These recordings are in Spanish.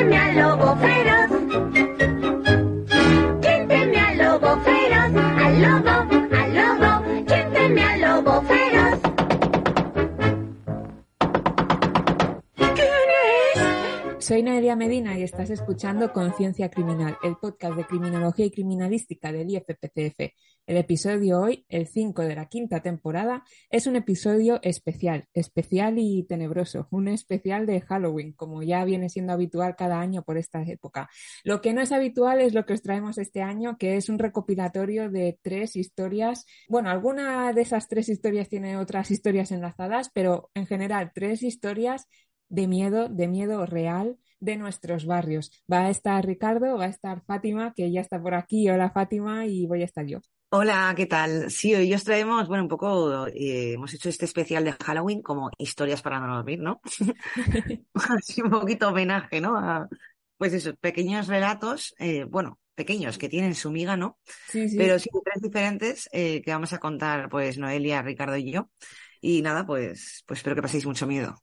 teme al lobo feroz? ¿Quién teme al lobo feroz? Al lobo, ¿quién teme al lobo feroz? Soy Noelia Medina y estás escuchando Conciencia Criminal, el podcast de criminología y criminalística del IFPCF. El episodio hoy, el 5 de la quinta temporada, es un episodio especial y tenebroso, un especial de Halloween, como ya viene siendo habitual cada año por esta época. Lo que no es habitual es lo que os traemos este año, que es un recopilatorio de 3 historias. Bueno, alguna de esas 3 historias tiene otras historias enlazadas, pero en general 3 historias de miedo real de nuestros barrios. Va a estar Ricardo, va a estar Fátima, que ya está por aquí. Hola Fátima, y voy a estar yo. Hola, ¿qué tal? Sí, hoy os traemos, bueno, un poco, hemos hecho este especial de Halloween como historias para no dormir, ¿no? Así un poquito homenaje, ¿no? Pues eso, pequeños relatos, bueno, pequeños, que tienen su miga, ¿no? Sí. Pero sí, 3 diferentes que vamos a contar, pues, Noelia, Ricardo y yo. Y nada, pues espero que paséis mucho miedo.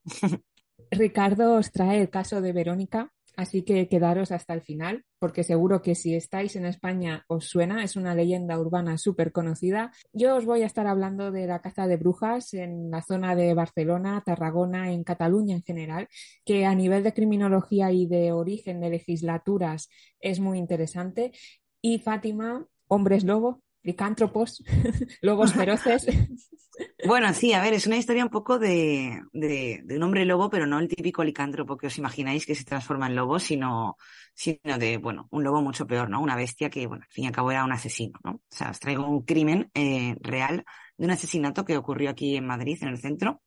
Ricardo os trae el caso de Verónica, así que quedaros hasta el final, porque seguro que si estáis en España os suena, es una leyenda urbana súper conocida. Yo os voy a estar hablando de la caza de brujas en la zona de Barcelona, Tarragona, en Cataluña en general, que a nivel de criminología y de origen de legislaturas es muy interesante. Y Fátima, hombres lobo, licántropos, lobos feroces. Bueno, sí, a ver, es una historia un poco de un hombre lobo, pero no el típico licántropo que os imagináis que se transforma en lobo, sino de, bueno, un lobo mucho peor, ¿no? Una bestia que, bueno, al fin y al cabo era un asesino, ¿no? O sea, os traigo un crimen real de un asesinato que ocurrió aquí en Madrid, en el centro,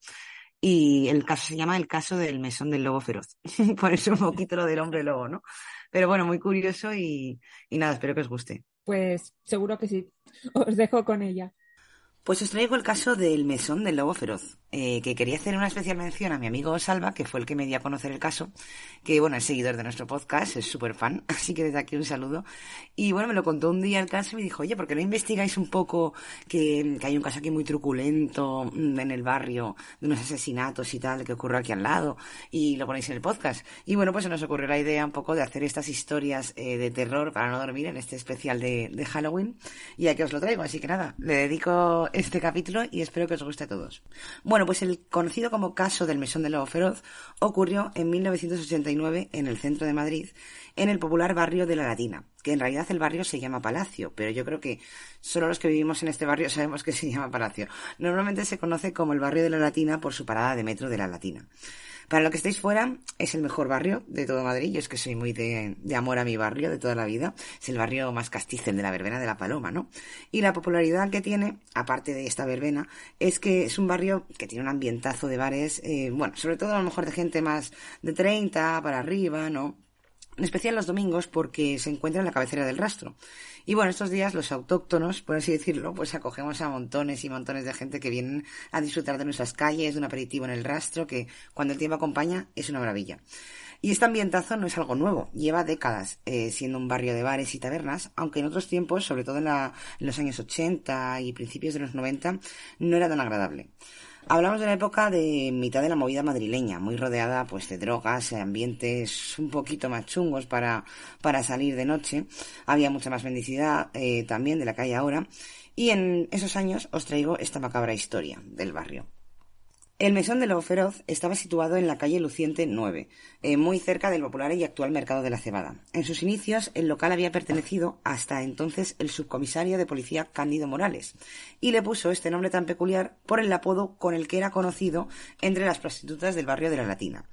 y el caso se llama el caso del mesón del lobo feroz. Por eso un poquito lo del hombre lobo, ¿no? Pero bueno, muy curioso y nada, espero que os guste. Pues seguro que sí. Os dejo con ella. Pues os traigo el caso del mesón del lobo feroz, que quería hacer una especial mención a mi amigo Salva, que fue el que me dio a conocer el caso, que bueno, es seguidor de nuestro podcast, es súper fan, así que desde aquí un saludo. Y bueno, me lo contó un día el caso y me dijo, oye, ¿por qué no investigáis un poco que hay un caso aquí muy truculento en el barrio, de unos asesinatos y tal, que ocurrió aquí al lado, y lo ponéis en el podcast? Y bueno, pues se nos ocurrió la idea un poco de hacer estas historias de terror para no dormir en este especial de Halloween, y aquí os lo traigo, así que nada, le dedico este capítulo y espero que os guste a todos. Bueno, pues el conocido como caso del mesón del lobo feroz ocurrió en 1989 en el centro de Madrid, en el popular barrio de La Latina, que en realidad el barrio se llama Palacio, pero yo creo que solo los que vivimos en este barrio sabemos que se llama Palacio. Normalmente se conoce como el barrio de La Latina por su parada de metro de La Latina. Para lo que estéis fuera, es el mejor barrio de todo Madrid. Yo es que soy muy de amor a mi barrio de toda la vida. Es el barrio más castizo, el de la verbena de la Paloma, ¿no? Y la popularidad que tiene, aparte de esta verbena, es que es un barrio que tiene un ambientazo de bares, bueno, sobre todo a lo mejor de gente más de 30 para arriba, ¿no? En especial los domingos porque se encuentra en la cabecera del Rastro. Y bueno, estos días los autóctonos, por así decirlo, pues acogemos a montones y montones de gente que vienen a disfrutar de nuestras calles, de un aperitivo en el Rastro, que cuando el tiempo acompaña es una maravilla. Y este ambientazo no es algo nuevo, lleva décadas siendo un barrio de bares y tabernas, aunque en otros tiempos, sobre todo en los años 80 y principios de los 90, no era tan agradable. Hablamos de una época de mitad de la movida madrileña, muy rodeada pues de drogas, ambientes un poquito más chungos para salir de noche. Había mucha más mendicidad también de la que hay ahora. Y en esos años os traigo esta macabra historia del barrio. El mesón del lobo feroz estaba situado en la calle Luciente 9, muy cerca del popular y actual mercado de la Cebada. En sus inicios, el local había pertenecido hasta entonces el subcomisario de policía Cándido Morales, y le puso este nombre tan peculiar por el apodo con el que era conocido entre las prostitutas del barrio de La Latina.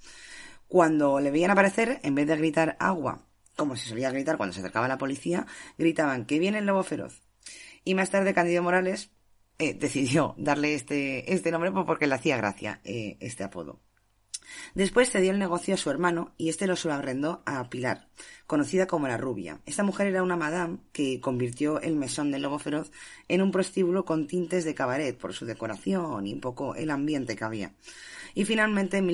Cuando le veían aparecer, en vez de gritar agua, como se solía gritar cuando se acercaba la policía, gritaban que viene el lobo feroz. Y más tarde Cándido Morales decidió darle este nombre porque le hacía gracia este apodo. Después cedió el negocio a su hermano y este lo subarrendó a Pilar, conocida como la Rubia. Esta mujer era una madame que convirtió el mesón del lobo feroz en un prostíbulo con tintes de cabaret por su decoración y un poco el ambiente que había. Y finalmente, en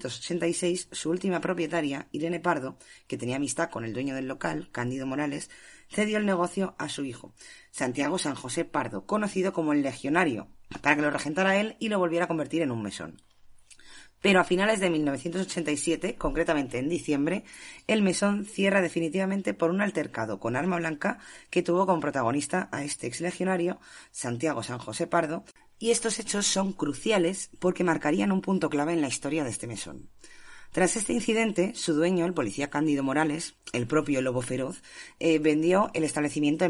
1986, su última propietaria, Irene Pardo, que tenía amistad con el dueño del local, Cándido Morales, cedió el negocio a su hijo, Santiago San José Pardo, conocido como el Legionario, para que lo regentara él y lo volviera a convertir en un mesón. Pero a finales de 1987, concretamente en diciembre, el mesón cierra definitivamente por un altercado con arma blanca que tuvo como protagonista a este exlegionario, Santiago San José Pardo, y estos hechos son cruciales porque marcarían un punto clave en la historia de este mesón. Tras este incidente, su dueño, el policía Cándido Morales, el propio Lobo Feroz, vendió el establecimiento en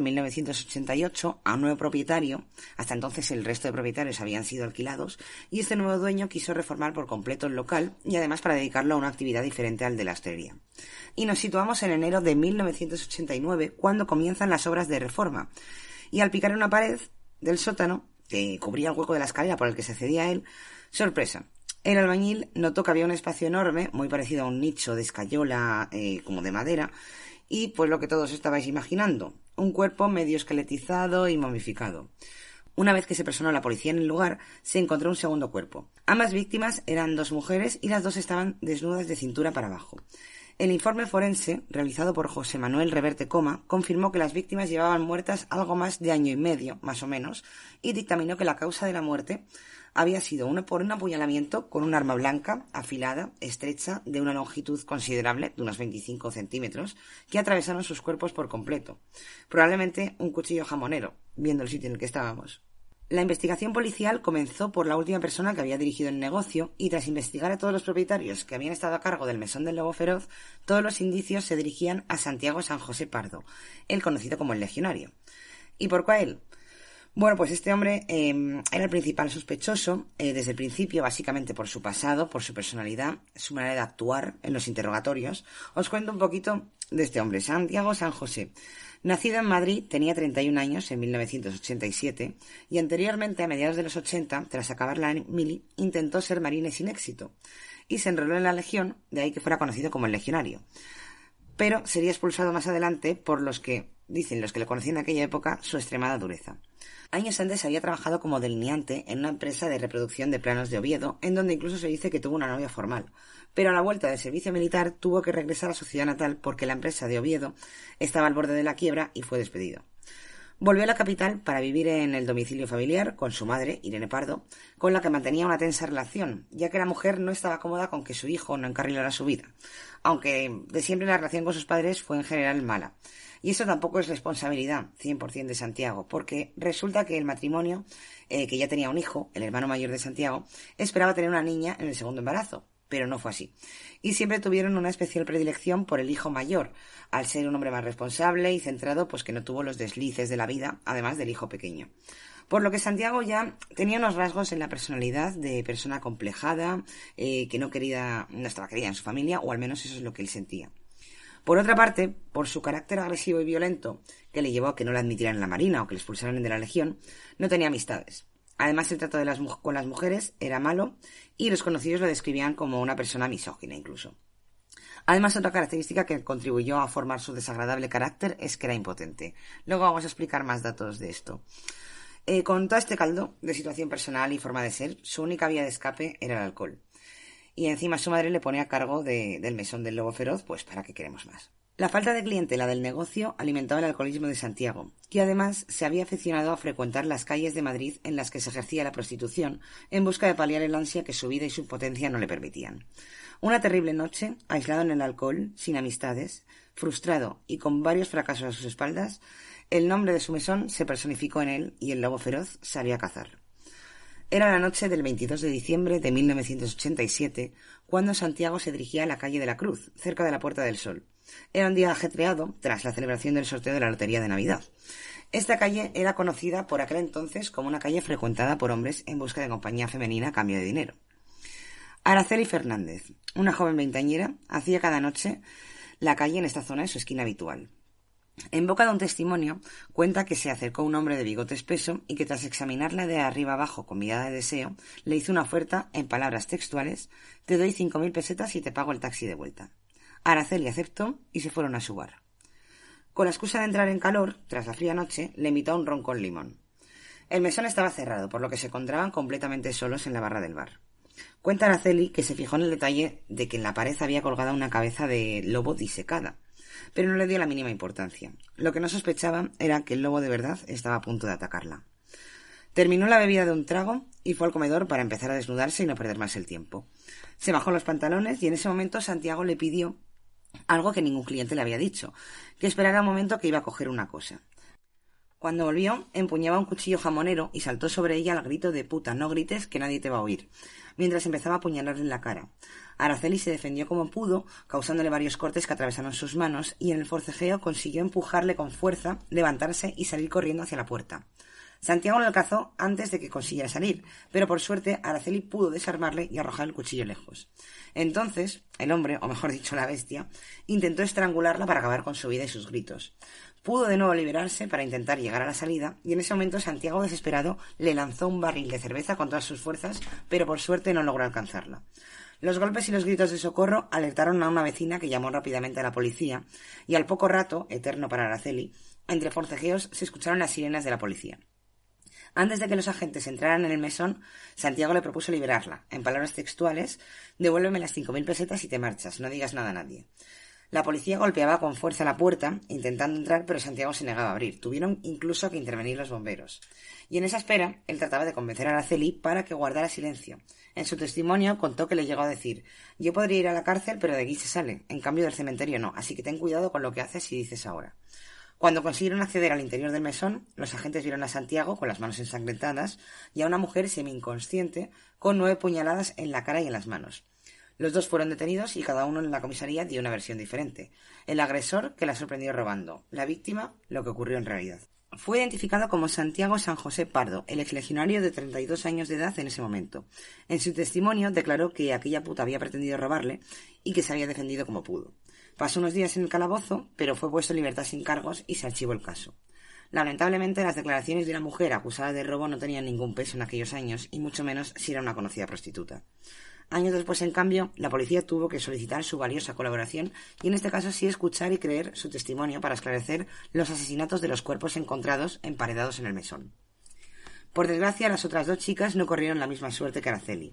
1988 a un nuevo propietario. Hasta entonces el resto de propietarios habían sido alquilados y este nuevo dueño quiso reformar por completo el local y además para dedicarlo a una actividad diferente al de la hostelería. Y nos situamos en enero de 1989 cuando comienzan las obras de reforma. Y al picar una pared del sótano, que cubría el hueco de la escalera por el que se accedía a él, sorpresa. El albañil notó que había un espacio enorme, muy parecido a un nicho de escayola como de madera, y pues lo que todos estabais imaginando, un cuerpo medio esqueletizado y momificado. Una vez que se personó la policía en el lugar, se encontró un segundo cuerpo. Ambas víctimas eran 2 mujeres y las 2 estaban desnudas de cintura para abajo. El informe forense, realizado por José Manuel Reverte Coma, confirmó que las víctimas llevaban muertas algo más de año y medio, más o menos, y dictaminó que la causa de la muerte había sido por un apuñalamiento con un arma blanca, afilada, estrecha, de una longitud considerable, de unos 25 centímetros, que atravesaron sus cuerpos por completo. Probablemente un cuchillo jamonero, viendo el sitio en el que estábamos. La investigación policial comenzó por la última persona que había dirigido el negocio y tras investigar a todos los propietarios que habían estado a cargo del mesón del Lobo Feroz, todos los indicios se dirigían a Santiago San José Pardo, el conocido como el Legionario. ¿Y por qué a él? Bueno, pues este hombre era el principal sospechoso desde el principio, básicamente por su pasado, por su personalidad, su manera de actuar en los interrogatorios. Os cuento un poquito de este hombre, Santiago San José. Nacido en Madrid, tenía 31 años en 1987 y anteriormente, a mediados de los 80, tras acabar la mili, intentó ser marine sin éxito y se enroló en la Legión, de ahí que fuera conocido como el Legionario. Pero sería expulsado más adelante por los que le conocían en aquella época, su extremada dureza. Años antes había trabajado como delineante en una empresa de reproducción de planos de Oviedo, en donde incluso se dice que tuvo una novia formal. Pero a la vuelta del servicio militar tuvo que regresar a su ciudad natal porque la empresa de Oviedo estaba al borde de la quiebra y fue despedido. Volvió a la capital para vivir en el domicilio familiar con su madre, Irene Pardo, con la que mantenía una tensa relación, ya que la mujer no estaba cómoda con que su hijo no encarrilara su vida, aunque de siempre la relación con sus padres fue en general mala. Y eso tampoco es responsabilidad 100% de Santiago, porque resulta que el matrimonio, que ya tenía un hijo, el hermano mayor de Santiago, esperaba tener una niña en el segundo embarazo, pero no fue así. Y siempre tuvieron una especial predilección por el hijo mayor, al ser un hombre más responsable y centrado, pues que no tuvo los deslices de la vida, además del hijo pequeño. Por lo que Santiago ya tenía unos rasgos en la personalidad de persona acomplejada, que no estaba querida en su familia, o al menos eso es lo que él sentía. Por otra parte, por su carácter agresivo y violento, que le llevó a que no le admitieran en la Marina o que le expulsaran de la Legión, no tenía amistades. Además, el trato con las mujeres era malo y los conocidos lo describían como una persona misógina incluso. Además, otra característica que contribuyó a formar su desagradable carácter es que era impotente. Luego vamos a explicar más datos de esto. Con todo este caldo de situación personal y forma de ser, su única vía de escape era el alcohol. Y encima su madre le pone a cargo del mesón del Lobo Feroz, pues ¿para qué queremos más? La falta de clientela del negocio alimentaba el alcoholismo de Santiago, que además se había aficionado a frecuentar las calles de Madrid en las que se ejercía la prostitución, en busca de paliar el ansia que su vida y su potencia no le permitían. Una terrible noche, aislado en el alcohol, sin amistades, frustrado y con varios fracasos a sus espaldas, el nombre de su mesón se personificó en él y el Lobo Feroz salió a cazar. Era la noche del 22 de diciembre de 1987, cuando Santiago se dirigía a la calle de la Cruz, cerca de la Puerta del Sol. Era un día ajetreado tras la celebración del sorteo de la Lotería de Navidad. Esta calle era conocida por aquel entonces como una calle frecuentada por hombres en busca de compañía femenina a cambio de dinero. Araceli Fernández, una joven veinteañera, hacía cada noche la calle en esta zona en su esquina habitual. En boca de un testimonio, cuenta que se acercó un hombre de bigote espeso y que tras examinarla de arriba abajo con mirada de deseo, le hizo una oferta en palabras textuales: «Te doy 5.000 pesetas y te pago el taxi de vuelta». Araceli aceptó y se fueron a su bar. Con la excusa de entrar en calor, tras la fría noche, le invitó a un ron con limón. El mesón estaba cerrado, por lo que se encontraban completamente solos en la barra del bar. Cuenta Araceli que se fijó en el detalle de que en la pared había colgada una cabeza de lobo disecada, pero no le dio la mínima importancia. Lo que no sospechaba era que el lobo de verdad estaba a punto de atacarla. Terminó la bebida de un trago y fue al comedor para empezar a desnudarse y no perder más el tiempo. Se bajó los pantalones y en ese momento Santiago le pidió algo que ningún cliente le había dicho, que esperara un momento que iba a coger una cosa. Cuando volvió, empuñaba un cuchillo jamonero y saltó sobre ella al grito de «puta, no grites, que nadie te va a oír», mientras empezaba a apuñalarle en la cara. Araceli se defendió como pudo, causándole varios cortes que atravesaron sus manos, y en el forcejeo consiguió empujarle con fuerza, levantarse y salir corriendo hacia la puerta. Santiago lo alcanzó antes de que consiguiera salir, pero por suerte Araceli pudo desarmarle y arrojar el cuchillo lejos. Entonces, el hombre, o mejor dicho la bestia, intentó estrangularla para acabar con su vida y sus gritos. Pudo de nuevo liberarse para intentar llegar a la salida, y en ese momento Santiago, desesperado, le lanzó un barril de cerveza con todas sus fuerzas, pero por suerte no logró alcanzarla. Los golpes y los gritos de socorro alertaron a una vecina que llamó rápidamente a la policía, y al poco rato, eterno para Araceli, entre forcejeos se escucharon las sirenas de la policía. Antes de que los agentes entraran en el mesón, Santiago le propuso liberarla. En palabras textuales, «Devuélveme las 5.000 pesetas y te marchas, no digas nada a nadie». La policía golpeaba con fuerza la puerta, intentando entrar, pero Santiago se negaba a abrir. Tuvieron incluso que intervenir los bomberos. Y en esa espera, él trataba de convencer a Araceli para que guardara silencio. En su testimonio contó que le llegó a decir: «Yo podría ir a la cárcel, pero de aquí se sale. En cambio del cementerio no, así que ten cuidado con lo que haces y dices ahora». Cuando consiguieron acceder al interior del mesón, los agentes vieron a Santiago con las manos ensangrentadas y a una mujer semi-inconsciente con 9 puñaladas en la cara y en las manos. Los dos fueron detenidos y cada uno en la comisaría dio una versión diferente. El agresor, que la sorprendió robando; la víctima, lo que ocurrió en realidad. Fue identificado como Santiago San José Pardo, el exlegionario de 32 años de edad en ese momento. En su testimonio declaró que aquella puta había pretendido robarle y que se había defendido como pudo. Pasó unos días en el calabozo, pero fue puesto en libertad sin cargos y se archivó el caso. Lamentablemente, las declaraciones de una mujer acusada de robo no tenían ningún peso en aquellos años, y mucho menos si era una conocida prostituta. Años después, en cambio, la policía tuvo que solicitar su valiosa colaboración y en este caso sí escuchar y creer su testimonio para esclarecer los asesinatos de los cuerpos encontrados emparedados en el mesón. Por desgracia, las otras 2 chicas no corrieron la misma suerte que Araceli.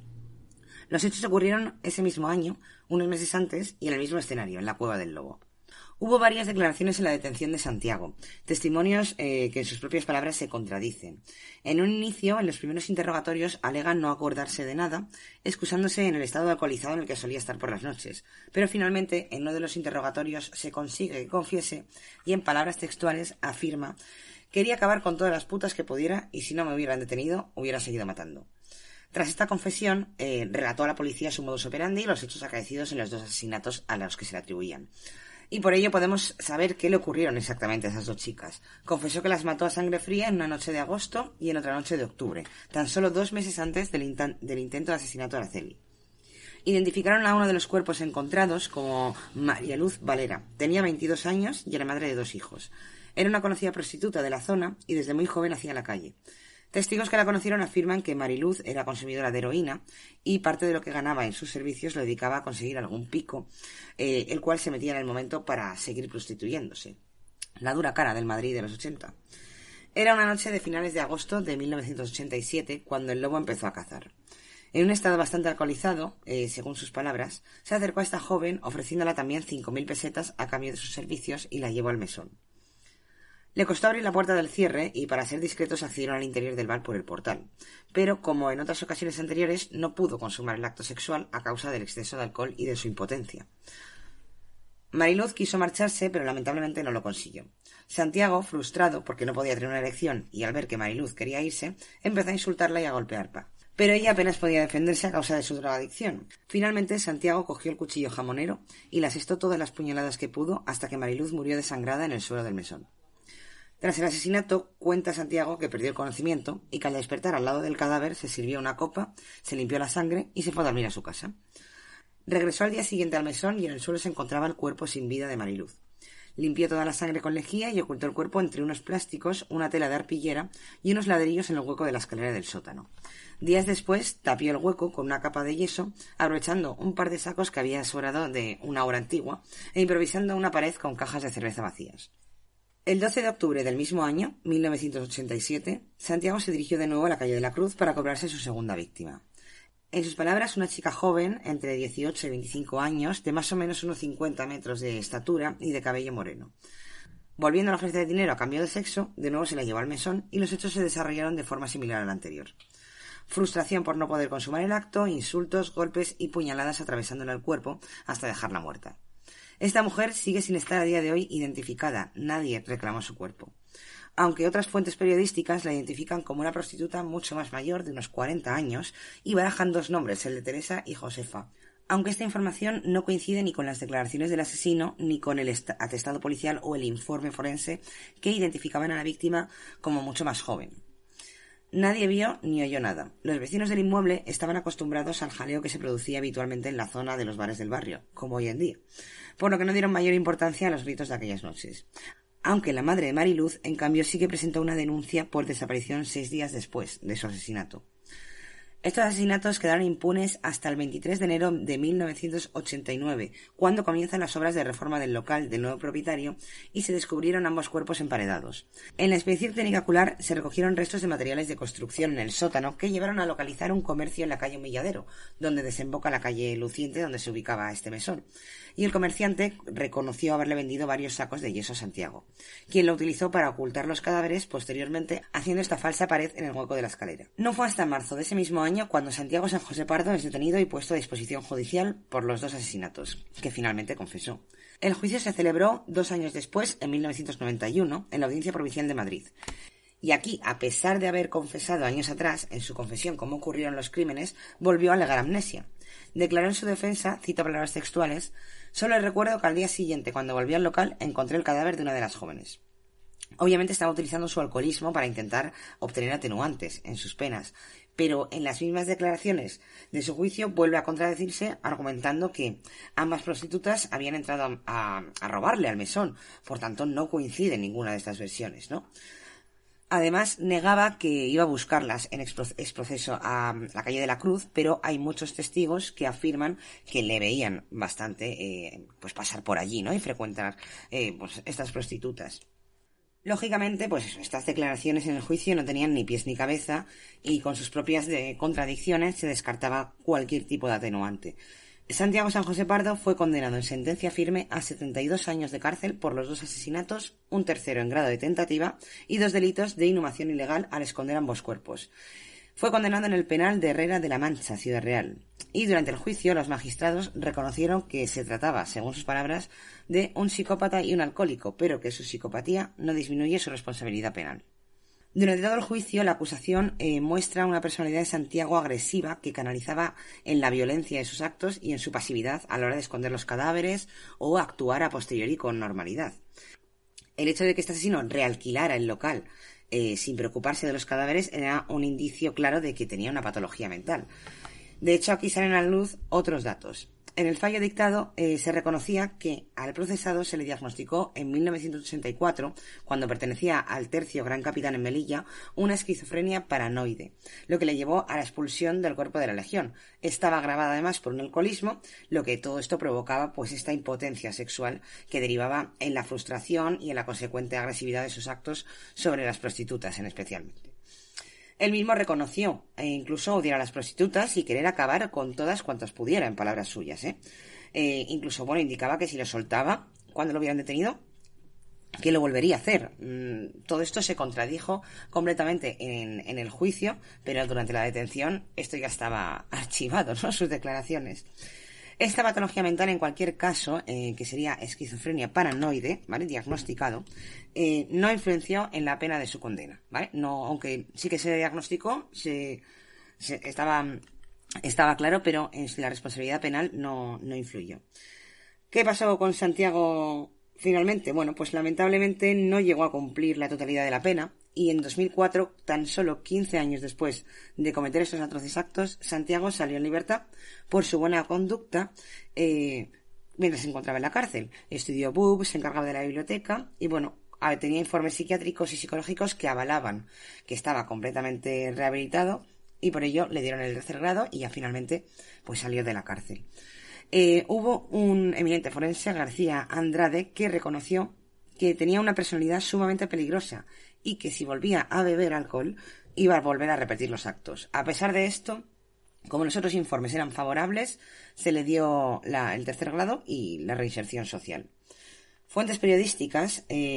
Los hechos ocurrieron ese mismo año, unos meses antes, y en el mismo escenario, en la Cueva del Lobo. Hubo varias declaraciones en la detención de Santiago, testimonios que en sus propias palabras se contradicen. En un inicio, en los primeros interrogatorios, alega no acordarse de nada, excusándose en el estado alcoholizado en el que solía estar por las noches, pero finalmente, en uno de los interrogatorios se consigue que confiese y en palabras textuales afirma: «Quería acabar con todas las putas que pudiera y si no me hubieran detenido, hubiera seguido matando». Tras esta confesión, relató a la policía su modus operandi y los hechos acaecidos en los 2 asesinatos a los que se le atribuían. Y por ello podemos saber qué le ocurrieron exactamente a esas 2 chicas. Confesó que las mató a sangre fría en una noche de agosto y en otra noche de octubre, tan solo 2 meses antes del intento de asesinato de Araceli. Identificaron a uno de los cuerpos encontrados como María Luz Valera. Tenía 22 años y era madre de 2 hijos. Era una conocida prostituta de la zona y desde muy joven hacía la calle. Testigos que la conocieron afirman que Mariluz era consumidora de heroína y parte de lo que ganaba en sus servicios lo dedicaba a conseguir algún pico, el cual se metía en el momento para seguir prostituyéndose. La dura cara del Madrid de los 80. Era una noche de finales de agosto de 1987 cuando el lobo empezó a cazar. En un estado bastante alcoholizado, según sus palabras, se acercó a esta joven ofreciéndola también 5.000 pesetas a cambio de sus servicios y la llevó al mesón. Le costó abrir la puerta del cierre y, para ser discretos, accedieron al interior del bar por el portal. Pero, como en otras ocasiones anteriores, no pudo consumar el acto sexual a causa del exceso de alcohol y de su impotencia. Mariluz quiso marcharse, pero lamentablemente no lo consiguió. Santiago, frustrado porque no podía tener una erección y al ver que Mariluz quería irse, empezó a insultarla y a golpearla. Pero ella apenas podía defenderse a causa de su drogadicción. Finalmente, Santiago cogió el cuchillo jamonero y le asestó todas las puñaladas que pudo hasta que Mariluz murió desangrada en el suelo del mesón. Tras el asesinato, cuenta Santiago que perdió el conocimiento y que al despertar al lado del cadáver se sirvió una copa, se limpió la sangre y se fue a dormir a su casa. Regresó al día siguiente al mesón y en el suelo se encontraba el cuerpo sin vida de Mariluz. Limpió toda la sangre con lejía y ocultó el cuerpo entre unos plásticos, una tela de arpillera y unos ladrillos en el hueco de la escalera del sótano. Días después, tapió el hueco con una capa de yeso, aprovechando un par de sacos que había sobrado de una obra antigua e improvisando una pared con cajas de cerveza vacías. El 12 de octubre del mismo año, 1987, Santiago se dirigió de nuevo a la calle de la Cruz para cobrarse su segunda víctima. En sus palabras, una chica joven, entre 18 y 25 años, de más o menos unos 50 metros de estatura y de cabello moreno. Volviendo a ofrecer dinero a cambio de sexo, de nuevo se la llevó al mesón y los hechos se desarrollaron de forma similar a la anterior. Frustración por no poder consumar el acto, insultos, golpes y puñaladas atravesándole el cuerpo hasta dejarla muerta. Esta mujer sigue sin estar a día de hoy identificada, nadie reclamó su cuerpo. Aunque otras fuentes periodísticas la identifican como una prostituta mucho más mayor, de unos 40 años, y barajan dos nombres, el de Teresa y Josefa. Aunque esta información no coincide ni con las declaraciones del asesino, ni con el atestado policial o el informe forense que identificaban a la víctima como mucho más joven. Nadie vio ni oyó nada. Los vecinos del inmueble estaban acostumbrados al jaleo que se producía habitualmente en la zona de los bares del barrio, como hoy en día, por lo que no dieron mayor importancia a los gritos de aquellas noches. Aunque la madre de Mariluz, en cambio, sí que presentó una denuncia por desaparición 6 días después de su asesinato. Estos asesinatos quedaron impunes hasta el 23 de enero de 1989, cuando comienzan las obras de reforma del local del nuevo propietario y se descubrieron ambos cuerpos emparedados. En la inspección técnica ocular se recogieron restos de materiales de construcción en el sótano que llevaron a localizar un comercio en la calle Humilladero, donde desemboca la calle Luciente donde se ubicaba este mesón. Y el comerciante reconoció haberle vendido varios sacos de yeso a Santiago, quien lo utilizó para ocultar los cadáveres posteriormente, haciendo esta falsa pared en el hueco de la escalera. No fue hasta marzo de ese mismo año cuando Santiago San José Pardo es detenido y puesto a disposición judicial por los dos asesinatos, que finalmente confesó. El juicio se celebró 2 años después, en 1991, en la Audiencia Provincial de Madrid. Y aquí, a pesar de haber confesado años atrás, en su confesión cómo ocurrieron los crímenes, volvió a alegar amnesia. Declaró en su defensa, cito palabras textuales: «Solo recuerdo que al día siguiente, cuando volví al local, encontré el cadáver de una de las jóvenes». Obviamente estaba utilizando su alcoholismo para intentar obtener atenuantes en sus penas, pero en las mismas declaraciones de su juicio vuelve a contradecirse argumentando que ambas prostitutas habían entrado a robarle al mesón, por tanto no coincide ninguna de estas versiones, ¿no? Además, negaba que iba a buscarlas en exproceso a la calle de la Cruz, pero hay muchos testigos que afirman que le veían bastante pues pasar por allí, ¿no? Y frecuentar pues estas prostitutas. Lógicamente, pues estas declaraciones en el juicio no tenían ni pies ni cabeza y con sus propias contradicciones se descartaba cualquier tipo de atenuante. Santiago San José Pardo fue condenado en sentencia firme a 72 años de cárcel por los 2 asesinatos, un tercero en grado de tentativa y 2 delitos de inhumación ilegal al esconder ambos cuerpos. Fue condenado en el penal de Herrera de la Mancha, Ciudad Real. Y durante el juicio los magistrados reconocieron que se trataba, según sus palabras, de un psicópata y un alcohólico, pero que su psicopatía no disminuye su responsabilidad penal. Durante todo el juicio, la acusación muestra una personalidad de Santiago agresiva que canalizaba en la violencia de sus actos y en su pasividad a la hora de esconder los cadáveres o actuar a posteriori con normalidad. El hecho de que este asesino realquilara el local sin preocuparse de los cadáveres era un indicio claro de que tenía una patología mental. De hecho, aquí salen a la luz otros datos. En el fallo dictado se reconocía que al procesado se le diagnosticó en 1984, cuando pertenecía al tercio Gran Capitán en Melilla, una esquizofrenia paranoide, lo que le llevó a la expulsión del cuerpo de la Legión. Estaba agravada además por un alcoholismo, lo que todo esto provocaba pues esta impotencia sexual que derivaba en la frustración y en la consecuente agresividad de sus actos sobre las prostitutas en especialmente. Él mismo reconoció incluso odiar a las prostitutas y querer acabar con todas cuantas pudiera, en palabras suyas. Incluso, indicaba que si lo soltaba, cuando lo hubieran detenido, que lo volvería a hacer. Todo esto se contradijo completamente en el juicio, pero durante la detención esto ya estaba archivado, ¿no? Sus declaraciones. Esta patología mental, en cualquier caso, que sería esquizofrenia paranoide, ¿vale?, diagnosticado, no influenció en la pena de su condena, ¿vale? No, aunque sí que se diagnosticó, estaba claro, pero en la responsabilidad penal no influyó. ¿Qué pasó con Santiago finalmente? Bueno, pues lamentablemente no llegó a cumplir la totalidad de la pena. Y en 2004, tan solo 15 años después de cometer esos atroces actos, Santiago salió en libertad por su buena conducta mientras se encontraba en la cárcel. Estudió BUP, se encargaba de la biblioteca y tenía informes psiquiátricos y psicológicos que avalaban que estaba completamente rehabilitado y por ello le dieron el 3er grado y ya finalmente pues salió de la cárcel. Hubo un eminente forense, García Andrade, que reconoció que tenía una personalidad sumamente peligrosa y que si volvía a beber alcohol iba a volver a repetir los actos. A pesar de esto, como los otros informes eran favorables, se le dio el 3er grado y la reinserción social. Fuentes periodísticas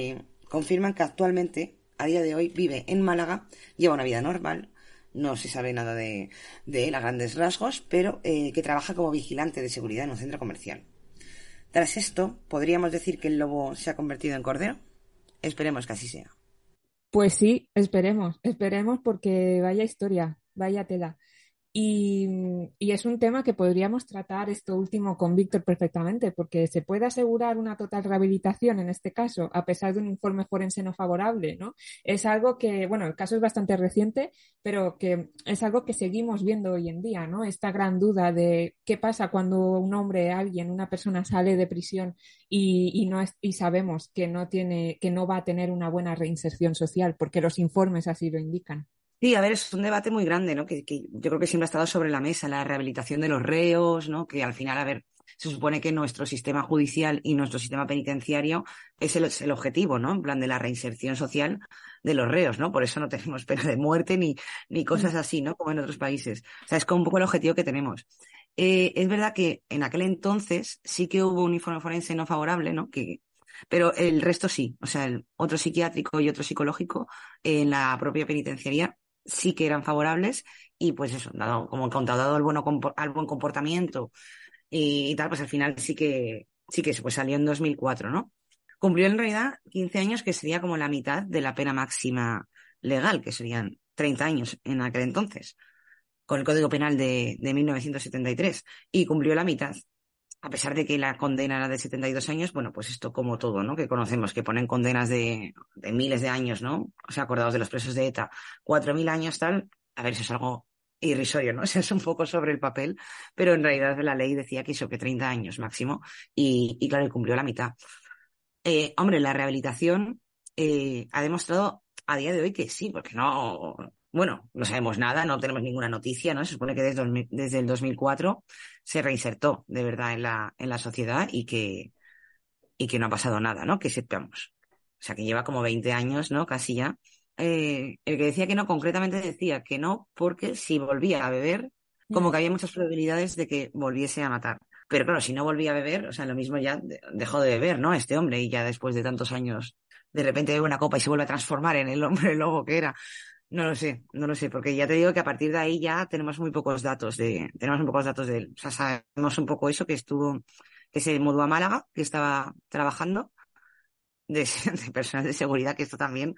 confirman que actualmente, a día de hoy, vive en Málaga, lleva una vida normal, no se sabe nada de él a grandes rasgos, pero que trabaja como vigilante de seguridad en un centro comercial. Tras esto, ¿podríamos decir que el lobo se ha convertido en cordero? Esperemos que así sea. Pues sí, esperemos porque vaya historia, vaya tela. Y, y es un tema que podríamos tratar esto último con Víctor perfectamente, porque se puede asegurar una total rehabilitación en este caso, a pesar de un informe forense no favorable, ¿no? Es algo que, bueno, el caso es bastante reciente, pero que es algo que seguimos viendo hoy en día, ¿no? Esta gran duda de qué pasa cuando un hombre, alguien, una persona sale de prisión y no es, y sabemos que no tiene, que no va a tener una buena reinserción social, porque los informes así lo indican. Sí, a ver, es un debate muy grande, ¿no? Que yo creo que siempre ha estado sobre la mesa, la rehabilitación de los reos, ¿no? Que al final, a ver, se supone que nuestro sistema judicial y nuestro sistema penitenciario es el objetivo, ¿no? En plan de la reinserción social de los reos, ¿no? Por eso no tenemos pena de muerte ni Mm. cosas así, ¿no? Como en otros países. O sea, es como un poco el objetivo que tenemos. Es verdad que en aquel entonces sí que hubo un informe forense no favorable, ¿no? Pero el resto sí. O sea, el otro psiquiátrico y otro psicológico en la propia penitenciaría sí que eran favorables y pues eso, dado, como he contado, dado al buen comportamiento y tal, pues al final sí que pues salió en 2004, ¿no? Cumplió en realidad 15 años, que sería como la mitad de la pena máxima legal, que serían 30 años en aquel entonces, con el Código Penal de 1973, y cumplió la mitad. A pesar de que la condena era de 72 años, bueno, pues esto como todo, ¿no? Que conocemos, que ponen condenas de miles de años, ¿no? O sea, acordados de los presos de ETA, 4.000 años tal, a ver, eso es algo irrisorio, ¿no? O sea, es un poco sobre el papel, pero en realidad la ley decía que sobre 30 años máximo, y claro, y cumplió la mitad. Hombre, la rehabilitación ha demostrado a día de hoy que sí, porque no, bueno, no sabemos nada, no tenemos ninguna noticia, ¿no? Se supone que desde el 2004 se reinsertó de verdad en la sociedad y que no ha pasado nada, ¿no? Que sepamos. O sea, que lleva como 20 años, ¿no? Casi ya. El que decía que no, concretamente decía que no, porque si volvía a beber, como Mm. que había muchas probabilidades de que volviese a matar. Pero claro, si no volvía a beber, o sea, lo mismo ya dejó de beber, ¿no? Este hombre, y ya después de tantos años, de repente bebe una copa y se vuelve a transformar en el hombre lobo que era. No lo sé, porque ya te digo que a partir de ahí ya tenemos muy pocos datos de él. O sea, sabemos un poco eso, que se mudó a Málaga, que estaba trabajando de personal de seguridad, que esto también,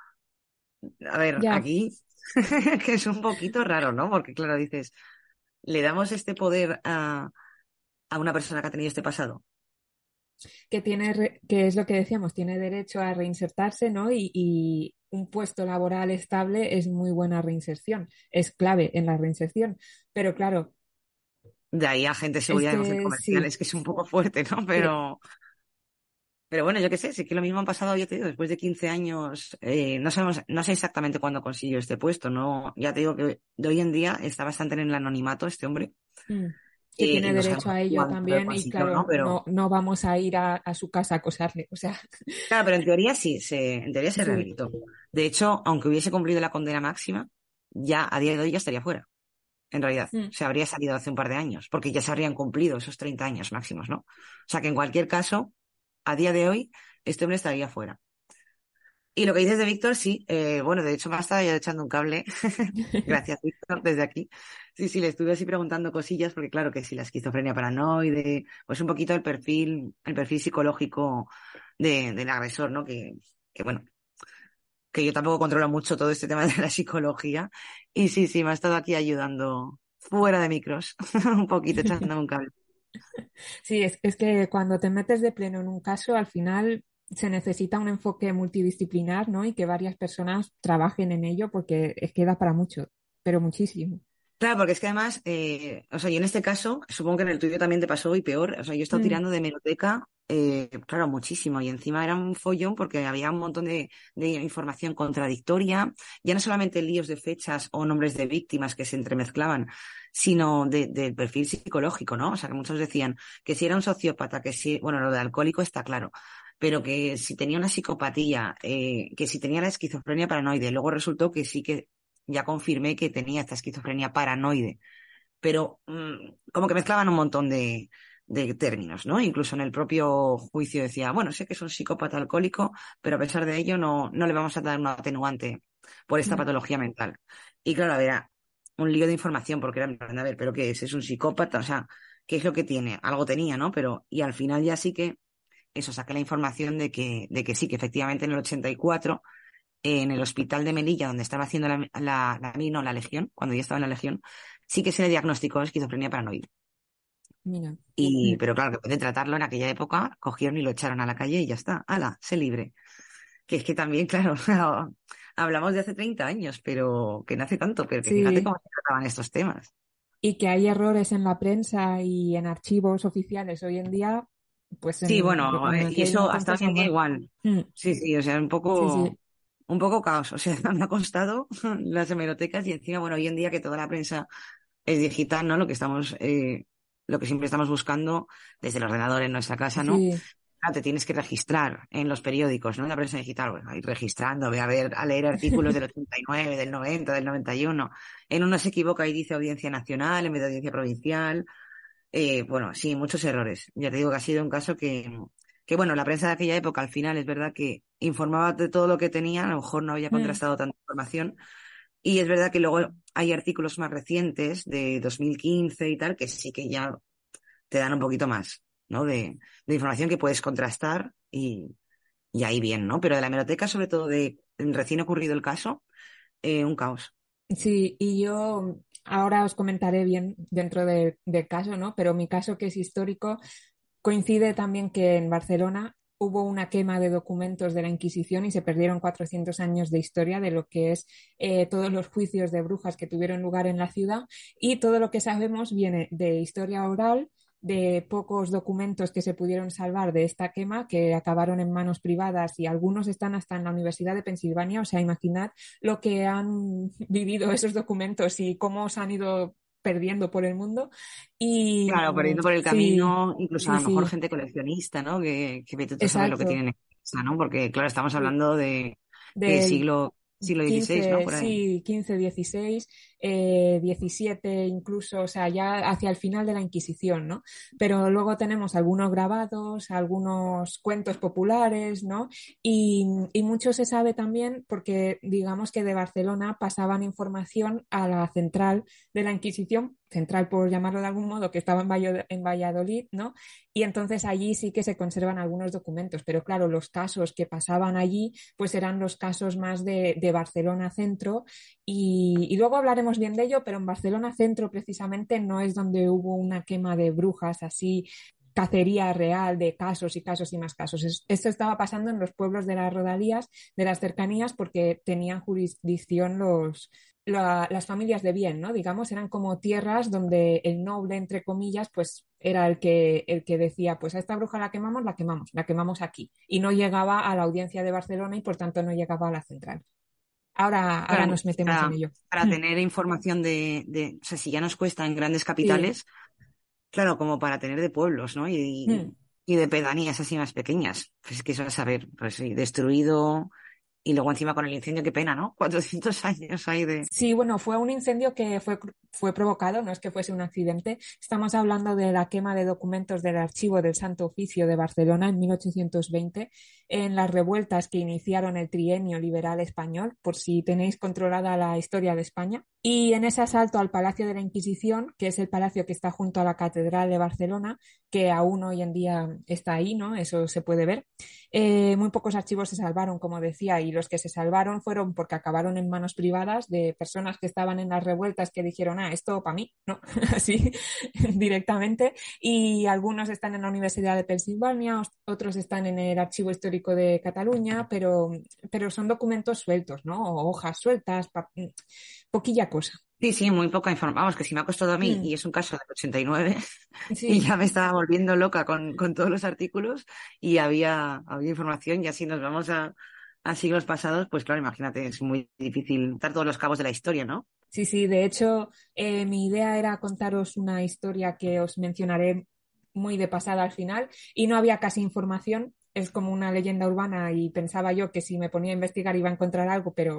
a ver, Ya, aquí, que es un poquito raro, ¿no? Porque claro, dices, le damos este poder a una persona que ha tenido este pasado. que tiene, que es lo que decíamos, tiene derecho a reinsertarse, ¿no? Y un puesto laboral estable es muy buena reinserción, es clave en la reinserción. Pero claro, De ahí agente de seguridad en un centro este comercial, sí, es que es un poco fuerte, ¿no? sí, Pero bueno, yo qué sé, sí que lo mismo han pasado, ya te digo, después de 15 años, no sabemos, no sé exactamente cuándo consiguió este puesto, no, ya te digo que de hoy en día está bastante en el anonimato este hombre, mm, que y tiene no derecho sabemos a ello cuánto lo también y consiguió, ¿no? claro, Pero, no, no vamos a ir a su casa a acosarle, o sea, claro, pero en teoría sí, en teoría se sí. rehabilitó. De hecho, aunque hubiese cumplido la condena máxima, ya a día de hoy ya estaría fuera, en realidad. Mm. Se habría salido hace un par de años, porque ya se habrían cumplido esos 30 años máximos, ¿no? O sea que en cualquier caso, a día de hoy, este hombre estaría fuera. Y lo que dices de Víctor, sí, bueno, de hecho me ha estado ya echando un cable. Gracias, Víctor, desde aquí. Sí, sí, le estuve así preguntando cosillas, porque claro que sí, la esquizofrenia paranoide, pues un poquito el perfil psicológico del agresor, ¿no? Que bueno, que yo tampoco controlo mucho todo este tema de la psicología. Y sí, sí, me ha estado aquí ayudando fuera de micros, un poquito echándome un cable. Sí, es que cuando te metes de pleno en un caso, al final se necesita un enfoque multidisciplinar, ¿no? Y que varias personas trabajen en ello porque es que da para mucho, pero muchísimo. Claro, porque es que además, o sea, yo en este caso, supongo que en el tuyo también te pasó y peor, o sea, yo he estado Mm, tirando de hemeroteca, claro, muchísimo, y encima era un follón porque había un montón de información contradictoria, ya no solamente líos de fechas o nombres de víctimas que se entremezclaban, sino del perfil psicológico, ¿no? O sea, que muchos decían que si era un sociópata, que si, bueno, lo de alcohólico está claro, pero que si tenía una psicopatía, que si tenía la esquizofrenia paranoide, luego resultó que sí que ya confirmé que tenía esta esquizofrenia paranoide, pero como que mezclaban un montón de términos, ¿no? Incluso en el propio juicio decía, bueno, sé que es un psicópata alcohólico, pero a pesar de ello no le vamos a dar un atenuante por esta Mm. patología mental. Y claro, era un lío de información, porque era, en plan, a ver, ¿pero qué es? ¿Es un psicópata? O sea, ¿qué es lo que tiene? Algo tenía, ¿no? Pero, y al final ya sí que, eso, saqué la información de que sí, que efectivamente en el 84, en el hospital de Melilla, donde estaba haciendo la Legión, cuando ya estaba en la Legión, sí que se le diagnosticó esquizofrenia paranoide. Mira. Y, Mm. pero claro, que de tratarlo en aquella época, cogieron y lo echaron a la calle y ya está. ¡Hala! Sé libre. Que es que también, claro, hablamos de hace 30 años, pero que no hace tanto, pero que fíjate Sí, cómo se trataban estos temas. y que hay errores en la prensa y en archivos oficiales hoy en día, pues Sí, en bueno, y aquel eso hasta hoy entonces en son día buenos. igual. Mm. Sí, sí, o sea, Sí, sí. un poco caos. O sea, me ha costado las hemerotecas y encima, bueno, hoy en día que toda la prensa es digital, ¿no? Lo que siempre estamos buscando desde el ordenador en nuestra casa, ¿no? Sí, Ah, te tienes que registrar en los periódicos, ¿no? En la prensa digital, bueno, ir registrando, ve a ver, a leer artículos del 89, del 90, del 91. En uno se equivoca y dice audiencia nacional en vez de audiencia provincial. Bueno, sí, muchos errores. Ya te digo que ha sido un caso que bueno, la prensa de aquella época al final es verdad que informaba de todo lo que tenía, a lo mejor no había mm, contrastado tanta información. Y es verdad que luego hay artículos más recientes de 2015 y tal, que sí que ya te dan un poquito más, ¿no? De información que puedes contrastar y ahí bien, ¿no? Pero de la hemeroteca, sobre todo de recién ocurrido el caso, un caos. sí, y yo ahora os comentaré bien dentro del caso, ¿no? Pero mi caso, que es histórico, coincide también que en Barcelona hubo una quema de documentos de la Inquisición y se perdieron 400 años de historia de lo que es todos los juicios de brujas que tuvieron lugar en la ciudad, y todo lo que sabemos viene de historia oral, de pocos documentos que se pudieron salvar de esta quema, que acabaron en manos privadas, y algunos están hasta en la Universidad de Pensilvania. O sea, imaginad lo que han vivido esos documentos y cómo se han ido perdiendo por el mundo. Y Claro, perdiendo por el sí, camino, incluso a sí, lo mejor sí, gente coleccionista, ¿no? Que vete tú a saber lo que exacto. tienen en casa, ¿no? Porque, claro, estamos Sí. hablando de que Del siglo XVI, ¿no? 15, Por ahí. sí, 15, 16, 17 incluso, o sea, ya hacia el final de la Inquisición, ¿no? Pero luego tenemos algunos grabados, algunos cuentos populares, ¿no? Y mucho se sabe también porque digamos que de Barcelona pasaban información a la central de la Inquisición, central por llamarlo de algún modo, que estaba en Valladolid, ¿no? Y entonces allí sí que se conservan algunos documentos, pero claro, los casos que pasaban allí pues eran los casos más de Barcelona Centro, y luego hablaremos bien de ello, pero en Barcelona Centro precisamente no es donde hubo una quema de brujas así, cacería real de casos y casos y más casos. Esto estaba pasando en los pueblos de las rodalías, de las cercanías, porque tenían jurisdicción las familias de bien, ¿no? Digamos, eran como tierras donde el noble, entre comillas, pues era el que decía, pues a esta bruja la quemamos aquí. Y no llegaba a la audiencia de Barcelona y por tanto no llegaba a la central. Ahora Claro, nos metemos en para, ello. para tener información o sea, si ya nos cuesta en grandes Sí. capitales, claro, como para tener de pueblos, ¿no? Y de pedanías así más pequeñas. Pues que eso es saber, pues sí, destruido y luego encima con el incendio, qué pena, ¿no? 400 años ahí de... Sí, bueno, fue un incendio que fue provocado, no es que fuese un accidente. Estamos hablando de la quema de documentos del Archivo del Santo Oficio de Barcelona en 1820, en las revueltas que iniciaron el trienio liberal español, por si tenéis controlada la historia de España. Y en ese asalto al Palacio de la Inquisición, que es el palacio que está junto a la Catedral de Barcelona, que aún hoy en día está ahí, ¿no? Eso se puede ver. Muy pocos archivos se salvaron, como decía, y los que se salvaron fueron porque acabaron en manos privadas de personas que estaban en las revueltas, que dijeron, esto para mí, ¿no? Así directamente. Y algunos están en la Universidad de Pensilvania, otros están en el Archivo Histórico de Cataluña, pero son documentos sueltos, ¿no? O hojas sueltas, poquilla cosa. Sí, sí, muy poca información. Vamos, que si me ha costado a mí, Mm, y es un caso del 89, y sí. ya me estaba volviendo loca con todos los artículos, y había información, y así nos vamos a siglos pasados, pues claro, imagínate, es muy difícil dar todos los cabos de la historia, ¿no? Sí, sí, de hecho, mi idea era contaros una historia que os mencionaré muy de pasada al final, y no había casi información, es como una leyenda urbana y pensaba yo que si me ponía a investigar iba a encontrar algo, pero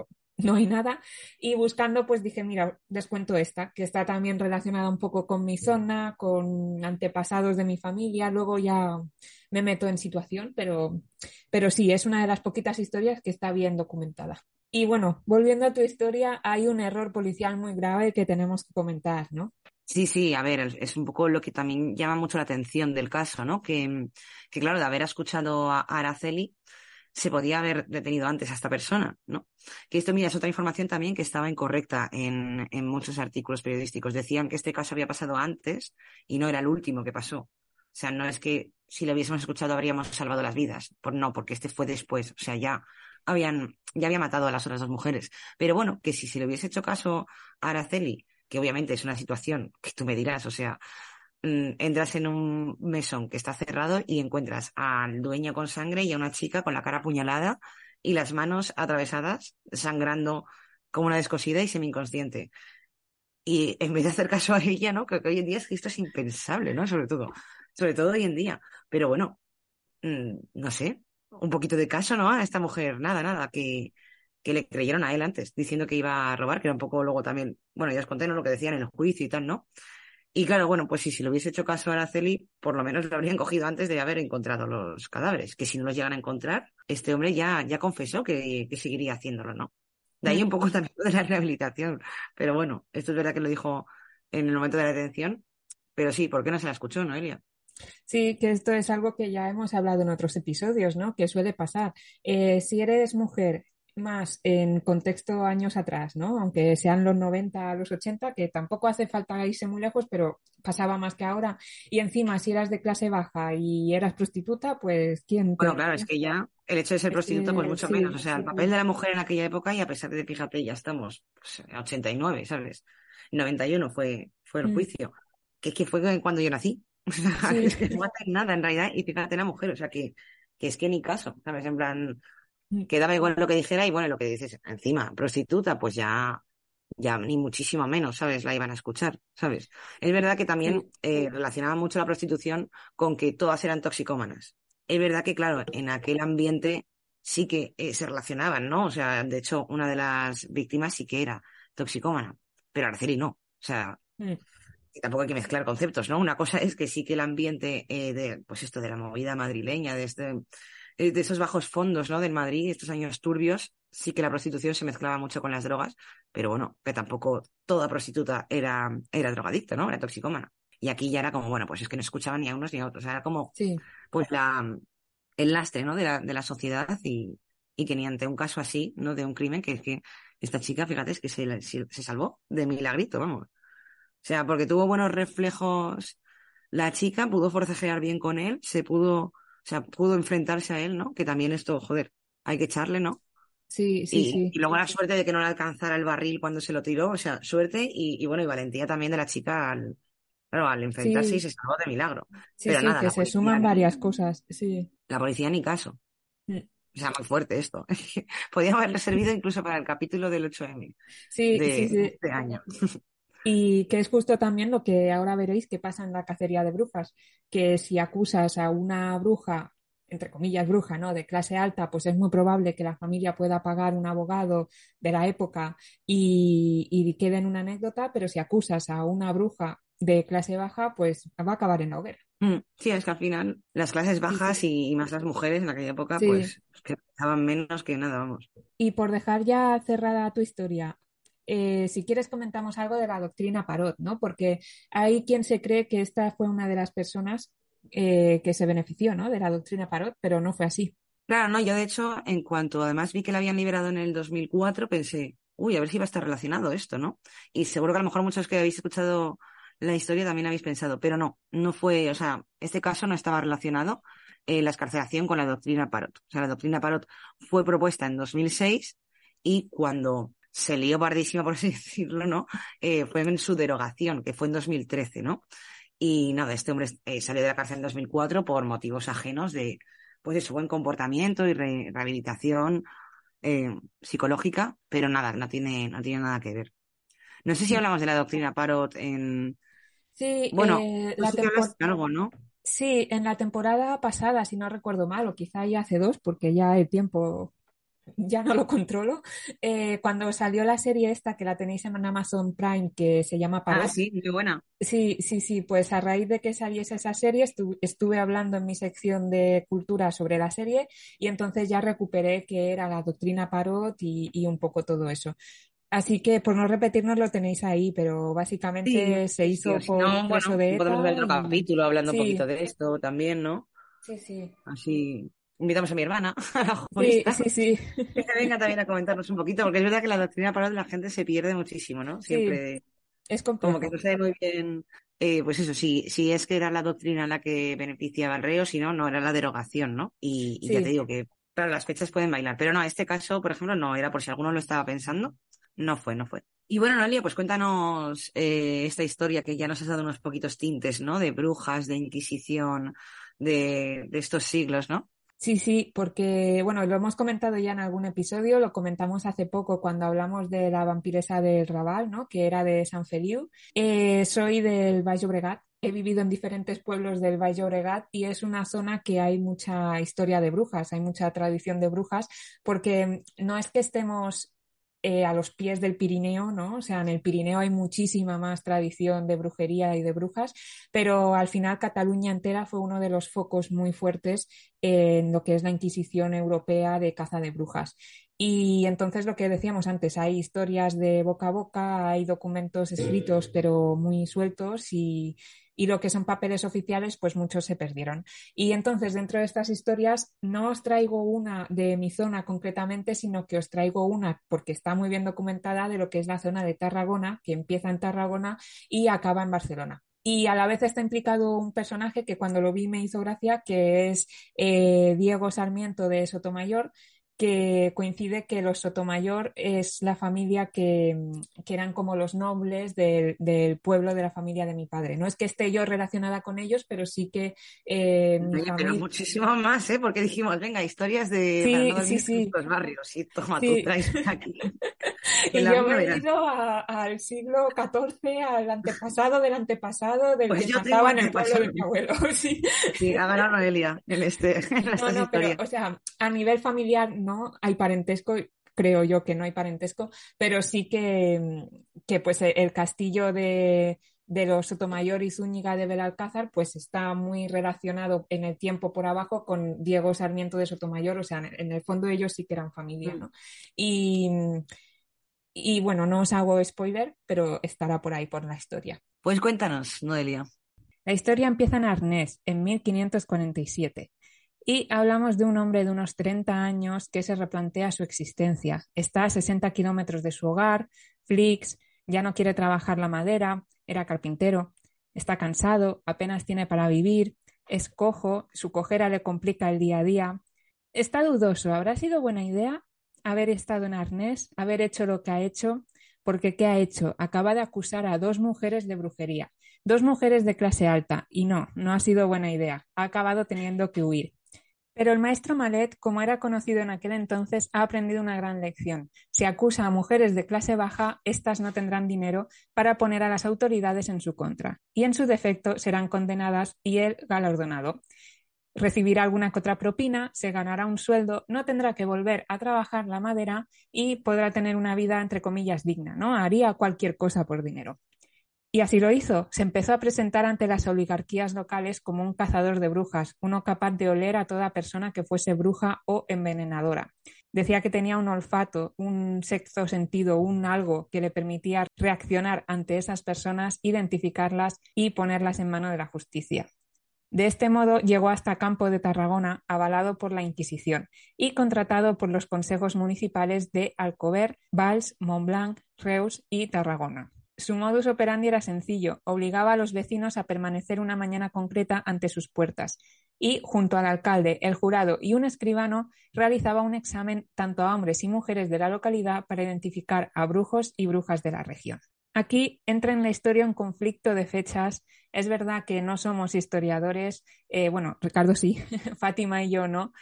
no hay nada. Y buscando, pues dije, mira, descuento esta, que está también relacionada un poco con mi zona, con antepasados de mi familia. Luego ya me meto en situación, pero sí, es una de las poquitas historias que está bien documentada. Y bueno, volviendo a tu historia, hay un error policial muy grave que tenemos que comentar, ¿no? Sí, sí, a ver, es un poco lo que también llama mucho la atención del caso, ¿no? Que claro, de haber escuchado a Araceli, se podía haber detenido antes a esta persona, ¿no? Que esto, mira, es otra información también que estaba incorrecta en muchos artículos periodísticos. Decían que este caso había pasado antes y no era el último que pasó. O sea, no es que si lo hubiésemos escuchado habríamos salvado las vidas. No, porque este fue después. O sea, ya había matado a las otras dos mujeres. Pero bueno, que si se le hubiese hecho caso a Araceli, que obviamente es una situación que tú me dirás, o sea, entras en un mesón que está cerrado y encuentras al dueño con sangre y a una chica con la cara apuñalada y las manos atravesadas, sangrando como una descosida y semi-inconsciente. Y en vez de hacer caso a ella, ¿no? Que hoy en día es que esto es impensable, ¿no? Sobre todo hoy en día. Pero bueno, no sé, un poquito de caso, ¿no? A esta mujer, nada, que le creyeron a él antes, diciendo que iba a robar, que era un poco luego también, bueno, ya os conté, ¿no? Lo que decían en el juicio y tal, ¿no? Y claro, bueno, pues sí, si lo hubiese hecho caso a Araceli, por lo menos lo habrían cogido antes de haber encontrado los cadáveres, que si no los llegan a encontrar, este hombre ya confesó que seguiría haciéndolo, ¿no? De ahí Mm. un poco también lo de la rehabilitación. Pero bueno, esto es verdad que lo dijo en el momento de la detención, pero sí, ¿por qué no se la escuchó, Noelia? Sí, que esto es algo que ya hemos hablado en otros episodios, ¿no? Que suele pasar. Si eres mujer más en contexto años atrás, ¿no? Aunque sean los 90, los 80, que tampoco hace falta irse muy lejos, pero pasaba más que ahora. Y encima, si eras de clase baja y eras prostituta, pues ¿quién Bueno, te... claro, es que ya el hecho de ser prostituta, pues mucho menos. O Sí, sea, el papel de la mujer en aquella época, y a pesar de, fíjate, ya estamos pues, a 89, ¿sabes? 91 fue el mm, juicio. Que fue cuando yo nací. O sea, sí, es que no hace nada en realidad. Y fíjate la mujer, o sea, que es que ni caso, ¿sabes? En plan, mm, que daba igual lo que dijera y bueno, lo que dices, encima, prostituta, pues ya ni muchísimo menos, ¿sabes? La iban a escuchar, ¿sabes? Es verdad que también sí, relacionaba mucho la prostitución con que todas eran toxicómanas. Es verdad que, claro, en aquel ambiente sí que se relacionaban, ¿no? O sea, de hecho, una de las víctimas sí que era toxicómana, pero Araceli no. O sea, mm, y tampoco hay que mezclar conceptos, ¿no? Una cosa es que sí que el ambiente pues esto de la movida madrileña, de esos bajos fondos, ¿no? Del Madrid, estos años turbios, sí que la prostitución se mezclaba mucho con las drogas, pero bueno, que tampoco toda prostituta era drogadicta, ¿no? Era toxicómana. Y aquí ya era como, bueno, pues es que no escuchaban ni a unos ni a otros. Era como, sí. pues el lastre, ¿no? De la sociedad y que ni ante un caso así, ¿no? De un crimen, que es que esta chica, fíjate, es que se salvó de milagrito, vamos. O sea, porque tuvo buenos reflejos la chica, pudo forcejear bien con él, o sea, pudo enfrentarse a él, ¿no? Que también esto, joder, hay que echarle, ¿no? Sí, sí, Y sí. luego la suerte de que no le alcanzara el barril cuando se lo tiró, o sea, suerte y bueno, y valentía también de la chica claro, al enfrentarse y Sí, se salvó de milagro. sí, Pero sí, nada, que se suman varias cosas. Sí. la policía ni caso. Mm. O sea, muy fuerte esto. Podría haberle servido incluso para el capítulo del 8M Sí, sí, de sí. este año. Y que es justo también lo que ahora veréis que pasa en la cacería de brujas, que si acusas a una bruja, entre comillas bruja, ¿no? De clase alta, pues es muy probable que la familia pueda pagar un abogado de la época y quede en una anécdota, pero si acusas a una bruja de clase baja, pues va a acabar en la hoguera. Sí, es que al final las clases Sí, sí. bajas y más las mujeres en aquella época, Sí. pues que pesaban menos que nada, vamos. Y por dejar ya cerrada tu historia, si quieres comentamos algo de la doctrina Parot, ¿no? Porque hay quien se cree que esta fue una de las personas que se benefició, ¿no? De la doctrina Parot, pero no fue así. Claro, no, yo de hecho, en cuanto además vi que la habían liberado en el 2004, pensé, uy, a ver si va a estar relacionado esto, ¿no? Y seguro que a lo mejor muchos que habéis escuchado la historia también habéis pensado, pero no fue, o sea, este caso no estaba relacionado, la excarcelación con la doctrina Parot. O sea, la doctrina Parot fue propuesta en 2006 y cuando se lió pardísima, por así decirlo, ¿no? Fue en su derogación, que fue en 2013, ¿no? Y nada, este hombre salió de la cárcel en 2004 por motivos ajenos pues de su buen comportamiento y rehabilitación psicológica, pero nada, no tiene nada que ver. No sé si hablamos de la doctrina Parot Sí, bueno, tú sí que hablas de algo, ¿no? sí, en la temporada pasada, si no recuerdo mal, o quizá ya hace dos, porque ya el tiempo ya no lo controlo. Cuando salió la serie esta, que la tenéis en Amazon Prime, que se llama Ah, Paró. sí, muy buena. Sí, sí, sí, pues a raíz de que saliese esa serie estuve hablando en mi sección de cultura sobre la serie y entonces ya recuperé que era la doctrina Parot y un poco todo eso. Así que por no repetirnos lo tenéis ahí, pero Sí, básicamente se sí, sí, o hizo si por un no, preso bueno, de podemos ver ETA otro y capítulo hablando un poquito sí, de esto también, ¿no? sí, sí, Así invitamos a mi hermana, a la sí, jurista, sí, sí, que se venga también a comentarnos un poquito, porque es verdad que la doctrina para la gente se pierde muchísimo, ¿no? sí, Siempre es como que complejo. no sabe muy bien, pues eso, si es que era la doctrina la que beneficiaba al reo, si no, no era la derogación, ¿no? Y ya te Sí. digo que, claro, las fechas pueden bailar, pero no, en este caso, por ejemplo, no era por si alguno lo estaba pensando, no fue. Y bueno, Noelia, pues cuéntanos esta historia que ya nos has dado unos poquitos tintes, ¿no? De brujas, de Inquisición, de estos siglos, ¿no? Sí, sí, porque, bueno, lo hemos comentado ya en algún episodio, lo comentamos hace poco cuando hablamos de la vampiresa del Raval, ¿no? Que era de San Feliu. Soy del Baix Llobregat, he vivido en diferentes pueblos del Baix Llobregat y es una zona que hay mucha historia de brujas, hay mucha tradición de brujas, porque no es que estemos a los pies del Pirineo, ¿no? O sea, en el Pirineo hay muchísima más tradición de brujería y de brujas, pero al final Cataluña entera fue uno de los focos muy fuertes en lo que es la Inquisición europea de caza de brujas. Y entonces lo que decíamos antes, hay historias de boca a boca, hay documentos escritos pero muy sueltos y lo que son papeles oficiales, pues muchos se perdieron. Y entonces dentro de estas historias no os traigo una de mi zona concretamente, sino que os traigo una porque está muy bien documentada de lo que es la zona de Tarragona, que empieza en Tarragona y acaba en Barcelona. Y a la vez está implicado un personaje que cuando lo vi me hizo gracia, que es Diego Sarmiento de Sotomayor, que coincide que los Sotomayor es la familia que eran como los nobles del pueblo de la familia de mi padre. No es que esté yo relacionada con ellos, pero sí que mi Oye, pero familia... muchísimo más, ¿eh? Porque dijimos, venga, historias de para no Sí, sí, dormir en sí, los barrios. Y toma, tú sí. traes aquí. En Y la yo mía me he verás. ido al siglo XIV, al antepasado del antepasado del Pues que yo tengo mandaba en el pueblo de antepasado. mi abuelo. Sí. Sí, ha ganado Noelia en No, estas no, pero, historias. o sea, a nivel familiar no hay parentesco, creo yo que no hay parentesco, pero sí que pues el castillo de los Sotomayor y Zúñiga de Belalcázar pues está muy relacionado en el tiempo por abajo con Diego Sarmiento de Sotomayor, o sea, en el fondo ellos sí que eran familia, Mm. ¿no? Y, y bueno, no os hago spoiler, pero estará por ahí por la historia. Pues cuéntanos, Noelia. La historia empieza en Arnés, en 1547, y hablamos de un hombre de unos 30 años que se replantea su existencia. Está a 60 kilómetros de su hogar, Flix, ya no quiere trabajar la madera, era carpintero, está cansado, apenas tiene para vivir, es cojo, su cojera le complica el día a día. Está dudoso, ¿habrá sido buena idea haber estado en Arnés, haber hecho lo que ha hecho? Porque ¿qué ha hecho? Acaba de acusar a dos mujeres de brujería, dos mujeres de clase alta, y no, no ha sido buena idea. Ha acabado teniendo que huir. Pero el maestro Malet, como era conocido en aquel entonces, ha aprendido una gran lección. Si acusa a mujeres de clase baja, éstas no tendrán dinero para poner a las autoridades en su contra, y en su defecto serán condenadas y él galardonado. Recibirá alguna que otra propina, se ganará un sueldo, no tendrá que volver a trabajar la madera y podrá tener una vida, entre comillas, digna, ¿no? Haría cualquier cosa por dinero. Y así lo hizo. Se empezó a presentar ante las oligarquías locales como un cazador de brujas, uno capaz de oler a toda persona que fuese bruja o envenenadora. Decía que tenía un olfato, un sexto sentido, un algo que le permitía reaccionar ante esas personas, identificarlas y ponerlas en mano de la justicia. De este modo llegó hasta Campo de Tarragona, avalado por la Inquisición y contratado por los consejos municipales de Alcover, Valls, Montblanc, Reus y Tarragona. Su modus operandi era sencillo, obligaba a los vecinos a permanecer una mañana concreta ante sus puertas y, junto al alcalde, el jurado y un escribano, realizaba un examen tanto a hombres y mujeres de la localidad para identificar a brujos y brujas de la región. Aquí entra en la historia un conflicto de fechas. Es verdad que no somos historiadores, bueno, Ricardo sí, Fátima y yo no,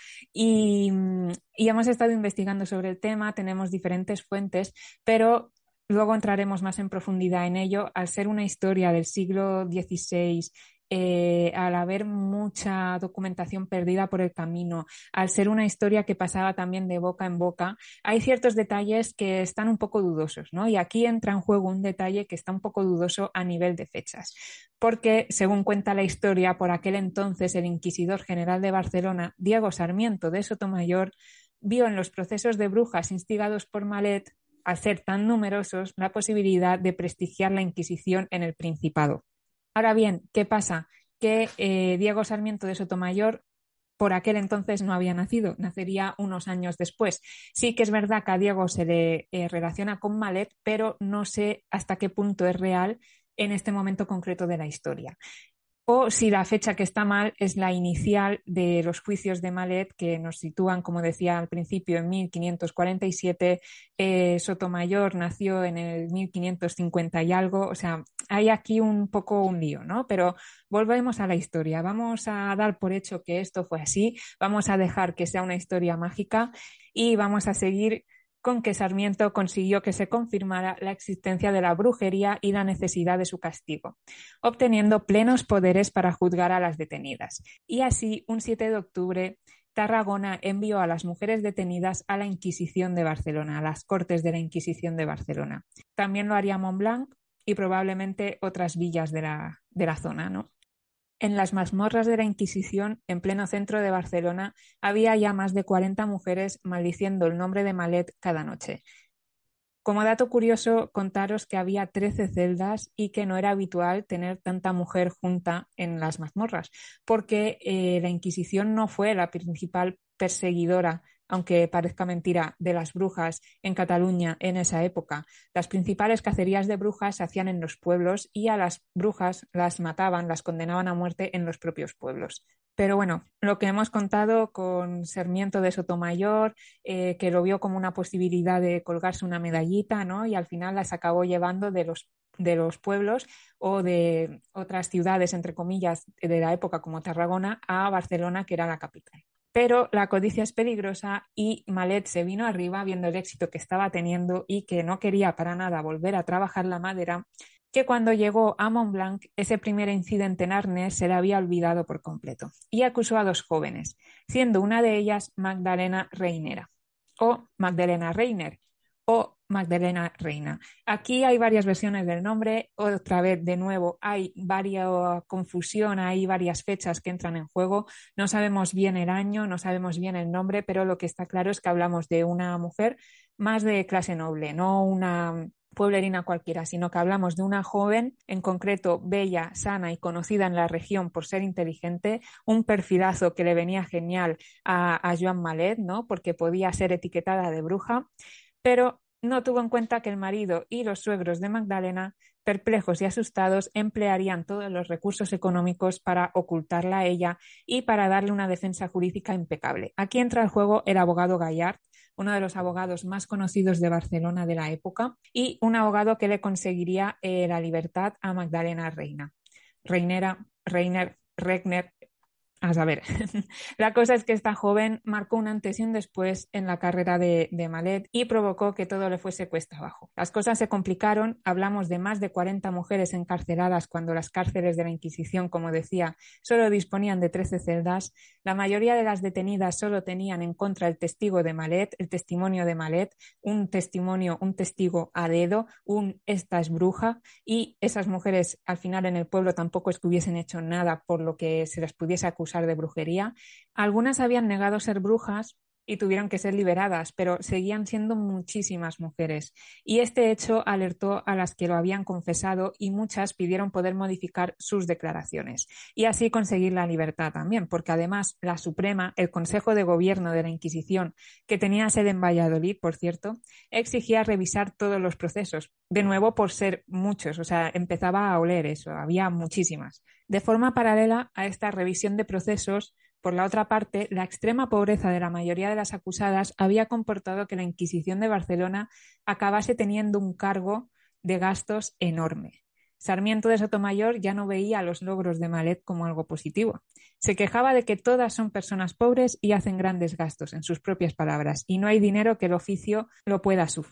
y hemos estado investigando sobre el tema, tenemos diferentes fuentes, pero luego entraremos más en profundidad en ello. Al ser una historia del siglo XVI al haber mucha documentación perdida por el camino, al ser una historia que pasaba también de boca en boca, hay ciertos detalles que están un poco dudosos, ¿no? Y aquí entra en juego un detalle que está un poco dudoso a nivel de fechas, porque según cuenta la historia, por aquel entonces el inquisidor general de Barcelona, Diego Sarmiento de Sotomayor, vio en los procesos de brujas instigados por Malet, al ser tan numerosos, la posibilidad de prestigiar la Inquisición en el Principado. Ahora bien, ¿qué pasa? Que Diego Sarmiento de Sotomayor por aquel entonces no había nacido, nacería unos años después. Sí que es verdad que a Diego se le relaciona con Malet, pero no sé hasta qué punto es real en este momento concreto de la historia. O si la fecha que está mal es la inicial de los juicios de Malet, que nos sitúan, como decía al principio, en 1547. Sotomayor nació en el 1550 y algo. O sea, hay aquí un poco un lío, ¿no? Pero volvemos a la historia. Vamos a dar por hecho que esto fue así. Vamos a dejar que sea una historia mágica y vamos a seguir con que Sarmiento consiguió que se confirmara la existencia de la brujería y la necesidad de su castigo, obteniendo plenos poderes para juzgar a las detenidas. Y así, un 7 de octubre, Tarragona envió a las mujeres detenidas a la Inquisición de Barcelona, a las Cortes de la Inquisición de Barcelona. También lo haría Montblanc y probablemente otras villas de la zona, ¿no? En las mazmorras de la Inquisición, en pleno centro de Barcelona, había ya más de 40 mujeres maldiciendo el nombre de Malet cada noche. Como dato curioso, contaros que había 13 celdas y que no era habitual tener tanta mujer junta en las mazmorras, porque la Inquisición no fue la principal perseguidora, aunque parezca mentira, de las brujas en Cataluña en esa época. Las principales cacerías de brujas se hacían en los pueblos y a las brujas las mataban, las condenaban a muerte en los propios pueblos. Pero bueno, lo que hemos contado con Sarmiento de Sotomayor, que lo vio como una posibilidad de colgarse una medallita, ¿no? Y al final las acabó llevando de los pueblos o de otras ciudades, entre comillas, de la época como Tarragona a Barcelona, que era la capital. Pero la codicia es peligrosa y Malet se vino arriba viendo el éxito que estaba teniendo y que no quería para nada volver a trabajar la madera, que cuando llegó a Montblanc, ese primer incidente en Arnés se le había olvidado por completo y acusó a dos jóvenes, siendo una de ellas Magdalena Reinera o Magdalena Reiner o Magdalena Reina. Aquí hay varias versiones del nombre, otra vez de nuevo hay varias confusión, hay varias fechas que entran en juego, no sabemos bien el año, no sabemos bien el nombre, pero lo que está claro es que hablamos de una mujer más de clase noble, no una pueblerina cualquiera, sino que hablamos de una joven, en concreto bella, sana y conocida en la región por ser inteligente, un perfilazo que le venía genial a Joan Malet, ¿no? Porque podía ser etiquetada de bruja, pero no tuvo en cuenta que el marido y los suegros de Magdalena, perplejos y asustados, emplearían todos los recursos económicos para ocultarla a ella y para darle una defensa jurídica impecable. Aquí entra en juego el abogado Gallard, uno de los abogados más conocidos de Barcelona de la época, y un abogado que le conseguiría la libertad a Magdalena Reina. Reinera, Reiner, Regner, a saber. La cosa es que esta joven marcó un antes y un después en la carrera de Malet y provocó que todo le fuese cuesta abajo. Las cosas se complicaron, hablamos de más de 40 mujeres encarceladas cuando las cárceles de la Inquisición, como decía, solo disponían de 13 celdas. La mayoría de las detenidas solo tenían en contra el testigo de Malet, el testimonio de Malet, un testigo a dedo, esta es bruja, y esas mujeres al final en el pueblo tampoco es que hubiesen hecho nada por lo que se les pudiese acusar de brujería. Algunas habían negado ser brujas y tuvieron que ser liberadas, pero seguían siendo muchísimas mujeres. Y este hecho alertó a las que lo habían confesado y muchas pidieron poder modificar sus declaraciones y así conseguir la libertad también, porque además la Suprema, el Consejo de Gobierno de la Inquisición, que tenía sede en Valladolid, por cierto, exigía revisar todos los procesos, de nuevo por ser muchos, o sea, empezaba a oler eso, había muchísimas. De forma paralela a esta revisión de procesos, por la otra parte, la extrema pobreza de la mayoría de las acusadas había comportado que la Inquisición de Barcelona acabase teniendo un cargo de gastos enorme. Sarmiento de Sotomayor ya no veía los logros de Malet como algo positivo. Se quejaba de que todas son personas pobres y hacen grandes gastos, en sus propias palabras, y no hay dinero que el oficio lo pueda sufrir.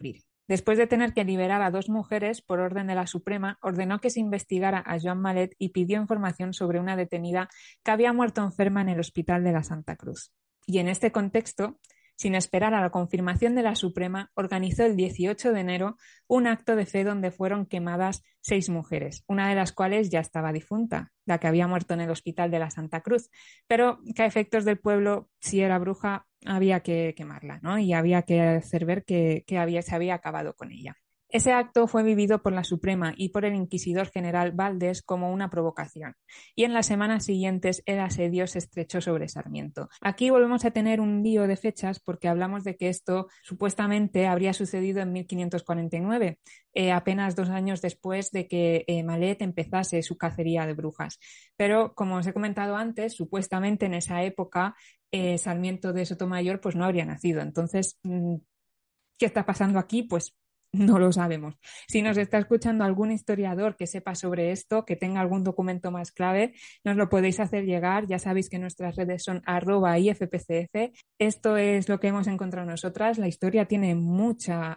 Después de tener que liberar a 2 mujeres por orden de la Suprema, ordenó que se investigara a Joan Malet y pidió información sobre una detenida que había muerto enferma en el Hospital de la Santa Cruz. Y en este contexto, sin esperar a la confirmación de la Suprema, organizó el 18 de enero un acto de fe donde fueron quemadas 6 mujeres, una de las cuales ya estaba difunta, la que había muerto en el Hospital de la Santa Cruz, pero que a efectos del pueblo, si era bruja, había que quemarla, ¿no? Y había que hacer ver que se había acabado con ella. Ese acto fue vivido por la Suprema y por el inquisidor general Valdés como una provocación, y en las semanas siguientes el asedio se estrechó sobre Sarmiento. Aquí volvemos a tener un lío de fechas porque hablamos de que esto supuestamente habría sucedido en 1549, apenas 2 años después de que Malet empezase su cacería de brujas. Pero, como os he comentado antes, supuestamente en esa época Sarmiento de Sotomayor pues no habría nacido. Entonces, ¿qué está pasando aquí? Pues no lo sabemos. Si nos está escuchando algún historiador que sepa sobre esto, que tenga algún documento más clave, nos lo podéis hacer llegar. Ya sabéis que nuestras redes son @ifpcf. Esto es lo que hemos encontrado nosotras. La historia tiene mucha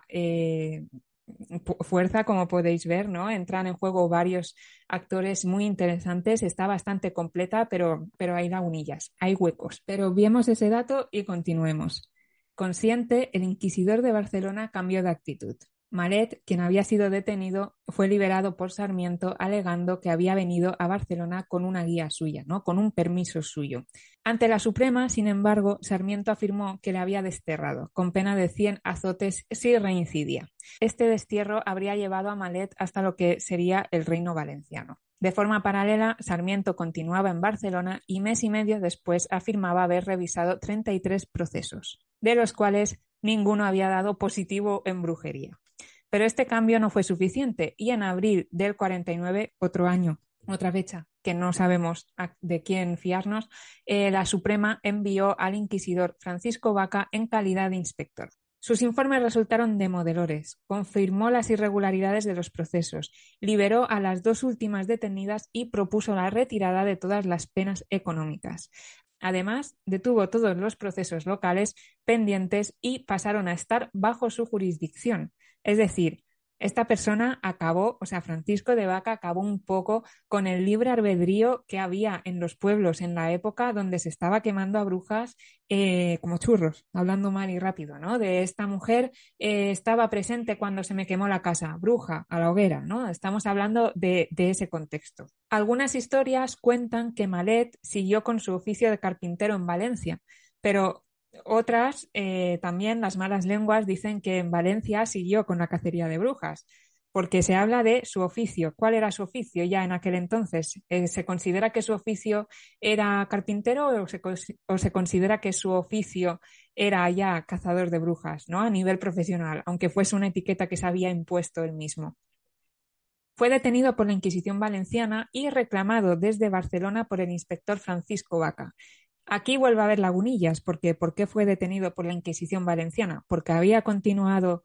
fuerza, como podéis ver, ¿no? Entran en juego varios actores muy interesantes. Está bastante completa, pero hay lagunillas, hay huecos. Pero viemos ese dato y continuemos. Consciente, el inquisidor de Barcelona cambió de actitud. Malet, quien había sido detenido, fue liberado por Sarmiento alegando que había venido a Barcelona con una guía suya, ¿no? Con un permiso suyo. Ante la Suprema, sin embargo, Sarmiento afirmó que le había desterrado, con pena de 100 azotes si reincidía. Este destierro habría llevado a Malet hasta lo que sería el Reino Valenciano. De forma paralela, Sarmiento continuaba en Barcelona y mes y medio después afirmaba haber revisado 33 procesos, de los cuales ninguno había dado positivo en brujería. Pero este cambio no fue suficiente y en abril del 49, otro año, otra fecha que no sabemos de quién fiarnos, la Suprema envió al inquisidor Francisco Vaca en calidad de inspector. Sus informes resultaron demoledores, confirmó las irregularidades de los procesos, liberó a las 2 últimas detenidas y propuso la retirada de todas las penas económicas. Además, detuvo todos los procesos locales pendientes y pasaron a estar bajo su jurisdicción. Es decir, esta persona acabó, o sea, Francisco de Vaca acabó un poco con el libre albedrío que había en los pueblos en la época donde se estaba quemando a brujas como churros, hablando mal y rápido, ¿no? De esta mujer estaba presente cuando se me quemó la casa, bruja, a la hoguera, ¿no? Estamos hablando de ese contexto. Algunas historias cuentan que Malet siguió con su oficio de carpintero en Valencia, pero otras, también las malas lenguas dicen que en Valencia siguió con la cacería de brujas, porque se habla de su oficio. ¿Cuál era su oficio ya en aquel entonces? ¿Se considera que su oficio era carpintero o se considera que su oficio era ya cazador de brujas, ¿no? A nivel profesional, aunque fuese una etiqueta que se había impuesto él mismo? Fue detenido por la Inquisición valenciana y reclamado desde Barcelona por el inspector Francisco Vaca. Aquí vuelve a haber lagunillas, porque ¿por qué fue detenido por la Inquisición valenciana? ¿Porque había continuado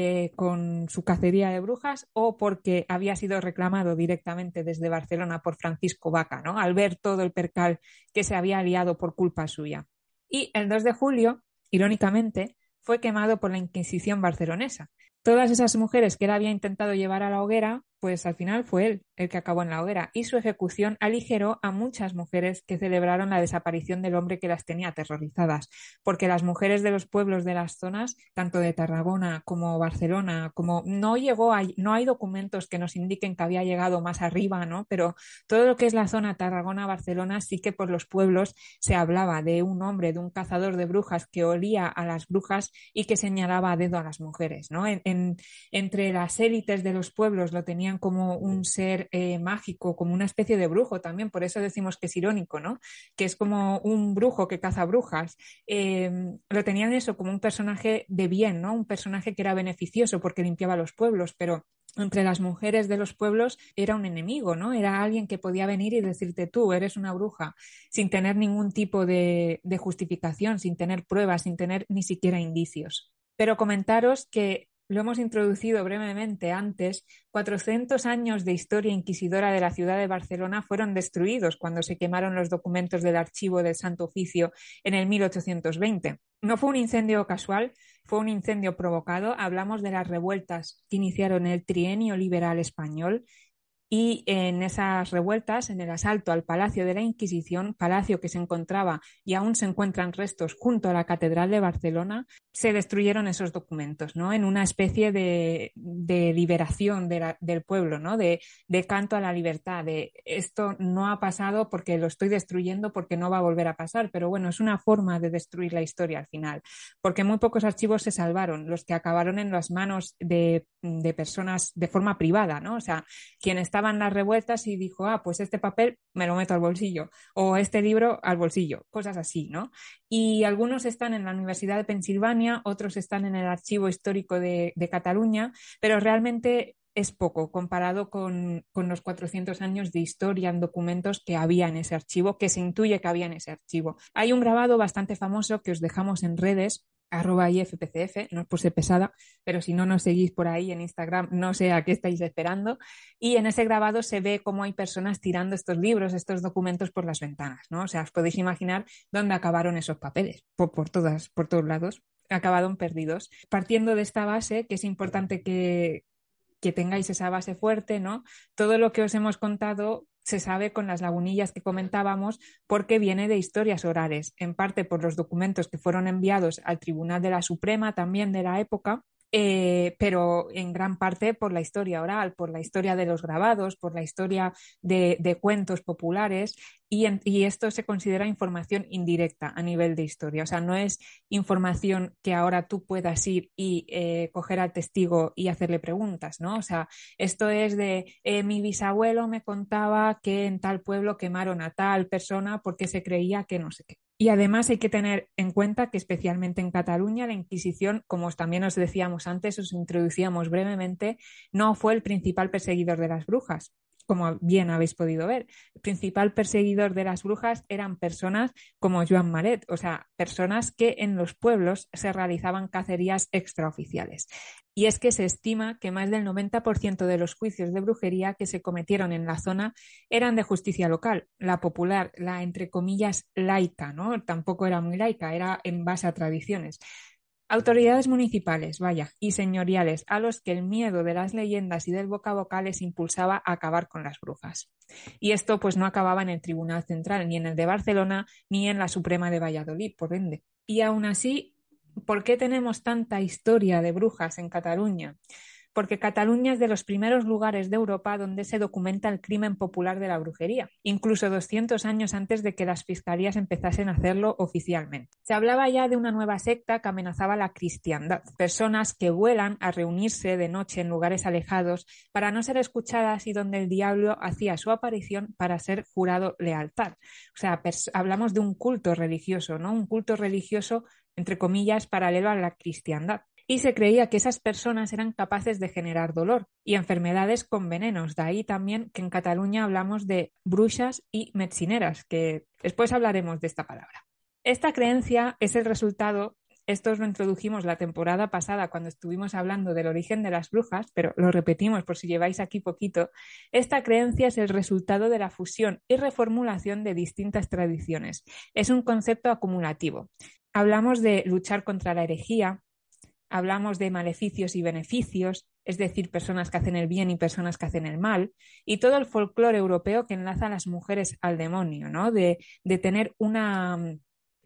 con su cacería de brujas o porque había sido reclamado directamente desde Barcelona por Francisco Vaca, ¿no? Al ver todo el percal que se había liado por culpa suya? Y el 2 de julio, irónicamente, fue quemado por la Inquisición barcelonesa. Todas esas mujeres que él había intentado llevar a la hoguera, pues al final fue él el que acabó en la hoguera, y su ejecución aligeró a muchas mujeres que celebraron la desaparición del hombre que las tenía aterrorizadas, porque las mujeres de los pueblos de las zonas, tanto de Tarragona como Barcelona, como no hay documentos que nos indiquen que había llegado más arriba, ¿no? Pero todo lo que es la zona Tarragona-Barcelona, sí que por los pueblos se hablaba de un hombre, de un cazador de brujas que olía a las brujas y que señalaba a dedo a las mujeres, ¿no? Entre las élites de los pueblos lo tenían como un ser mágico, como una especie de brujo también, por eso decimos que es irónico, ¿no? Que es como un brujo que caza brujas. Lo tenían eso como un personaje de bien, ¿no? Un personaje que era beneficioso porque limpiaba los pueblos, pero entre las mujeres de los pueblos era un enemigo, ¿no? Era alguien que podía venir y decirte tú eres una bruja, sin tener ningún tipo de justificación, sin tener pruebas, sin tener ni siquiera indicios. Pero comentaros que lo hemos introducido brevemente antes, 400 años de historia inquisidora de la ciudad de Barcelona fueron destruidos cuando se quemaron los documentos del archivo del Santo Oficio en el 1820. No fue un incendio casual, fue un incendio provocado. Hablamos de las revueltas que iniciaron el Trienio Liberal Español. Y en esas revueltas, en el asalto al Palacio de la Inquisición, palacio que se encontraba y aún se encuentran restos junto a la Catedral de Barcelona, se destruyeron esos documentos, ¿no? En una especie de liberación del pueblo, ¿no? De canto a la libertad, de esto no ha pasado porque lo estoy destruyendo, porque no va a volver a pasar, pero bueno, es una forma de destruir la historia al final, porque muy pocos archivos se salvaron, los que acabaron en las manos de personas de forma privada, ¿no? O sea, quien estaban las revueltas y dijo, pues este papel me lo meto al bolsillo o este libro al bolsillo, cosas así, ¿no? Y algunos están en la Universidad de Pensilvania, otros están en el Archivo Histórico de Cataluña, pero realmente es poco comparado con los 400 años de historia en documentos que había en ese archivo, que se intuye que había en ese archivo. Hay un grabado bastante famoso que os dejamos en redes, @ifpcf, no os puse pesada, pero si no nos seguís por ahí en Instagram, no sé a qué estáis esperando. Y en ese grabado se ve cómo hay personas tirando estos libros, estos documentos por las ventanas, ¿no? O sea, os podéis imaginar dónde acabaron esos papeles, por todos lados, acabaron perdidos. Partiendo de esta base, que es importante que tengáis esa base fuerte, ¿no? Todo lo que os hemos contado se sabe con las lagunillas que comentábamos porque viene de historias orales, en parte por los documentos que fueron enviados al Tribunal de la Suprema también de la época, pero en gran parte por la historia oral, por la historia de los grabados, por la historia de cuentos populares y esto se considera información indirecta a nivel de historia. O sea, no es información que ahora tú puedas ir y coger al testigo y hacerle preguntas, ¿no? O sea, esto es de mi bisabuelo me contaba que en tal pueblo quemaron a tal persona porque se creía que no sé qué. Y además hay que tener en cuenta que especialmente en Cataluña la Inquisición, como también os decíamos antes, os introducíamos brevemente, no fue el principal perseguidor de las brujas, como bien habéis podido ver. El principal perseguidor de las brujas eran personas como Joan Maret, o sea, personas que en los pueblos se realizaban cacerías extraoficiales. Y es que se estima que más del 90% de los juicios de brujería que se cometieron en la zona eran de justicia local, la popular, la entre comillas laica, ¿no? Tampoco era muy laica, era en base a tradiciones. Autoridades municipales, vaya, y señoriales, a los que el miedo de las leyendas y del boca a boca les impulsaba a acabar con las brujas. Y esto pues no acababa en el Tribunal Central, ni en el de Barcelona, ni en la Suprema de Valladolid, por ende. Y aún así, ¿por qué tenemos tanta historia de brujas en Cataluña? Porque Cataluña es de los primeros lugares de Europa donde se documenta el crimen popular de la brujería, incluso 200 años antes de que las fiscalías empezasen a hacerlo oficialmente. Se hablaba ya de una nueva secta que amenazaba la cristiandad, personas que vuelan a reunirse de noche en lugares alejados para no ser escuchadas y donde el diablo hacía su aparición para ser jurado lealtad. O sea, hablamos de un culto religioso, ¿no? Un culto religioso, entre comillas, paralelo a la cristiandad. Y se creía que esas personas eran capaces de generar dolor y enfermedades con venenos. De ahí también que en Cataluña hablamos de bruixas y metzineras, que después hablaremos de esta palabra. Esta creencia es el resultado, esto os lo introdujimos la temporada pasada cuando estuvimos hablando del origen de las brujas, pero lo repetimos por si lleváis aquí poquito. Esta creencia es el resultado de la fusión y reformulación de distintas tradiciones. Es un concepto acumulativo. Hablamos de luchar contra la herejía, hablamos de maleficios y beneficios, es decir, personas que hacen el bien y personas que hacen el mal, y todo el folclore europeo que enlaza a las mujeres al demonio, ¿no? De tener una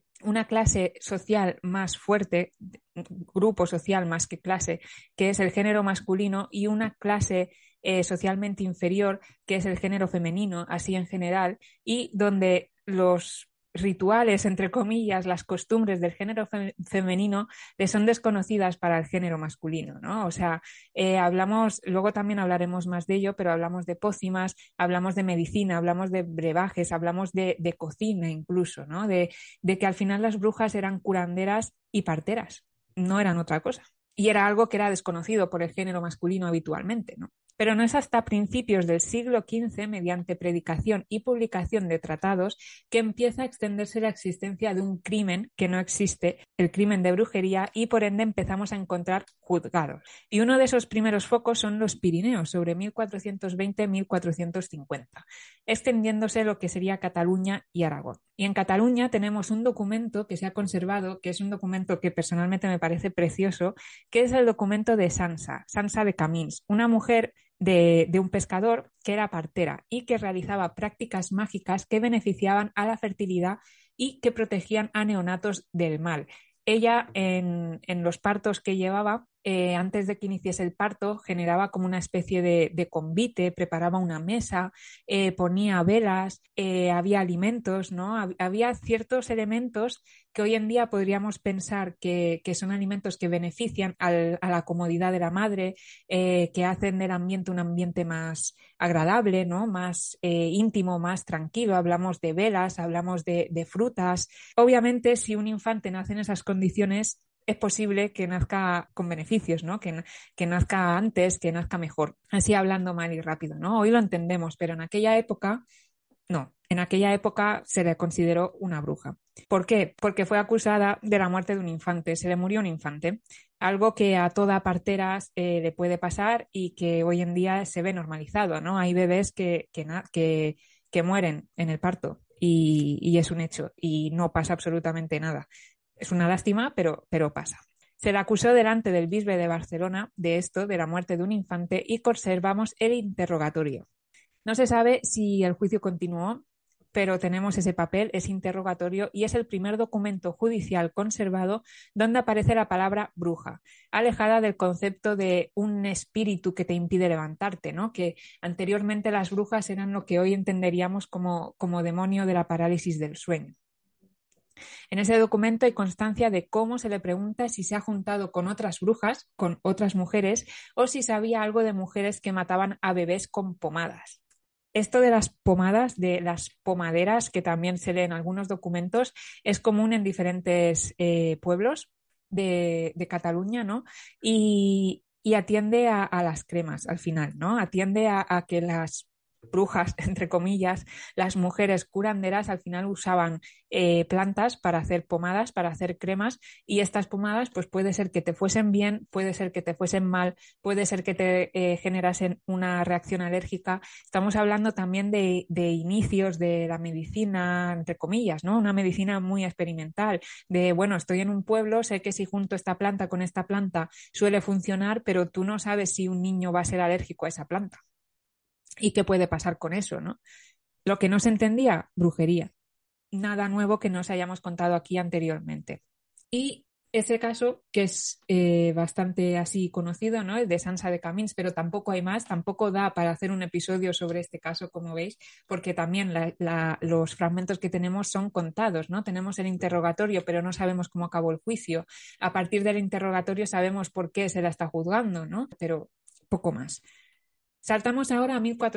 clase social más fuerte, grupo social más que clase, que es el género masculino, y una clase socialmente inferior, que es el género femenino, así en general, y donde los rituales, entre comillas, las costumbres del género femenino le son desconocidas para el género masculino, ¿no? O sea, hablamos, luego también hablaremos más de ello, pero hablamos de pócimas, hablamos de medicina, hablamos de brebajes, hablamos de cocina incluso, ¿no? De que al final las brujas eran curanderas y parteras, no eran otra cosa. Y era algo que era desconocido por el género masculino habitualmente, ¿no? pero no es hasta principios del siglo XV, mediante predicación y publicación de tratados, que empieza a extenderse la existencia de un crimen que no existe, el crimen de brujería, y por ende empezamos a encontrar juzgados. Y uno de esos primeros focos son los Pirineos, sobre 1420-1450, extendiéndose lo que sería Cataluña y Aragón. Y en Cataluña tenemos un documento que se ha conservado, que es un documento que personalmente me parece precioso, que es el documento de Sansa de Camins, una mujer de un pescador que era partera y que realizaba prácticas mágicas que beneficiaban a la fertilidad y que protegían a neonatos del mal. Ella en los partos que llevaba, antes de que iniciase el parto, generaba como una especie de convite, preparaba una mesa, ponía velas, había alimentos, ¿no? Había ciertos elementos que hoy en día podríamos pensar que son alimentos que benefician a la comodidad de la madre, que hacen del ambiente un ambiente más agradable, ¿no? Más íntimo, más tranquilo. Hablamos de velas, hablamos de frutas. Obviamente, si un infante nace en esas condiciones, es posible que nazca con beneficios, ¿no? Que nazca antes, que nazca mejor. Así hablando mal y rápido, ¿no? Hoy lo entendemos, pero en aquella época, no. En aquella época se le consideró una bruja. ¿Por qué? Porque fue acusada de la muerte de un infante. Se le murió un infante. Algo que a toda partera le puede pasar y que hoy en día se ve normalizado, ¿no? Hay bebés que mueren en el parto y es un hecho y no pasa absolutamente nada. Es una lástima, pero pasa. Se le acusó delante del bisbe de Barcelona de esto, de la muerte de un infante, y conservamos el interrogatorio. No se sabe si el juicio continuó, pero tenemos ese papel, ese interrogatorio, y es el primer documento judicial conservado donde aparece la palabra bruja, alejada del concepto de un espíritu que te impide levantarte, ¿no? Que anteriormente las brujas eran lo que hoy entenderíamos como demonio de la parálisis del sueño. En ese documento hay constancia de cómo se le pregunta si se ha juntado con otras brujas, con otras mujeres, o si sabía algo de mujeres que mataban a bebés con pomadas. Esto de las pomadas, de las pomaderas, que también se lee en algunos documentos, es común en diferentes pueblos de Cataluña, ¿no? Y atiende a las cremas al final, ¿no? Atiende a que las brujas, entre comillas, las mujeres curanderas al final usaban plantas para hacer pomadas, para hacer cremas, y estas pomadas pues puede ser que te fuesen bien, puede ser que te fuesen mal, puede ser que te generasen una reacción alérgica. Estamos hablando también de inicios de la medicina, entre comillas, ¿no? Una medicina muy experimental, de bueno, estoy en un pueblo, sé que si junto esta planta con esta planta suele funcionar, pero tú no sabes si un niño va a ser alérgico a esa planta. ¿Y qué puede pasar con eso, no? Lo que no se entendía, brujería. Nada nuevo que no os hayamos contado aquí anteriormente. Y ese caso, que es bastante así conocido, ¿no? El de Sansa de Camins, pero tampoco hay más, tampoco da para hacer un episodio sobre este caso, como veis, porque también los fragmentos que tenemos son contados, ¿no? Tenemos el interrogatorio, pero no sabemos cómo acabó el juicio. A partir del interrogatorio sabemos por qué se la está juzgando, ¿no? Pero poco más. Saltamos ahora a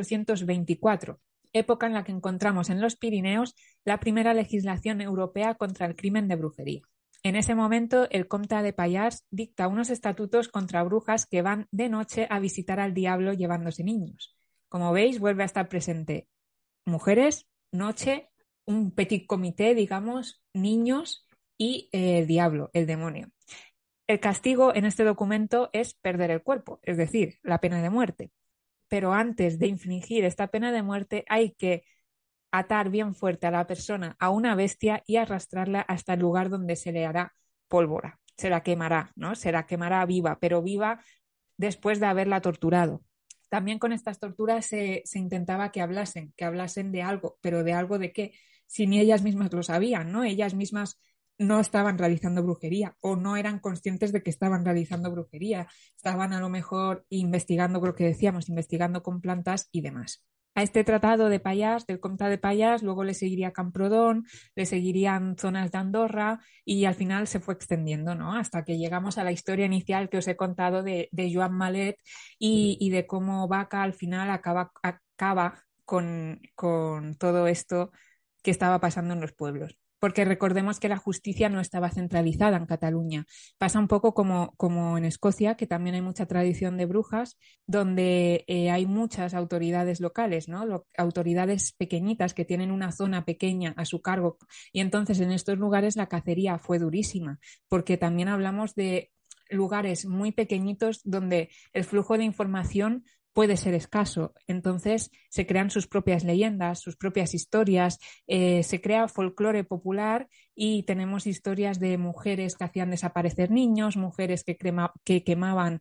1424, época en la que encontramos en los Pirineos la primera legislación europea contra el crimen de brujería. En ese momento, el Comte de Pallars dicta unos estatutos contra brujas que van de noche a visitar al diablo llevándose niños. Como veis, vuelve a estar presente mujeres, noche, un petit comité, digamos, niños y el diablo, el demonio. El castigo en este documento es perder el cuerpo, es decir, la pena de muerte. Pero antes de infligir esta pena de muerte hay que atar bien fuerte a la persona a una bestia y arrastrarla hasta el lugar donde se le hará pólvora. Se la quemará, ¿no? Se la quemará viva, pero viva después de haberla torturado. También con estas torturas se intentaba que hablasen de algo, pero ¿de algo de qué? Si ni ellas mismas lo sabían, ¿no? Ellas mismas no estaban realizando brujería o no eran conscientes de que estaban realizando brujería. Estaban a lo mejor investigando, lo que decíamos, investigando con plantas y demás. A este tratado de Pallars, del Comte de Pallars, luego le seguiría Camprodon, le seguirían zonas de Andorra y al final se fue extendiendo, ¿no? Hasta que llegamos a la historia inicial que os he contado de Joan Malet y de cómo Vaca al final acaba con todo esto que estaba pasando en los pueblos. porque recordemos que la justicia no estaba centralizada en Cataluña. Pasa un poco como en Escocia, que también hay mucha tradición de brujas, donde hay muchas autoridades locales, ¿no? Autoridades pequeñitas que tienen una zona pequeña a su cargo, y entonces en estos lugares la cacería fue durísima, porque también hablamos de lugares muy pequeñitos donde el flujo de información puede ser escaso. Entonces se crean sus propias leyendas, sus propias historias, se crea folclore popular y tenemos historias de mujeres que hacían desaparecer niños, mujeres que quemaban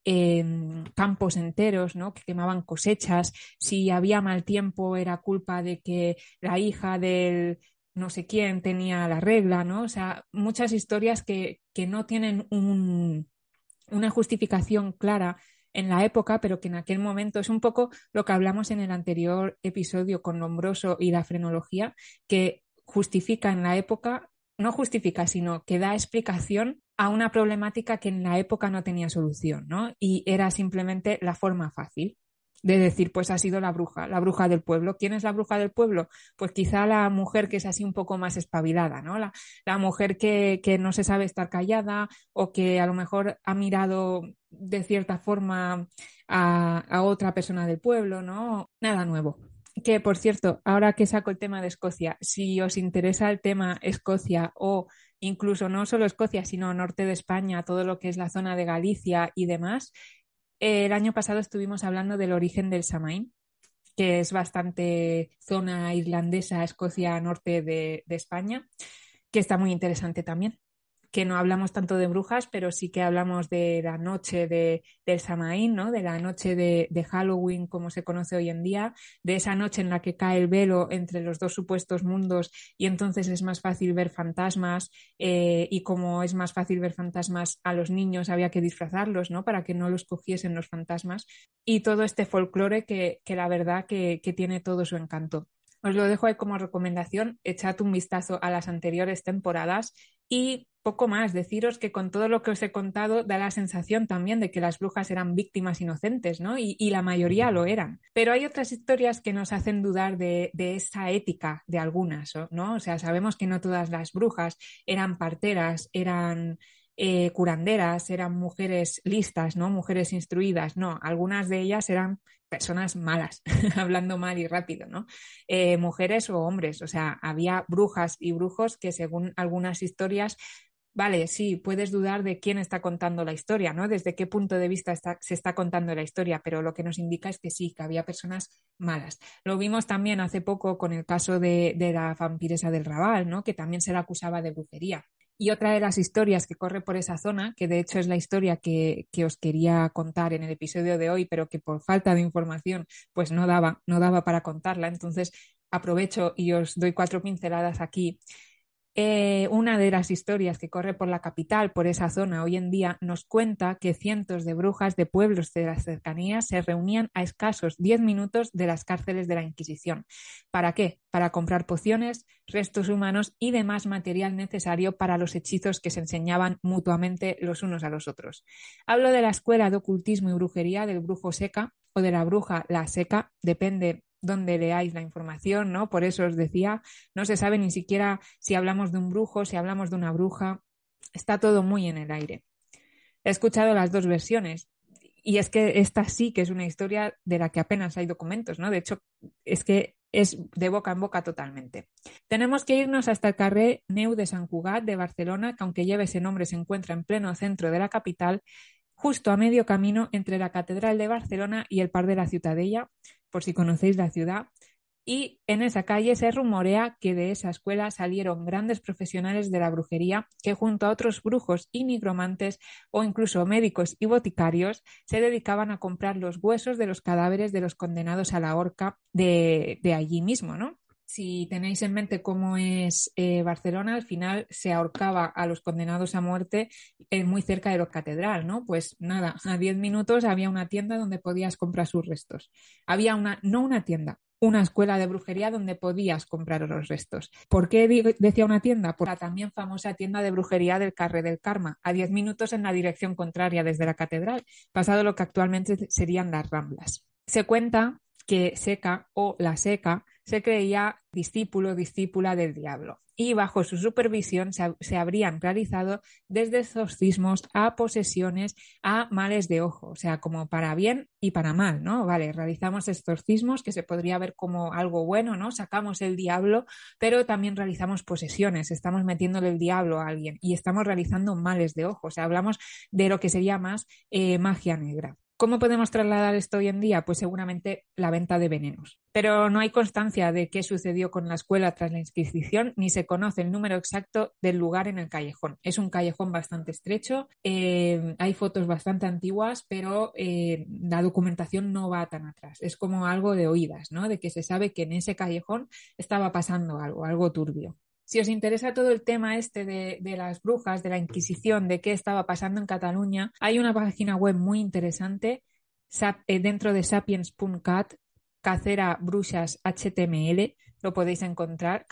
campos enteros, ¿no? Que quemaban cosechas. Si había mal tiempo era culpa de que la hija del no sé quién tenía la regla, ¿no? O sea, muchas historias que no tienen una justificación clara en la época, pero que en aquel momento es un poco lo que hablamos en el anterior episodio con Lombroso y la frenología, que justifica en la época, no justifica, sino que da explicación a una problemática que en la época no tenía solución, ¿no? Y era simplemente la forma fácil de decir, pues ha sido la bruja del pueblo. ¿Quién es la bruja del pueblo? Pues quizá la mujer que es así un poco más espabilada, ¿no? La mujer que no se sabe estar callada o que a lo mejor ha mirado de cierta forma a otra persona del pueblo, ¿no? Nada nuevo. Que, por cierto, ahora que saco el tema de Escocia, si os interesa el tema Escocia o incluso no solo Escocia, sino norte de España, todo lo que es la zona de Galicia y demás, el año pasado estuvimos hablando del origen del Samaín, que es bastante zona irlandesa, Escocia, norte de España, que está muy interesante también. Que no hablamos tanto de brujas, pero sí que hablamos de la noche del Samaín, ¿no? De la noche de Halloween, como se conoce hoy en día, de esa noche en la que cae el velo entre los dos supuestos mundos y entonces es más fácil ver fantasmas y como es más fácil ver fantasmas a los niños había que disfrazarlos, ¿no? Para que no los cogiesen los fantasmas y todo este folclore que la verdad que tiene todo su encanto. Os lo dejo ahí como recomendación, echad un vistazo a las anteriores temporadas y poco más, deciros que con todo lo que os he contado da la sensación también de que las brujas eran víctimas inocentes, ¿no? Y la mayoría lo eran. Pero hay otras historias que nos hacen dudar de esa ética de algunas, ¿no? O sea, sabemos que no todas las brujas eran parteras, eran curanderas, eran mujeres listas, ¿no? Mujeres instruidas, no, algunas de ellas eran personas malas, hablando mal y rápido, ¿no? Mujeres o hombres, o sea, había brujas y brujos que según algunas historias, vale, sí, puedes dudar de quién está contando la historia, ¿no? Desde qué punto de vista se está contando la historia, pero lo que nos indica es que sí, que había personas malas. Lo vimos también hace poco con el caso de la vampiresa del Raval, ¿no? Que también se la acusaba de brujería. Y otra de las historias que corre por esa zona, que de hecho es la historia que os quería contar en el episodio de hoy, pero que por falta de información pues no daba para contarla, entonces aprovecho y os doy 4 pinceladas aquí. Una de las historias que corre por la capital, por esa zona hoy en día, nos cuenta que cientos de brujas de pueblos de las cercanías se reunían a escasos 10 minutos de las cárceles de la Inquisición. ¿Para qué? Para comprar pociones, restos humanos y demás material necesario para los hechizos que se enseñaban mutuamente los unos a los otros. Hablo de la escuela de ocultismo y brujería del brujo Seca o de la bruja La Seca, depende donde leáis la información, ¿no? Por eso os decía, no se sabe ni siquiera si hablamos de un brujo, si hablamos de una bruja, está todo muy en el aire. He escuchado las dos versiones y es que esta sí que es una historia de la que apenas hay documentos, ¿no? De hecho, es que es de boca en boca totalmente. Tenemos que irnos hasta el carrer Neu de Sant Cugat de Barcelona, que aunque lleve ese nombre se encuentra en pleno centro de la capital, justo a medio camino entre la Catedral de Barcelona y el Parc de la Ciutadella, por si conocéis la ciudad, y en esa calle se rumorea que de esa escuela salieron grandes profesionales de la brujería que junto a otros brujos y nigromantes o incluso médicos y boticarios se dedicaban a comprar los huesos de los cadáveres de los condenados a la horca de allí mismo, ¿no? Si tenéis en mente cómo es Barcelona, al final se ahorcaba a los condenados a muerte muy cerca de la catedral, ¿no? Pues nada, a 10 minutos había una tienda donde podías comprar sus restos. Había no una tienda, una escuela de brujería donde podías comprar los restos. ¿Por qué decía una tienda? Por la también famosa tienda de brujería del Carrer del Carme, a 10 minutos en la dirección contraria desde la catedral, pasado lo que actualmente serían las Ramblas. Se cuenta que Seca o la Seca se creía discípula del diablo y bajo su supervisión se habrían realizado desde exorcismos a posesiones a males de ojo, o sea, como para bien y para mal, ¿no? Vale, realizamos exorcismos que se podría ver como algo bueno, ¿no? Sacamos el diablo, pero también realizamos posesiones, estamos metiéndole el diablo a alguien y estamos realizando males de ojo, o sea, hablamos de lo que sería más magia negra. ¿Cómo podemos trasladar esto hoy en día? Pues seguramente la venta de venenos. Pero no hay constancia de qué sucedió con la escuela tras la Inquisición, ni se conoce el número exacto del lugar en el callejón. Es un callejón bastante estrecho, hay fotos bastante antiguas, pero la documentación no va tan atrás. Es como algo de oídas, ¿no? De que se sabe que en ese callejón estaba pasando algo turbio. Si os interesa todo el tema este de las brujas, de la Inquisición, de qué estaba pasando en Cataluña, hay una página web muy interesante dentro de sapiens.cat, Cacera Bruxas HTML, lo podéis encontrar,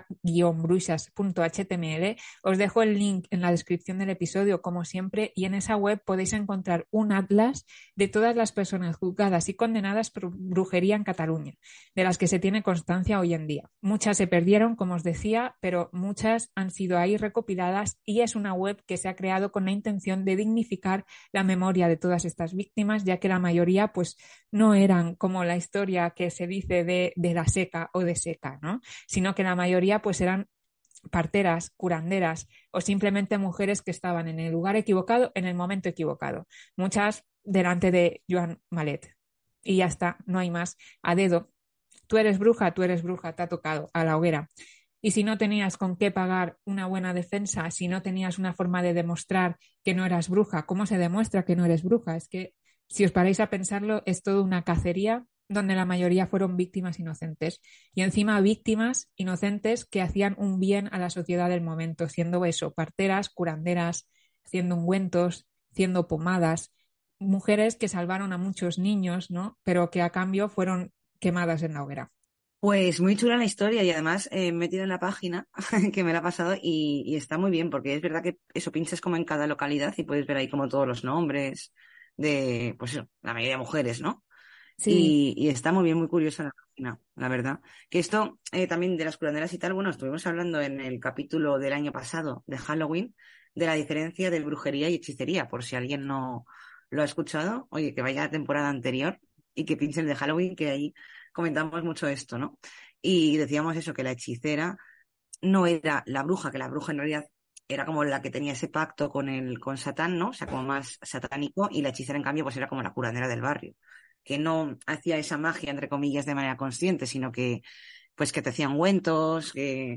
cacera-bruxas.html. Os dejo el link en la descripción del episodio, como siempre, y en esa web podéis encontrar un atlas de todas las personas juzgadas y condenadas por brujería en Cataluña, de las que se tiene constancia hoy en día. Muchas se perdieron, como os decía, pero muchas han sido ahí recopiladas y es una web que se ha creado con la intención de dignificar la memoria de todas estas víctimas, ya que la mayoría pues no eran como la historia que se dice de la Seca o de Seca, ¿no? Sino que la mayoría pues eran parteras, curanderas o simplemente mujeres que estaban en el lugar equivocado en el momento equivocado. Muchas delante de Joan Malet. Y ya está, no hay más. A dedo. Tú eres bruja, te ha tocado a la hoguera. Y si no tenías con qué pagar una buena defensa, si no tenías una forma de demostrar que no eras bruja, ¿cómo se demuestra que no eres bruja? Es que si os paráis a pensarlo, es toda una cacería donde la mayoría fueron víctimas inocentes. Y encima víctimas inocentes que hacían un bien a la sociedad del momento, siendo eso, parteras, curanderas, haciendo ungüentos, haciendo pomadas, mujeres que salvaron a muchos niños, ¿no? Pero que a cambio fueron quemadas en la hoguera. Pues muy chula la historia y además me he metido en la página que me la ha pasado y está muy bien porque es verdad que eso pinchas como en cada localidad y puedes ver ahí como todos los nombres de, pues eso, la mayoría de mujeres, ¿no? Sí, Y está muy bien, muy curiosa la página, la verdad. Que esto también de las curanderas y tal, bueno, estuvimos hablando en el capítulo del año pasado de Halloween de la diferencia de brujería y hechicería, por si alguien no lo ha escuchado, oye, que vaya a la temporada anterior y que pinche el de Halloween, que ahí comentamos mucho esto, ¿no? Y decíamos eso, que la hechicera no era la bruja, que la bruja en realidad era como la que tenía ese pacto con Satán, ¿no? O sea, como más satánico, y la hechicera, en cambio, pues era como la curandera del barrio, que no hacía esa magia, entre comillas, de manera consciente, sino que, pues que te hacían ungüentos, que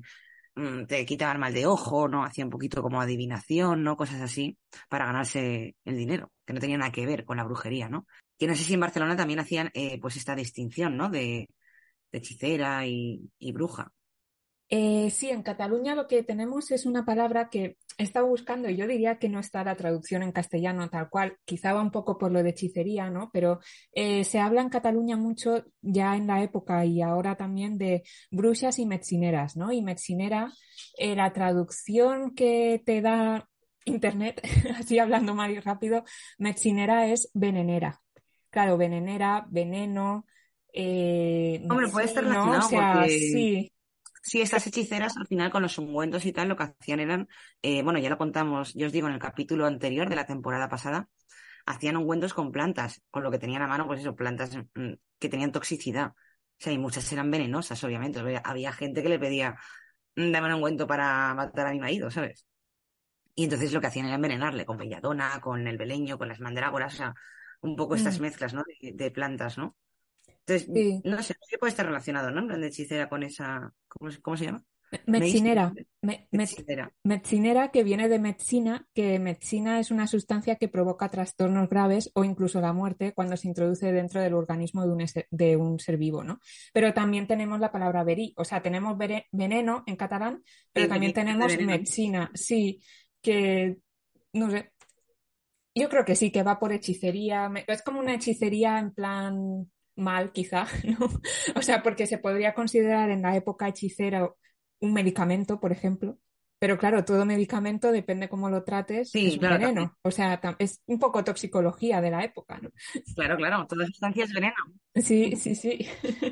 te quitaban mal de ojo, ¿no? Hacía un poquito como adivinación, ¿no? Cosas así, para ganarse el dinero, que no tenía nada que ver con la brujería, ¿no? Que no sé si en Barcelona también hacían, pues esta distinción, ¿no? De hechicera y bruja. Sí, en Cataluña lo que tenemos es una palabra que he estado buscando y yo diría que no está la traducción en castellano tal cual, quizá va un poco por lo de hechicería, ¿no? Pero se habla en Cataluña mucho ya en la época y ahora también de bruxas y metzineras, ¿no? Y metzinera, la traducción que te da Internet, así hablando más y rápido, metzinera es venenera. Claro, venenera, veneno, Hombre, puede estar sí, ¿no? O relacionado sea, porque sí. sí, estas hechiceras al final con los ungüentos y tal lo que hacían eran, bueno, ya lo contamos, yo os digo, en el capítulo anterior de la temporada pasada, hacían ungüentos con plantas, con lo que tenían a mano, pues eso, plantas que tenían toxicidad. O sea, y muchas eran venenosas, obviamente. Había gente que le pedía, dame un ungüento para matar a mi marido, ¿sabes? Y entonces lo que hacían era envenenarle con belladona, con el beleño, con las mandrágoras, o sea, un poco estas Mm, mezclas, ¿no? De plantas, ¿no? Entonces, sí. no sé, sí puede estar relacionado, ¿no? En plan de hechicera con esa, ¿cómo se llama? Metzinera. Hechicera. Metzinera que viene de metzina, que metzina es una sustancia que provoca trastornos graves o incluso la muerte cuando se introduce dentro del organismo de un ser vivo, ¿no? Pero también tenemos la palabra verí, o sea, tenemos veneno en catalán, pero Sí, también de tenemos veneno. metzina, sí, que no sé, yo creo que sí, que va por hechicería, es como una hechicería en plan mal, quizá, ¿no? O sea, porque se podría considerar en la época hechicera un medicamento, por ejemplo. Pero claro, todo medicamento, depende cómo lo trates, es Sí, un claro, también. veneno. O sea, es un poco toxicología de la época, ¿no? Claro, claro, toda sustancia es veneno. Sí, sí, sí.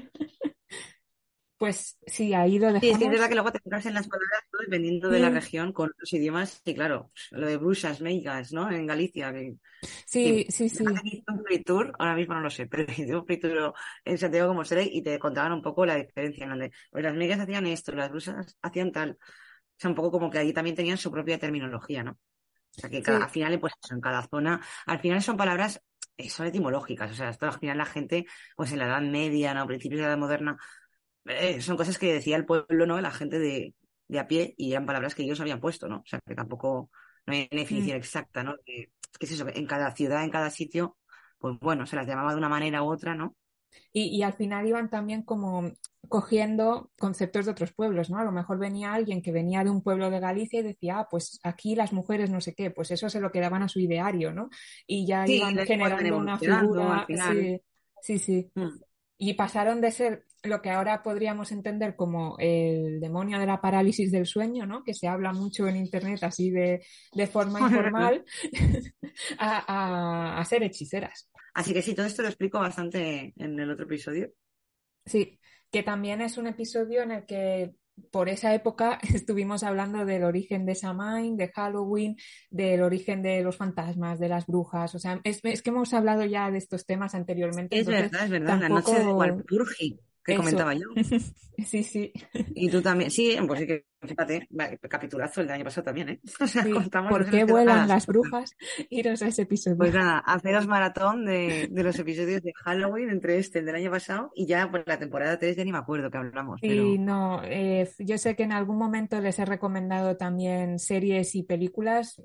Pues sí, ahí lo Sí, es que es verdad que dejamos. luego te encuentras en las palabras, ¿no? Dependiendo de la Mm, región, con los idiomas, y claro, lo de bruxas, meigas, ¿no? En Galicia, sí, sí, sí, fíjate sí. que hice un free tour, ahora mismo no lo sé, pero hice un free tour en Santiago como Compostela y te contaban un poco la diferencia, en donde pues las meigas hacían esto, las bruxas hacían tal. O sea, un poco como que allí también tenían su propia terminología, ¿no? O sea, que al Sí, final, pues eso, en cada zona, al final son palabras, son etimológicas, o sea, esto al final la gente, pues en la Edad Media, ¿no? A principios de la Edad Moderna, son cosas que decía el pueblo, ¿no? La gente de a pie y eran palabras que ellos habían puesto, ¿no? O sea, que tampoco no hay una mm. definición exacta, ¿no? Que es eso, que en cada ciudad, en cada sitio, pues bueno, se las llamaba de una manera u otra, ¿no? Y al final iban también como cogiendo conceptos de otros pueblos, ¿no? A lo mejor venía alguien que venía de un pueblo de Galicia y decía, ah, pues aquí las mujeres no sé qué, pues eso se lo quedaban a su ideario, ¿no? Y ya Sí, iban las lenguas van generando una evolucionando al figura, final. sí, sí, sí. Mm. Y pasaron de ser lo que ahora podríamos entender como el demonio de la parálisis del sueño, ¿no? Que se habla mucho en internet así de forma informal, a ser hechiceras. Así que sí, todo esto lo explico bastante en el otro episodio. Sí, que también es un episodio en el que por esa época estuvimos hablando del origen de Samhain, de Halloween, del origen de los fantasmas, de las brujas. O sea, es que hemos hablado ya de estos temas anteriormente, entonces Es verdad, la noche de tampoco Walpurgi que eso. comentaba yo. Sí, sí, Y tú también, sí, pues sí que, fíjate, capitulazo el del año pasado también, ¿eh? O sea, sí. contamos, no ¿Por se qué nos quedó vuelan nada. las brujas? Iros a ese episodio. Pues nada, haceros maratón de los episodios de Halloween entre el del año pasado y ya pues la temporada 3 ya ni me acuerdo que hablamos, Sí, pero no, yo sé que en algún momento les he recomendado también series y películas,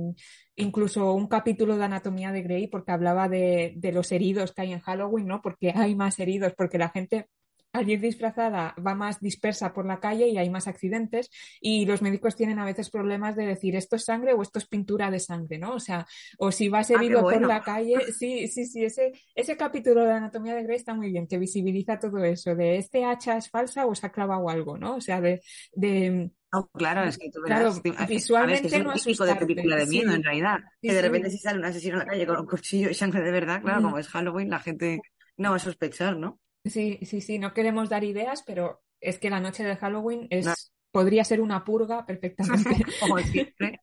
incluso un capítulo de Anatomía de Grey, porque hablaba de los heridos que hay en Halloween, ¿no? Porque hay más heridos, porque la gente al ir disfrazada va más dispersa por la calle y hay más accidentes, y los médicos tienen a veces problemas de decir esto es sangre o esto es pintura de sangre, ¿no? O sea, o si vas ah, qué herido por bueno. la calle, sí, sí, sí, ese capítulo de Anatomía de Grey está muy bien, que visibiliza todo eso, de este hacha es falsa o se ha clavado algo, ¿no? O sea, de, No, claro, es que tú verás, claro, a ver, es que es visualmente lo no típico de asustarte, película de miedo en sí, realidad, sí, que de repente sí. si sale un asesino en la calle con un cuchillo y sangre de verdad, claro, Mm, como es Halloween, la gente no va a sospechar, ¿no? sí, sí, sí, no queremos dar ideas, pero es que la noche de Halloween No, podría ser una purga perfectamente. como siempre.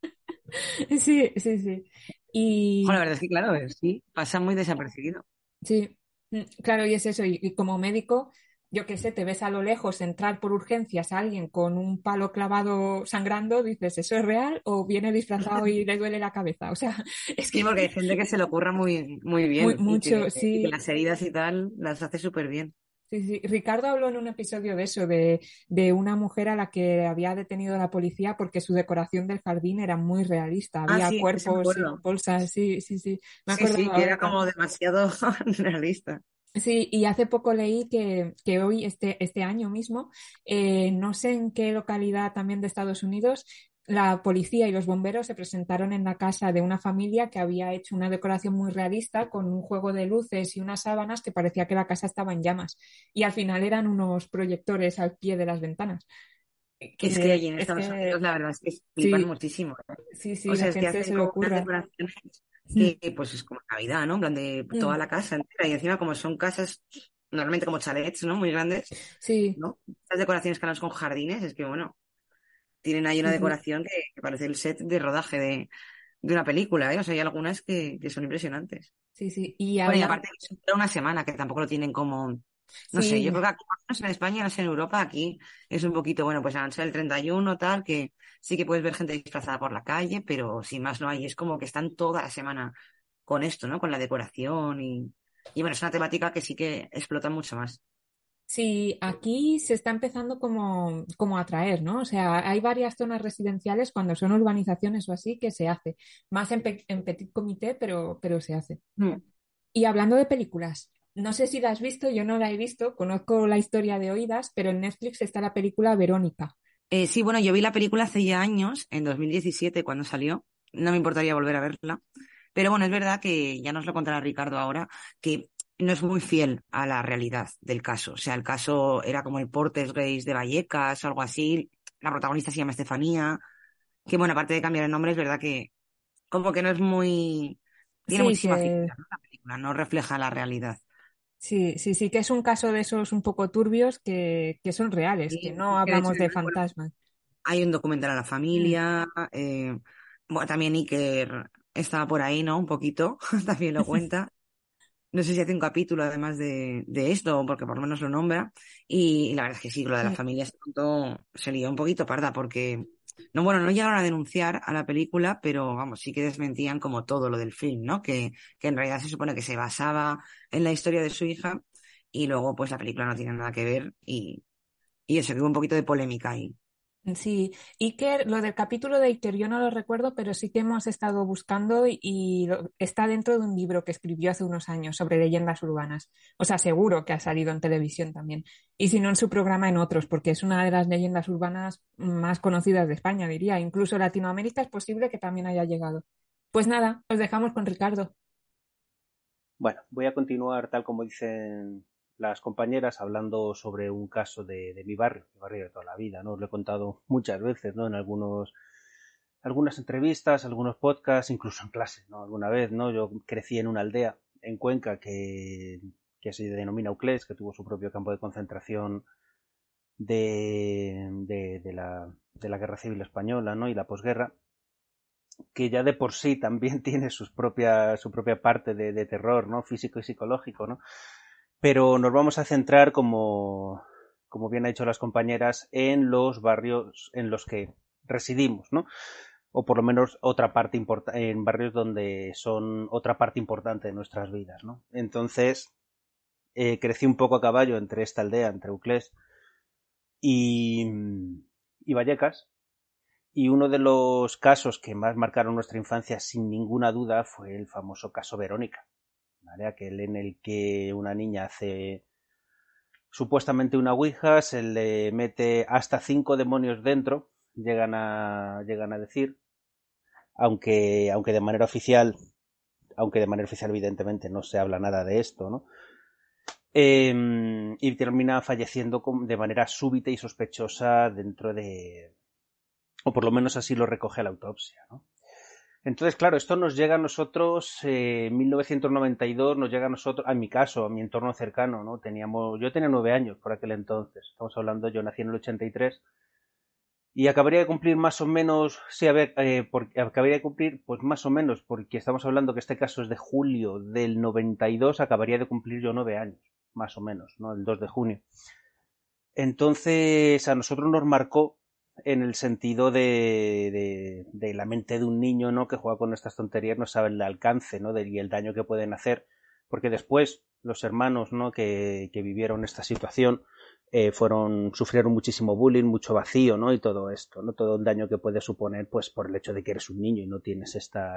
Sí, sí, sí. Jo, la Y verdad es que claro, sí, pasa muy desapercibido. sí, claro, y es eso. Y como médico, yo qué sé, te ves a lo lejos entrar por urgencias a alguien con un palo clavado sangrando, dices, ¿eso es real o viene disfrazado y le duele la cabeza? O sea, es que Sí, porque hay gente que se lo ocurra muy, muy bien mucho, y que sí. las heridas y tal las hace súper bien. Sí, sí. Ricardo habló en un episodio de eso, de una mujer a la que había detenido la policía porque su decoración del jardín era muy realista. Ah, Había sí, ese me cuerpos y acuerdo. bolsas, sí, sí, sí. Me Sí, acuerdo sí, que era ahora. como demasiado realista. Sí, y hace poco leí que hoy, este año mismo, no sé en qué localidad también de Estados Unidos, la policía y los bomberos se presentaron en la casa de una familia que había hecho una decoración muy realista con un juego de luces y unas sábanas que parecía que la casa estaba en llamas. Y al final eran unos proyectores al pie de las ventanas. Es que Que allí en es Estados Unidos que la verdad es que flipan sí, muchísimo, ¿eh? sí, O sí, la sea, es que gente hacen se le como unas ocurra. decoraciones Mm, que pues es como Navidad, ¿no? En plan de toda mm, la casa entera. Y encima como son casas normalmente como chalets, ¿no? Muy grandes, sí, ¿no? Estas decoraciones que con jardines, es que bueno, tienen ahí una sí, sí, decoración que parece el set de rodaje de una película, ¿eh? O sea, hay algunas que son impresionantes. sí, sí. Y Bueno, y hablando, aparte que dura una semana, que tampoco lo tienen como, no sé, yo sí. creo que aquí, por lo menos en España, no sé, en Europa, aquí es un poquito, bueno, pues a la noche del 31 tal, que sí que puedes ver gente disfrazada por la calle, pero sin más no hay, es como que están toda la semana con esto, ¿no? Con la decoración y bueno, es una temática que sí que explota mucho más. Sí, aquí se está empezando como a atraer, ¿no? O sea, hay varias zonas residenciales cuando son urbanizaciones o así que se hace. Más en petit comité, pero se hace. Mm. Y hablando de películas, no sé si la has visto, yo no la he visto, conozco la historia de oídas, pero en Netflix está la película Verónica. Sí, bueno, yo vi la película hace ya años, en 2017, cuando salió. No me importaría volver a verla. Pero bueno, es verdad que ya nos lo contará Ricardo ahora, que no es muy fiel a la realidad del caso. O sea, el caso era como el Portes Gays de Vallecas o algo así. La protagonista se llama Estefanía. Que bueno, aparte de cambiar el nombre, es verdad que como que no es muy... Tiene Sí, muchísima que ficción, ¿no? La película, no refleja la realidad. sí, que es un caso de esos un poco turbios que son reales, que Sí, no que de hecho, hablamos de bueno, fantasmas. hay un documental a la Mm, familia, bueno, también Iker estaba por ahí, ¿no? Un poquito, también lo cuenta. No sé si hace un capítulo además de esto, porque por lo menos lo nombra. Y la verdad es que sí, lo de la mm. familia se lió un poquito parda, porque no, bueno, no llegaron a denunciar a la película, pero vamos, sí que desmentían como todo lo del film, ¿no? Que en realidad se supone que se basaba en la historia de su hija, y luego pues la película no tiene nada que ver, y eso, que hubo un poquito de polémica ahí. Sí, Iker, lo del capítulo de Iker yo no lo recuerdo, pero sí que hemos estado buscando está dentro de un libro que escribió hace unos años sobre leyendas urbanas. O sea, seguro que ha salido en televisión también. Y si no en su programa, en otros, porque es una de las leyendas urbanas más conocidas de España, diría. Incluso Latinoamérica es posible que también haya llegado. Pues nada, os dejamos con Ricardo. Bueno, voy a continuar tal como dicen las compañeras, hablando sobre un caso de mi barrio de toda la vida, ¿no? Os lo he contado muchas veces, ¿no? En algunas entrevistas, algunos podcasts, incluso en clase, ¿no? Alguna vez, ¿no? Yo crecí en una aldea en Cuenca que se denomina Uclés, que tuvo su propio campo de concentración de la Guerra Civil Española, ¿no? Y la posguerra, que ya de por sí también tiene su propia parte de terror, ¿no? Físico y psicológico, ¿no? Pero nos vamos a centrar, como bien ha dicho las compañeras, en los barrios en los que residimos, ¿no? O por lo menos otra parte en barrios donde son otra parte importante de nuestras vidas, ¿no? Entonces, crecí un poco a caballo entre esta aldea, entre Uclés y, y Vallecas, y uno de los casos que más marcaron nuestra infancia, sin ninguna duda, fue el famoso caso Verónica, ¿vale? Aquel en el que una niña hace supuestamente una ouija, se le mete hasta 5 demonios dentro, llegan a decir, aunque de manera oficial evidentemente no se habla nada de esto, ¿no? Y termina falleciendo de manera súbita y sospechosa o por lo menos así lo recoge la autopsia, ¿no? Entonces, claro, esto nos llega a nosotros, en 1992, nos llega a nosotros, en mi caso, a mi entorno cercano, ¿no? Yo tenía 9 años por aquel entonces, estamos hablando, yo nací en el 83, y acabaría de cumplir más o menos, sí, a ver, acabaría de cumplir, pues más o menos, porque estamos hablando que este caso es de julio del 92, acabaría de cumplir yo 9 años, más o menos, ¿no? El 2 de junio. Entonces, a nosotros nos marcó en el sentido de la mente de un niño, ¿no? Que juega con estas tonterías, no sabe el alcance, ¿no? Y el daño que pueden hacer, porque después los hermanos, ¿no? Que vivieron esta situación sufrieron muchísimo bullying, mucho vacío, ¿no? Y todo esto, ¿no? Todo el daño que puede suponer, pues, por el hecho de que eres un niño y no tienes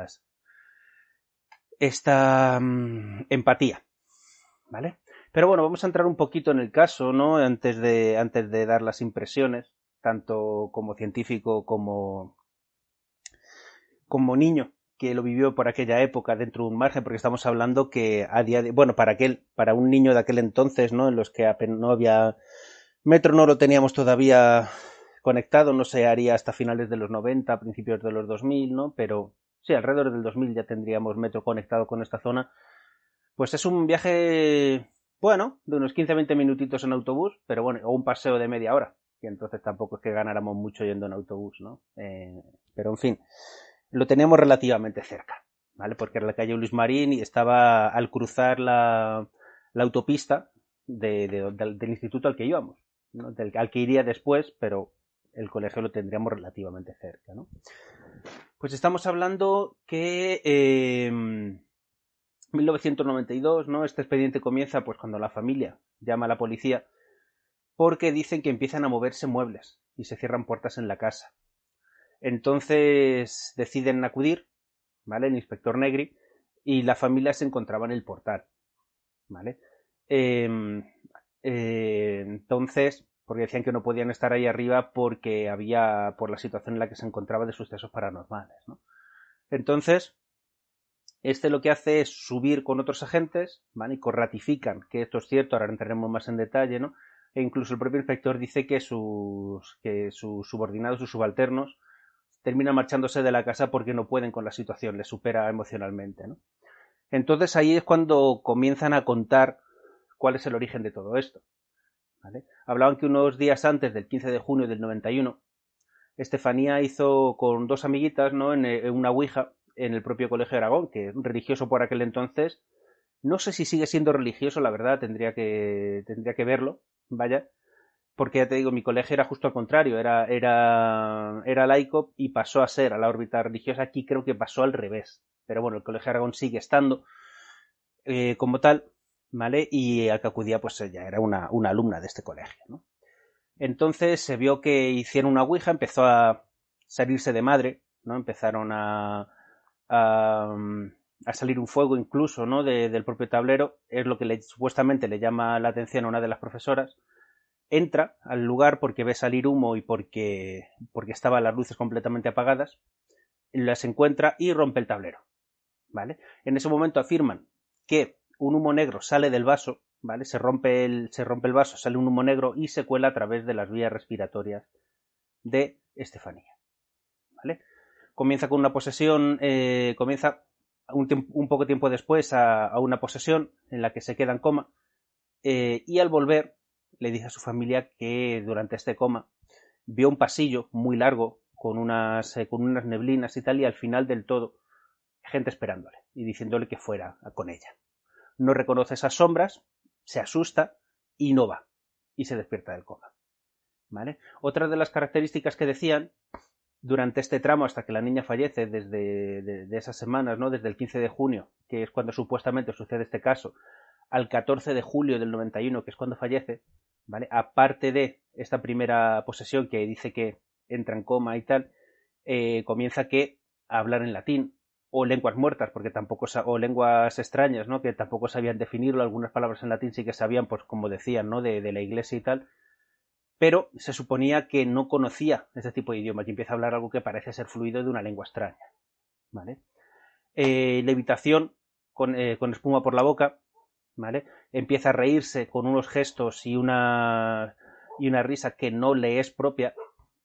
esta empatía, ¿vale? Pero bueno, vamos a entrar un poquito en el caso, ¿no? Antes de dar las impresiones, tanto como científico como niño que lo vivió por aquella época dentro de un margen, porque estamos hablando que a día de, bueno, para un niño de aquel entonces, ¿no? En los que apenas no había metro, no lo teníamos todavía conectado, no se haría hasta finales de los 90, principios de los 2000, ¿no? Pero sí, alrededor del 2000 ya tendríamos metro conectado con esta zona. Pues es un viaje, bueno, de unos 15-20 minutitos en autobús, pero bueno, o un paseo de media hora, que entonces tampoco es que ganáramos mucho yendo en autobús, ¿no? Pero en fin, lo teníamos relativamente cerca, ¿vale? Porque era la calle Luis Marín y estaba al cruzar la autopista del instituto al que íbamos, ¿no? Al que iría después, pero el colegio lo tendríamos relativamente cerca, ¿no? Pues estamos hablando que 1992, ¿no? Este expediente comienza pues cuando la familia llama a la policía porque dicen que empiezan a moverse muebles y se cierran puertas en la casa. Entonces deciden acudir, ¿vale? El inspector Negri y la familia se encontraba en el portal, ¿vale? Entonces, porque decían que no podían estar ahí arriba porque por la situación en la que se encontraba de sucesos paranormales, ¿no? Entonces, lo que hace es subir con otros agentes, ¿vale? Y ratifican que esto es cierto, ahora entraremos más en detalle, ¿no? E incluso el propio inspector dice que sus subordinados, sus subalternos, terminan marchándose de la casa porque no pueden con la situación, les supera emocionalmente, ¿no? Entonces ahí es cuando comienzan a contar cuál es el origen de todo esto, ¿vale? Hablaban que unos días antes del 15 de junio del 91, Estefanía hizo con 2 amiguitas, ¿no?, en una ouija en el propio Colegio de Aragón, que religioso por aquel entonces. No sé si sigue siendo religioso, la verdad, tendría que verlo, vaya, porque ya te digo, mi colegio era justo al contrario, era laico y pasó a ser a la órbita religiosa. Aquí creo que pasó al revés, pero bueno, el Colegio de Aragón sigue estando como tal, ¿vale? Y al que acudía pues ella era una alumna de este colegio, ¿no? Entonces se vio que hicieron una ouija, empezó a salirse de madre, ¿no? Empezaron a salir un fuego incluso, ¿no?, del propio tablero. Es lo que supuestamente le llama la atención a una de las profesoras. Entra al lugar porque ve salir humo y porque estaban las luces completamente apagadas. Las encuentra y rompe el tablero, ¿vale? En ese momento afirman que un humo negro sale del vaso, ¿vale? Se rompe el vaso, sale un humo negro y se cuela a través de las vías respiratorias de Estefanía, ¿vale? Comienza con una posesión, comienza un poco tiempo después a una posesión en la que se queda en coma, y al volver le dice a su familia que durante este coma vio un pasillo muy largo con unas neblinas y tal, y al final del todo gente esperándole y diciéndole que fuera con ella. No reconoce esas sombras, se asusta y no va, y se despierta del coma, ¿vale? Otra de las características que decían durante este tramo hasta que la niña fallece, de esas semanas, ¿no?, desde el 15 de junio, que es cuando supuestamente sucede este caso, al 14 de julio del 91, que es cuando fallece, ¿vale? Aparte de esta primera posesión que dice que entra en coma y tal, comienza a hablar en latín, o lenguas muertas, porque o lenguas extrañas, ¿no?, que tampoco sabían definirlo. Algunas palabras en latín sí que sabían, pues como decían, ¿no?, de la iglesia y tal, pero se suponía que no conocía este tipo de idioma y empieza a hablar algo que parece ser fluido de una lengua extraña, ¿vale? Levitación con espuma por la boca, ¿vale? Empieza a reírse con unos gestos y una risa que no le es propia.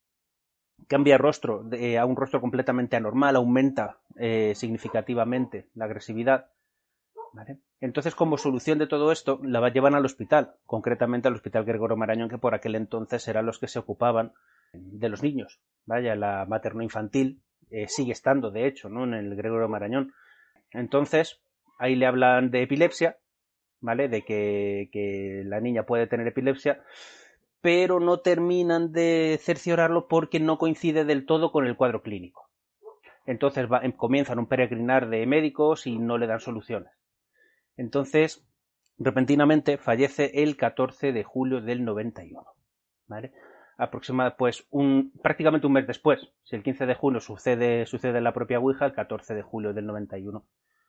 Cambia rostro a un rostro completamente anormal, aumenta significativamente la agresividad, ¿vale? Entonces, como solución de todo esto, la llevan al hospital, concretamente al Hospital Gregorio Marañón, que por aquel entonces eran los que se ocupaban de los niños. Vaya, la materno-infantil sigue estando, de hecho, ¿no?, en el Gregorio Marañón. Entonces, ahí le hablan de epilepsia, ¿vale?, de que la niña puede tener epilepsia, pero no terminan de cerciorarlo porque no coincide del todo con el cuadro clínico. Entonces comienzan un peregrinar de médicos y no le dan soluciones. Entonces, repentinamente fallece el 14 de julio del 91, ¿vale? Pues prácticamente un mes después. Si el 15 de junio sucede en la propia ouija, el 14 de julio del 91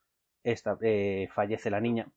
fallece la niña.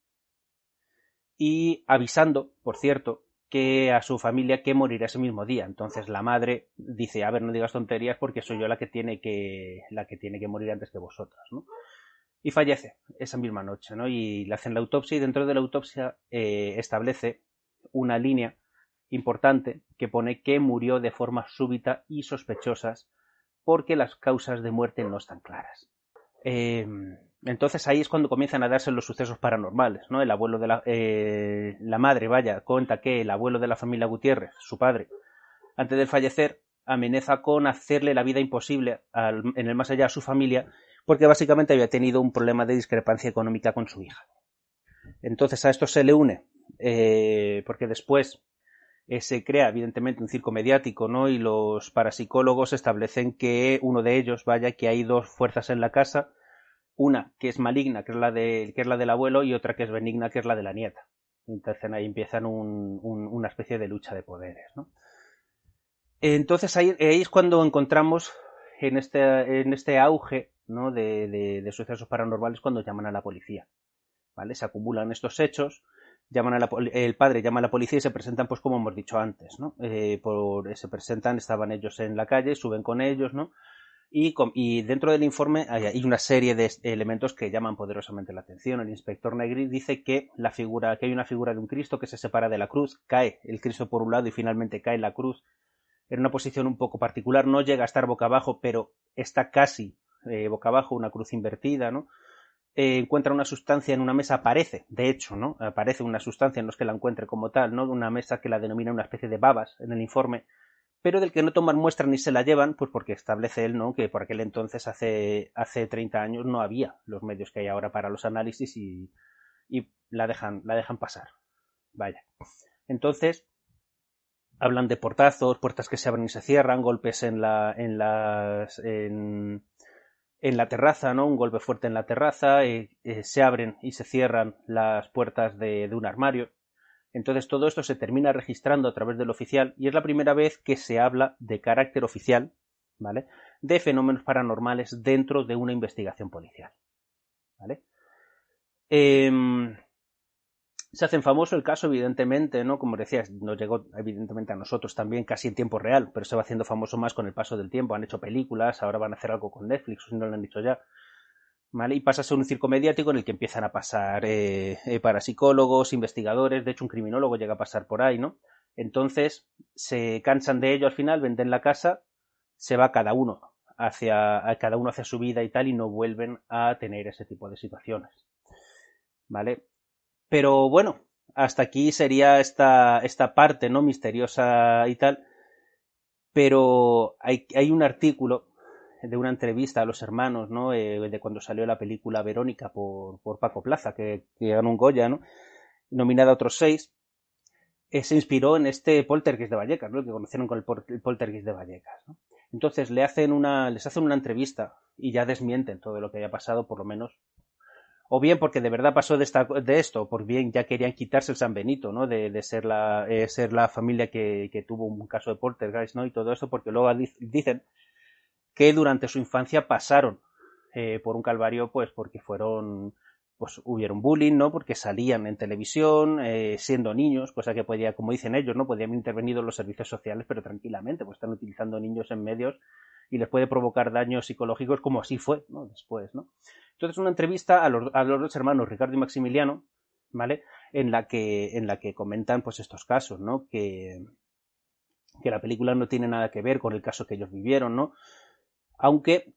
Y avisando, por cierto, que a su familia que morirá ese mismo día. Entonces la madre dice, a ver, no digas tonterías porque soy yo la que tiene que morir antes que vosotras, ¿no? Y fallece esa misma noche, ¿no? Y le hacen la autopsia y dentro de la autopsia establece una línea importante que pone que murió de forma súbita y sospechosas porque las causas de muerte no están claras. Entonces ahí es cuando comienzan a darse los sucesos paranormales, ¿no? El abuelo de la madre, cuenta que el abuelo de la familia Gutiérrez, su padre, antes de fallecer, amenaza con hacerle la vida imposible en el más allá a su familia, porque básicamente había tenido un problema de discrepancia económica con su hija. Entonces a esto se le une, porque después se crea evidentemente un circo mediático, ¿no? Y los parapsicólogos establecen que uno de ellos, que hay dos fuerzas en la casa, una que es maligna, que es la del abuelo, y otra que es benigna, que es la de la nieta. Entonces ahí empiezan una especie de lucha de poderes, ¿no? Entonces ahí es cuando encontramos en este auge, ¿no?, de sucesos paranormales, cuando llaman a la policía, ¿vale? Se acumulan estos hechos, el padre llama a la policía y se presentan, pues como hemos dicho antes, ¿no? Se presentan, estaban ellos en la calle, suben con ellos, ¿no? Y dentro del informe hay una serie de elementos que llaman poderosamente la atención. El inspector Negri dice que hay una figura de un Cristo que se separa de la cruz, cae el Cristo por un lado y finalmente cae la cruz en una posición un poco particular, no llega a estar boca abajo, pero está casi boca abajo, una cruz invertida, ¿no? Encuentra una sustancia en una mesa, aparece, de hecho, ¿no? Aparece una sustancia, no es que la encuentre como tal, ¿no? Una mesa que la denomina una especie de babas en el informe, pero del que no toman muestra ni se la llevan, pues porque establece él, ¿no? Que por aquel entonces, hace 30 años, no había los medios que hay ahora para los análisis y la dejan pasar. Vaya. Entonces, hablan de portazos, puertas que se abren y se cierran, golpes en la terraza, ¿no? Un golpe fuerte en la terraza, se abren y se cierran las puertas de un armario. Entonces todo esto se termina registrando a través del oficial y es la primera vez que se habla de carácter oficial, ¿vale? De fenómenos paranormales dentro de una investigación policial, ¿vale? Se hacen famoso el caso, evidentemente, ¿no? Como decías, nos llegó evidentemente a nosotros también casi en tiempo real, pero se va haciendo famoso más con el paso del tiempo. Han hecho películas, ahora van a hacer algo con Netflix, o si no lo han dicho ya, ¿vale? Y pasa a ser un circo mediático en el que empiezan a pasar parapsicólogos, investigadores, de hecho un criminólogo llega a pasar por ahí, ¿no? Entonces se cansan de ello al final, venden la casa, se va cada uno hacia su vida y tal, y no vuelven a tener ese tipo de situaciones, ¿vale? Pero bueno, hasta aquí sería esta parte, ¿no? Misteriosa y tal. Pero hay un artículo de una entrevista a los hermanos, ¿no? De cuando salió la película Verónica por Paco Plaza, que ganó un Goya, ¿no? Nominada a otros 6. Se inspiró en este Poltergeist de Vallecas, ¿no? Que conocieron con el Poltergeist de Vallecas, ¿no? Entonces les hacen una entrevista y ya desmienten todo lo que haya pasado, por lo menos. O bien porque de verdad pasó de esto, por bien ya querían quitarse el San Benito, ¿no? De ser la familia que tuvo un caso de poltergeist, ¿no? Y todo eso, porque luego dicen que durante su infancia pasaron por un calvario, pues porque hubieron bullying, ¿no? Porque salían en televisión, siendo niños, cosa que podía, como dicen ellos, ¿no? Podían haber intervenido los servicios sociales, pero tranquilamente, pues están utilizando niños en medios y les puede provocar daños psicológicos, como así fue, ¿no? Después, ¿no? Entonces, una entrevista a los dos hermanos, Ricardo y Maximiliano, ¿vale? En la que comentan, pues, estos casos, ¿no? Que la película no tiene nada que ver con el caso que ellos vivieron, ¿no? Aunque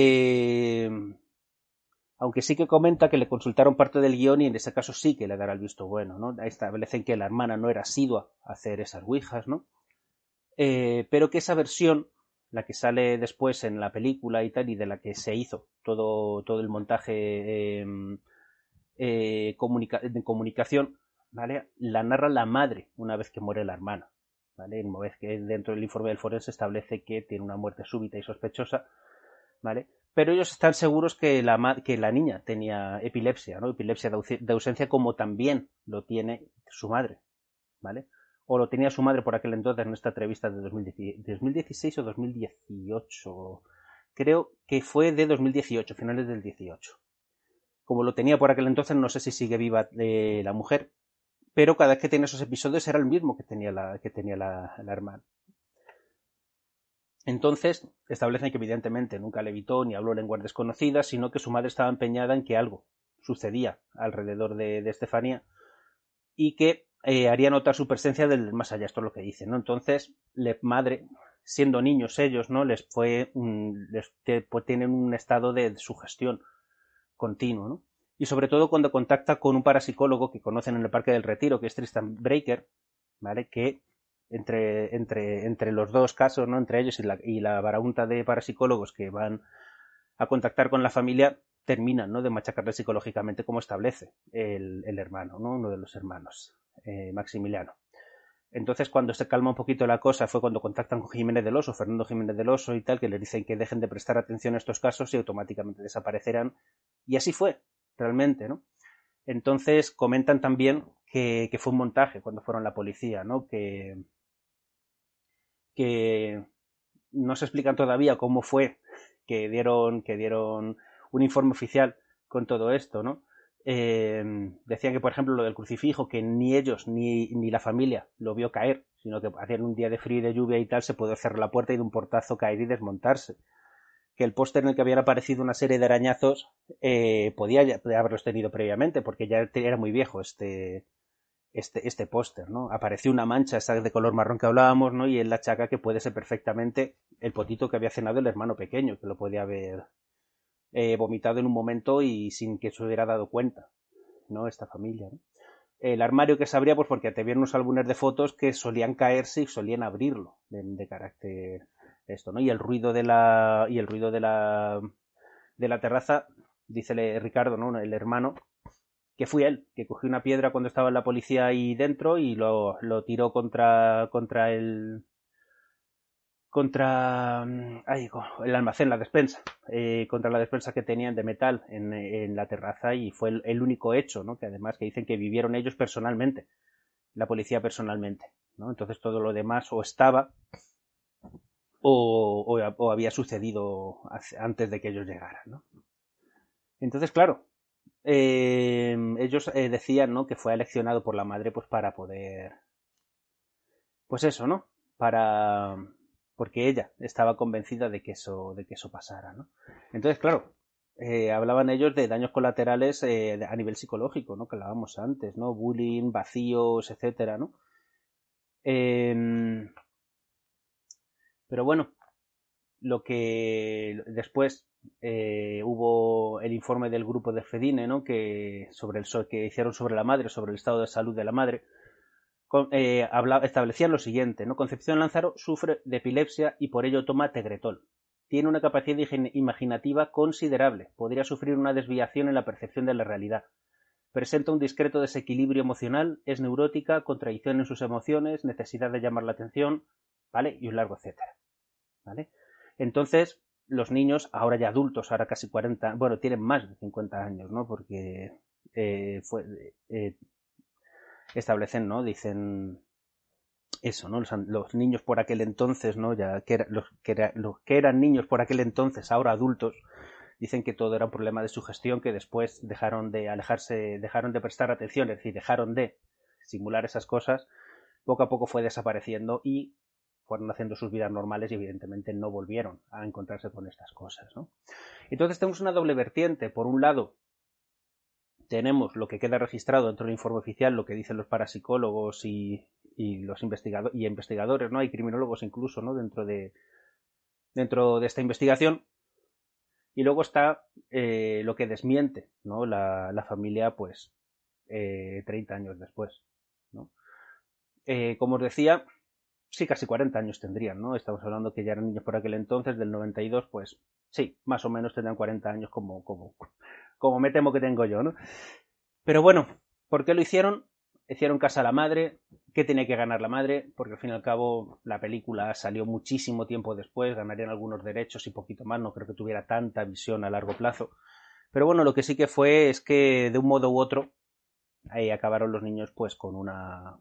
sí que comenta que le consultaron parte del guión y en ese caso sí que le dará el visto bueno, ¿no? Establecen que la hermana no era asidua a hacer esas ouijas, ¿no? Pero que esa versión, la que sale después en la película y tal, y de la que se hizo todo el montaje de comunicación, ¿vale? La narra la madre una vez que muere la hermana, ¿vale? Una vez que dentro del informe del forense establece que tiene una muerte súbita y sospechosa, ¿vale? Pero ellos están seguros que la niña tenía epilepsia, ¿no? Epilepsia de ausencia, como también lo tiene su madre, ¿vale? O lo tenía su madre por aquel entonces en esta entrevista de 2016 o 2018. Creo que fue de 2018, finales del 18. Como lo tenía por aquel entonces, no sé si sigue viva la mujer, pero cada vez que tenía esos episodios era el mismo que tenía la hermana. Entonces, establecen que evidentemente nunca le evitó ni habló lenguas desconocidas, sino que su madre estaba empeñada en que algo sucedía alrededor de Estefanía y que haría notar su presencia del más allá. Esto es lo que dicen, ¿no? Entonces, madre, siendo niños ellos, ¿no? Tienen un estado de sugestión continuo, ¿no? Y sobre todo cuando contacta con un parapsicólogo que conocen en el Parque del Retiro, que es Tristan Breaker, ¿vale? Que entre los dos casos, ¿no? Entre ellos y la baraunta de parapsicólogos que van a contactar con la familia, terminan, ¿no? De machacarle psicológicamente, como establece el hermano, ¿no? Uno de los hermanos, Maximiliano. Entonces, cuando se calma un poquito la cosa, fue cuando contactan con Jiménez del Oso, Fernando Jiménez del Oso y tal, que les dicen que dejen de prestar atención a estos casos y automáticamente desaparecerán. Y así fue, realmente, ¿no? Entonces, comentan también que fue un montaje cuando fueron la policía, ¿no? Que no se explican todavía cómo fue que dieron un informe oficial con todo esto, ¿no? Decían que, por ejemplo, lo del crucifijo, que ni ellos ni la familia lo vio caer, sino que hacían un día de frío y de lluvia y tal, se pudo cerrar la puerta y de un portazo caer y desmontarse. Que el póster en el que habían aparecido una serie de arañazos podía haberlos tenido previamente, porque ya era muy viejo este este póster, ¿no? Apareció una mancha esa de color marrón que hablábamos, ¿no? Y él la achaca que puede ser perfectamente el potito que había cenado el hermano pequeño, que lo podía haber vomitado en un momento y sin que se hubiera dado cuenta, ¿no? Esta familia, ¿no? El armario que se abría, pues porque te vieron unos álbumes de fotos que solían caerse y solían abrirlo de carácter esto, ¿no? Y el ruido de la terraza, dícele Ricardo, ¿no? El hermano, que fue él, que cogió una piedra cuando estaba la policía ahí dentro y lo tiró contra el almacén, la despensa, contra la despensa que tenían de metal en la terraza, y fue el único hecho, ¿no? Que además que dicen que vivieron ellos personalmente, la policía personalmente, ¿no? Entonces todo lo demás o estaba o había sucedido antes de que ellos llegaran, ¿no? Entonces, claro, ellos decían, ¿no? Que fue aleccionado por la madre pues para poder, pues eso, ¿no? Porque ella estaba convencida de que eso pasara, ¿no? Entonces, claro, hablaban ellos de daños colaterales a nivel psicológico, ¿no? Que hablábamos antes, ¿no? Bullying, vacíos, etcétera, ¿no? Pero bueno, lo que después hubo el informe del grupo de Fedine, ¿no? Que hicieron sobre la madre, sobre el estado de salud de la madre, establecían lo siguiente, ¿no? Concepción Lázaro sufre de epilepsia y por ello toma Tegretol. Tiene una capacidad imaginativa considerable. Podría sufrir una desviación en la percepción de la realidad. Presenta un discreto desequilibrio emocional, es neurótica, contradicción en sus emociones, necesidad de llamar la atención, ¿vale? Y un largo etcétera, ¿vale? Entonces, los niños, ahora ya adultos, ahora casi 40, bueno, tienen más de 50 años, ¿no? Porque establecen, ¿no? Dicen eso, ¿no? Los niños por aquel entonces, ¿no? Los que eran niños por aquel entonces, ahora adultos, dicen que todo era un problema de sugestión, que después dejaron de alejarse, dejaron de prestar atención, es decir, dejaron de simular esas cosas, poco a poco fue desapareciendo y fueron haciendo sus vidas normales y evidentemente no volvieron a encontrarse con estas cosas, ¿no? Entonces tenemos una doble vertiente. Por un lado, tenemos lo que queda registrado dentro del informe oficial, lo que dicen los parapsicólogos y los investigadores, ¿no? Hay criminólogos incluso, ¿no? Dentro de esta investigación. Y luego está lo que desmiente, ¿no? La familia, pues, 30 años después, ¿no? Como os decía, sí, casi 40 años tendrían, ¿no? Estamos hablando que ya eran niños por aquel entonces, del 92, pues sí, más o menos tendrán 40 años como me temo que tengo yo, ¿no? Pero bueno, ¿por qué lo hicieron? Hicieron casa a la madre. ¿Qué tenía que ganar la madre? Porque al fin y al cabo la película salió muchísimo tiempo después, ganarían algunos derechos y poquito más, no creo que tuviera tanta visión a largo plazo. Pero bueno, lo que sí que fue es que de un modo u otro ahí acabaron los niños pues con una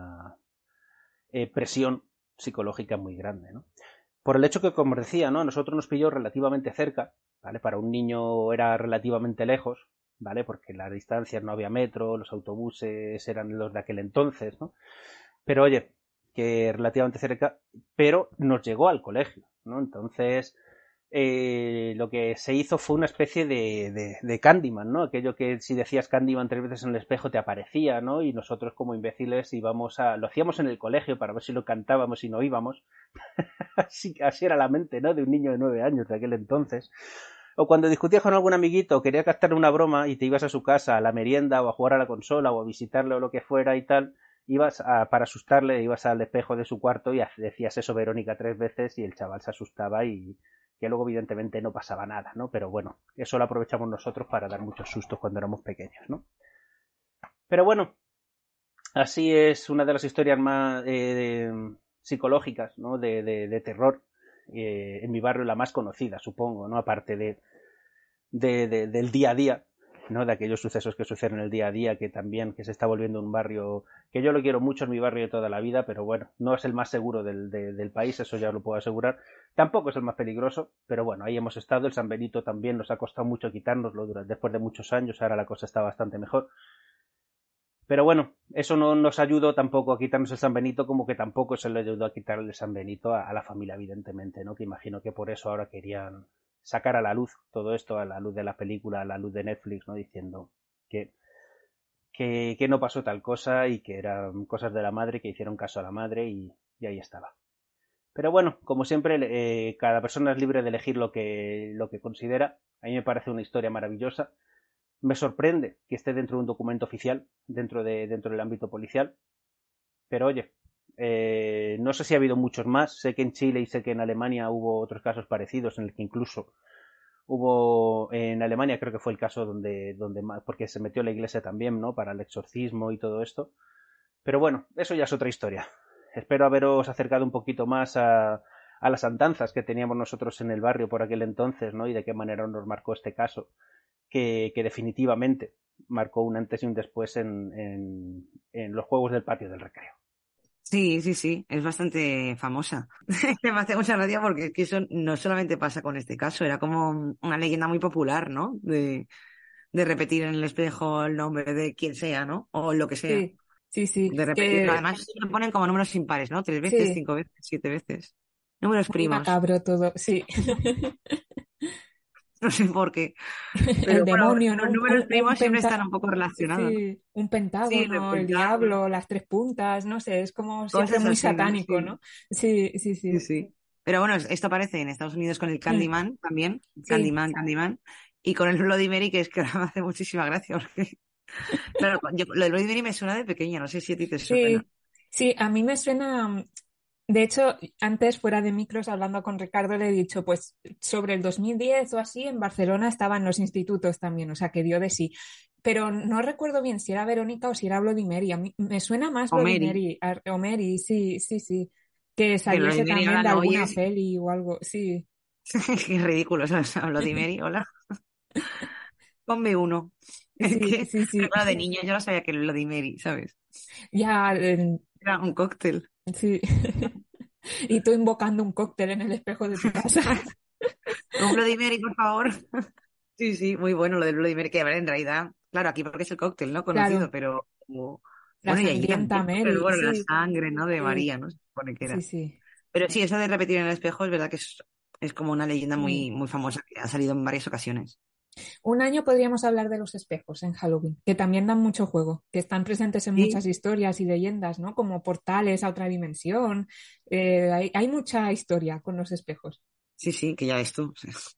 presión psicológica muy grande, ¿no? Por el hecho que, como decía, ¿no? A nosotros nos pilló relativamente cerca, ¿vale? Para un niño era relativamente lejos, ¿vale? Porque las distancias no había metro, los autobuses eran los de aquel entonces, ¿no? Pero oye, que relativamente cerca, pero nos llegó al colegio, ¿no? Entonces, lo que se hizo fue una especie de Candyman, ¿no? Aquello que si decías Candyman 3 veces en el espejo te aparecía, ¿no? Y nosotros como imbéciles lo hacíamos en el colegio para ver si lo cantábamos y no íbamos. así era la mente, ¿no? De un niño de 9 años de aquel entonces. O cuando discutías con algún amiguito o quería captar una broma y te ibas a su casa a la merienda o a jugar a la consola o a visitarle o lo que fuera y tal, para asustarle, ibas al espejo de su cuarto y decías eso Verónica 3 veces y el chaval se asustaba y que luego evidentemente no pasaba nada, ¿no? Pero bueno, eso lo aprovechamos nosotros para dar muchos sustos cuando éramos pequeños, ¿no? Pero bueno, así es una de las historias más psicológicas, ¿no? De terror en mi barrio, la más conocida, supongo, ¿no? Aparte del día a día, ¿no? De aquellos sucesos que suceden en el día a día, que se está volviendo un barrio que yo lo quiero mucho, en mi barrio de toda la vida, pero bueno, no es el más seguro del país, eso ya lo puedo asegurar. Tampoco es el más peligroso, pero bueno, ahí hemos estado. El San Benito también nos ha costado mucho quitárnoslo después de muchos años, ahora la cosa está bastante mejor. Pero bueno, eso no nos ayudó tampoco a quitarnos el San Benito, como que tampoco se le ayudó a quitarle el San Benito a la familia, evidentemente, ¿no? Que imagino que por eso ahora querían sacar a la luz todo esto, a la luz de la película, a la luz de Netflix, ¿no? Diciendo que que no pasó tal cosa y que eran cosas de la madre, que hicieron caso a la madre y ahí estaba. Pero bueno, como siempre, cada persona es libre de elegir lo que considera. A mí me parece una historia maravillosa. Me sorprende que esté dentro de un documento oficial, dentro del ámbito policial. Pero oye, no sé si ha habido muchos más. Sé que en Chile y sé que en Alemania hubo otros casos parecidos en el que incluso hubo, en Alemania creo que fue el caso donde porque se metió la iglesia también, ¿no? Para el exorcismo y todo esto. Pero bueno, eso ya es otra historia. Espero haberos acercado un poquito más a las andanzas que teníamos nosotros en el barrio por aquel entonces, ¿no? Y de qué manera nos marcó este caso, que definitivamente marcó un antes y un después en los juegos del patio del recreo. Sí, sí, sí, es bastante famosa. Me hace mucha gracia porque es que eso no solamente pasa con este caso, era como una leyenda muy popular, ¿no? De repetir en el espejo el nombre de quien sea, ¿no? O lo que sea. Sí, sí, sí. De repetirlo. Además, lo ponen como números impares, ¿no? 3 veces, Sí, 5 veces, 7 veces. Números muy primos. macabro todo, sí. No sé por qué. El Pero bueno, demonio, ¿no? los números primos siempre están un poco relacionados, ¿no? Sí, un Sí, pentágono, el repuntados, diablo, las tres puntas, no sé, es como siempre cosas muy así, ¿no? satánico, Sí, ¿no? Sí, sí, sí, sí. sí. Pero bueno, esto aparece en Estados Unidos con el Mm, Candyman también. sí, Candyman. Y con el Bloody Mary, que es que ahora me hace muchísima gracia. Porque, claro, lo del Bloody Mary me suena de pequeña, no sé si a ti te suena. sí, sí, a mí me suena. De hecho, antes fuera de micros, hablando con Ricardo, le he dicho, pues sobre el 2010 o así, en Barcelona estaban los institutos también, o sea, que dio de sí. Pero no recuerdo bien si era Verónica o si era Bloody Mary. A mí me suena más O Bloody Mary. Mary, o Mary, sí, sí, sí. Que Que el Bloody saliese Mary también ahora de lo alguna oyes. peli o algo, sí. Qué ridículo, ¿sabes? Bloody Mary, hola. Ponme uno. Es Sí, que, sí, pero sí. claro, de niña yo no sabía que era Bloody Mary, ¿sabes? Ya, Era un cóctel. sí. Y tú invocando un cóctel en el espejo de tu casa. Un Bloody Mary, por favor. Sí, sí, muy bueno lo del Bloody Mary, que a ver, en realidad, claro, aquí porque es el cóctel, ¿no? Conocido, Claro, pero la bueno, y allí sangrienta también, ¿no? Pero Mary, bueno, la sí, sangre, ¿no? De sí, María, ¿no? Se supone que sí, era. sí. Pero sí, eso de repetir en el espejo es verdad que es como una leyenda Mm. muy, muy famosa que ha salido en varias ocasiones. Un año podríamos hablar de los espejos en Halloween, que también dan mucho juego, que están presentes en Sí, muchas historias y leyendas, ¿no? Como portales a otra dimensión. Hay mucha historia con los espejos. sí, sí, que ya ves tú.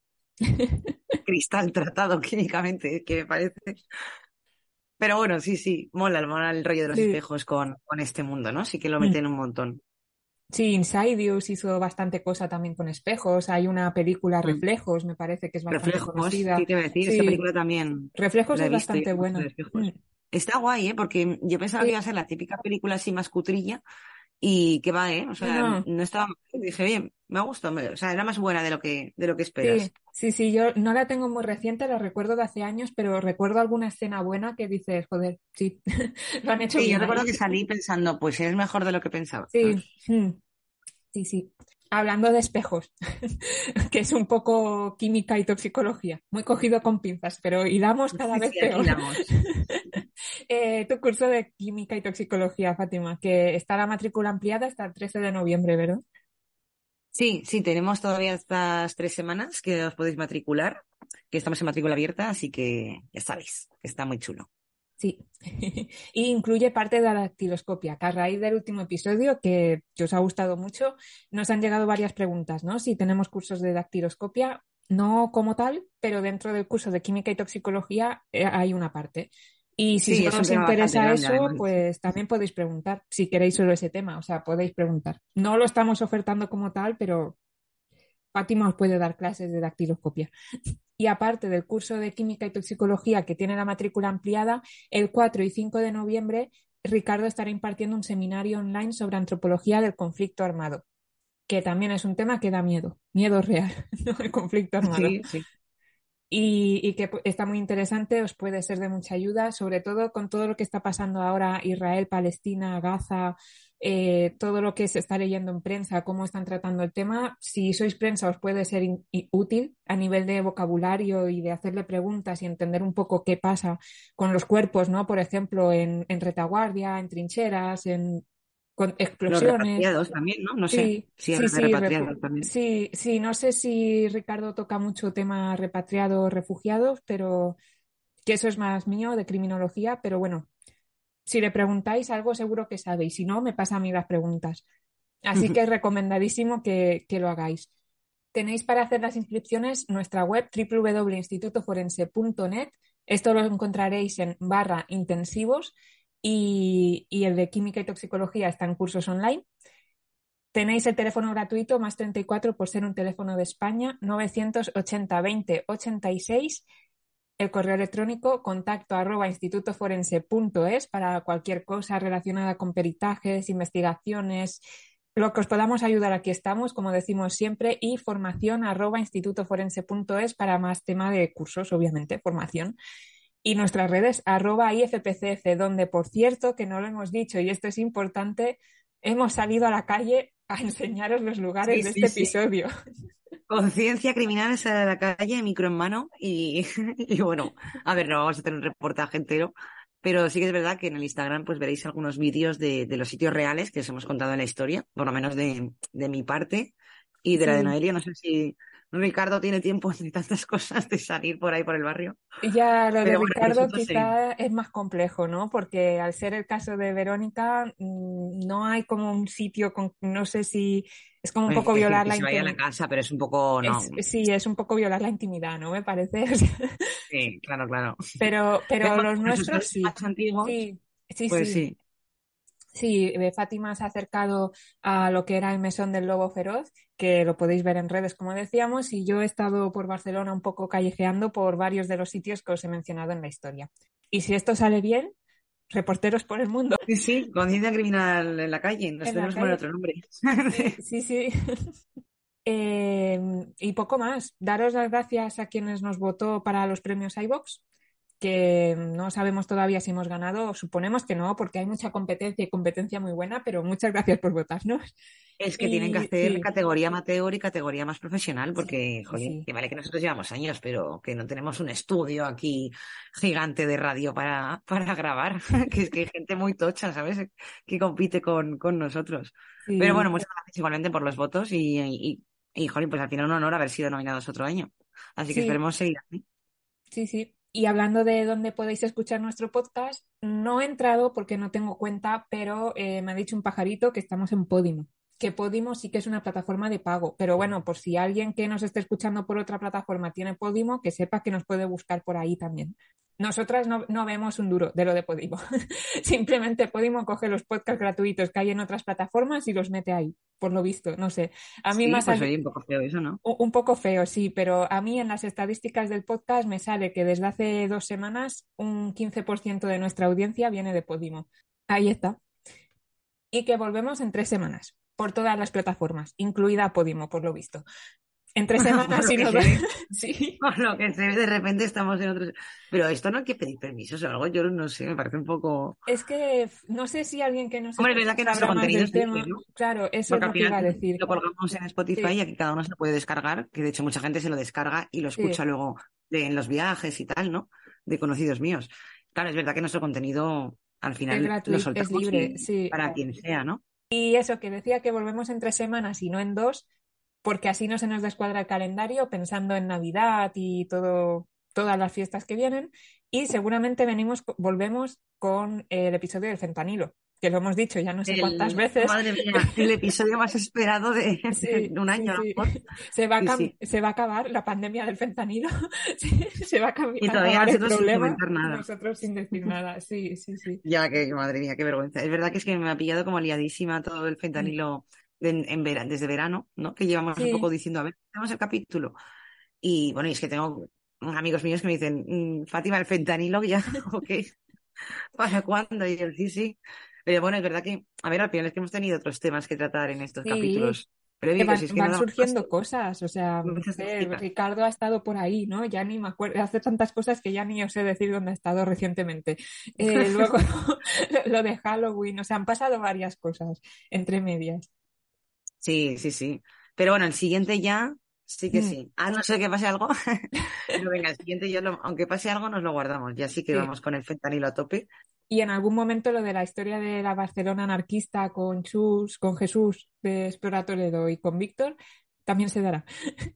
Cristal tratado químicamente, que me parece. Pero bueno, sí, sí, mola el rollo de los Sí. espejos con este mundo, ¿no? Sí que lo Mm. meten un montón. Sí, Insidious hizo bastante cosa también con espejos. Hay una película Mm. Reflejos, me parece que es bastante Reflejos, ¿qué conocida. te iba a decir? Esta Sí, película también Reflejos la he es visto y bastante es mucho de buena. Mm. espejos. Está guay, ¿eh? Porque yo pensaba que Sí, iba a ser la típica película así más cutrilla y que va, ¿eh? O no, sea, no. no estaba mal. Dije, bien, me gustó. O sea, era más buena de lo que esperas. Sí, sí, sí, yo no la tengo muy reciente, la recuerdo de hace años, pero recuerdo alguna escena buena que dices, joder, sí, lo han hecho Sí, yo bien recuerdo ahí. que salí pensando, pues es mejor de lo que pensaba, Sí, ¿sabes? mm, sí, sí. Hablando de espejos, que es un poco química y toxicología, muy cogido con pinzas, pero hilamos cada Sí, vez sí, aquí peor. la vamos. Tu curso de química y toxicología, Fátima, que está la matrícula ampliada hasta el 13 de noviembre, ¿verdad? Sí, sí, tenemos todavía estas 3 semanas que os podéis matricular, que estamos en matrícula abierta, así que ya sabéis, que está muy chulo. Sí, y incluye parte de la dactiloscopia, que a raíz del último episodio, que os ha gustado mucho, nos han llegado varias preguntas, ¿no? Si tenemos cursos de dactiloscopia, no como tal, pero dentro del curso de química y toxicología hay una parte. Y si Sí, es solo un os tema bastante interesa grande eso, además. pues también podéis preguntar, si queréis solo ese tema, o sea, podéis preguntar. No lo estamos ofertando como tal, pero Fátima os puede dar clases de dactiloscopia. Y aparte del curso de química y toxicología que tiene la matrícula ampliada, el 4 y 5 de noviembre Ricardo estará impartiendo un seminario online sobre antropología del conflicto armado, que también es un tema que da miedo, miedo real, ¿no? El conflicto armado. Sí, sí. Y que está muy interesante, os puede ser de mucha ayuda, sobre todo con todo lo que está pasando ahora Israel, Palestina, Gaza, todo lo que se está leyendo en prensa, cómo están tratando el tema. Si sois prensa os puede ser útil a nivel de vocabulario y de hacerle preguntas y entender un poco qué pasa con los cuerpos, ¿no? Por ejemplo, en retaguardia, en trincheras, con Los explosiones. repatriados también, ¿no? No sé Sí, si sí, hablan de sí, repatriados también. sí, sí, no sé si Ricardo toca mucho tema repatriados, refugiados, pero que eso es más mío de criminología, pero bueno, Si le preguntáis algo, seguro que sabe, y si no, me pasa a mí las preguntas. Así que es recomendadísimo que lo hagáis. Tenéis para hacer las inscripciones nuestra web www.institutoforense.net. Esto lo encontraréis en /intensivos y el de química y toxicología está en cursos online. Tenéis el teléfono gratuito más 34 por ser un teléfono de España, 980 20 86. El correo electrónico contacto@institutoforense.es para cualquier cosa relacionada con peritajes, investigaciones, lo que os podamos ayudar, aquí estamos, como decimos siempre, y formación@institutoforense.es para más tema de cursos, obviamente, formación. Y nuestras redes @IFPCF, donde, por cierto, que no lo hemos dicho, y esto es importante, hemos salido a la calle a enseñaros los lugares de este episodio. Conciencia criminal es a la calle, micro en mano y, y bueno, a ver, no vamos a hacer un reportaje entero, pero sí que es verdad que en el Instagram pues veréis algunos vídeos de los sitios reales que os hemos contado en la historia, por lo menos de mi parte y de la de Sí. Noelia. No sé si Ricardo tiene tiempo entre tantas cosas de salir por ahí por el barrio. Ya lo de Pero bueno, Ricardo nosotros sí. quizá es más complejo, ¿no? Porque al ser el caso de Verónica, no hay como un sitio con, no sé si es como un Hay poco que decir violar que la se vaya a la intimidad. casa, pero es un poco, no. Sí, es un poco violar la intimidad, ¿no? Me parece. Sí, claro, claro. Pero Pero los bueno, los nuestros usuarios sí. más antiguos, Sí, sí, pues sí. sí. Sí, Fátima se ha acercado a lo que era el Mesón del Lobo Feroz, que lo podéis ver en redes, como decíamos, y yo he estado por Barcelona un poco callejeando por varios de los sitios que os he mencionado en la historia. Y si esto sale bien, reporteros por el mundo. Sí, sí, conciencia criminal en la calle, nos En la tenemos que poner calle. otro nombre. Sí, sí, sí. Y poco más. Daros las gracias a quienes nos votó para los premios iVox, que no sabemos todavía si hemos ganado, o suponemos que no, porque hay mucha competencia y competencia muy buena, pero muchas gracias por votarnos. Es que tienen que Y hacer sí, categoría amateur y categoría más profesional, sí, porque, sí, jolín, sí. que vale que nosotros llevamos años, pero que no tenemos un estudio aquí gigante de radio para grabar, que es que hay gente muy tocha, ¿sabes? Que compite con nosotros. Pero bueno, Sí, muchas gracias igualmente por los votos y, jolín, pues al final un honor haber sido nominados otro año. Así que sí, esperemos seguir así. sí, sí. Y hablando de dónde podéis escuchar nuestro podcast, no he entrado porque no tengo cuenta, pero me ha dicho un pajarito que estamos en Podimo. Que Podimo sí que es una plataforma de pago, pero bueno, por si alguien que nos esté escuchando por otra plataforma tiene Podimo, que sepa que nos puede buscar por ahí también. Nosotras no vemos un duro de lo de Podimo. Simplemente Podimo coge los podcasts gratuitos que hay en otras plataformas y los mete ahí, por lo visto, no sé. A mí Sí, más pues oye, un poco feo eso, ¿no? un poco feo, sí, pero a mí en las estadísticas del podcast me sale que desde hace 2 semanas un 15% de nuestra audiencia viene de Podimo. Ahí está. Y que volvemos en 3 semanas por todas las plataformas, incluida Podimo, por lo visto. En 3 semanas, Por lo si que no. se ve. Sí. Por lo que se ve, de repente estamos en otros. Pero esto no hay que pedir permisos o algo, yo no sé, me parece un poco. Es que no sé si alguien que nos Hombre, es escucha verdad que nuestro sabrá más contenido del es libre, tema. ¿no? Claro, eso es Porque al lo que iba final a decir. lo colgamos en Spotify y Sí, aquí cada uno se lo puede descargar, que de hecho mucha gente se lo descarga y lo escucha sí, luego en los viajes y tal, ¿no? De conocidos míos. Claro, es verdad que nuestro contenido al es final lo gratuito, es soltamos libre, y sí. para quien sea, ¿no? Y eso, que decía que volvemos en 3 semanas y no en dos, porque así no se nos descuadra el calendario pensando en Navidad y todas las fiestas que vienen. Y seguramente volvemos con el episodio del fentanilo, que lo hemos dicho ya no sé cuántas veces. Madre mía, el episodio más esperado Sí, de un sí, año, a lo sí. mejor. Sí, sí. Se va a acabar la pandemia del fentanilo, sí, se va a Y todavía acabar el nosotros sin problema comentar y nada. nosotros sin decir nada. Sí, sí, sí. Ya, que madre mía, qué vergüenza. Es verdad que es que me ha pillado como liadísima todo el Mm. fentanilo desde verano, ¿no? Que llevamos un poco Sí, diciendo, a ver, tenemos el capítulo. Y bueno, y es que tengo amigos míos que me dicen, Fátima, el fentanilo ya, ok, ¿para cuándo? Y yo, sí, sí. Pero bueno, es verdad que, a ver, al final es que hemos tenido otros temas que tratar en estos sí. capítulos Que previos, y es que no van damos paso. surgiendo cosas, o sea, Muchas temáticas. Ricardo ha estado por ahí, ¿no? Ya ni me acuerdo, hace tantas cosas que ya ni os sé decir dónde ha estado recientemente. Luego lo de Halloween, o sea, han pasado varias cosas entre medias. Sí, sí, sí. Pero bueno, el siguiente ya, sí que Mm, sí. A no ser que pase algo. Pero venga, el siguiente ya, aunque pase algo, nos lo guardamos. Ya sí que sí. vamos con el fentanilo a tope. Y en algún momento lo de la historia de la Barcelona anarquista con Jesús de Explora Toledo y con Víctor, también se dará.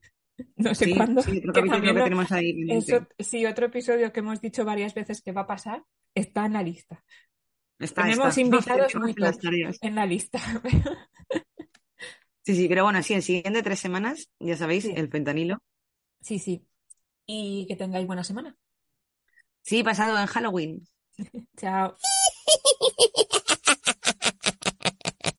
No sé Sí, cuándo, sí, otro que capítulo también que tenemos ahí eso, pendiente. sí, otro episodio que hemos dicho varias veces que va a pasar, está en la lista. Tenemos No, invitados tenemos muy las top tareas. en la lista. Sí, pero bueno, sí, el siguiente 3 semanas, ya sabéis, Sí, el fentanilo. sí, sí. Y que tengáis buena semana. Sí, pasado en Halloween. Chao.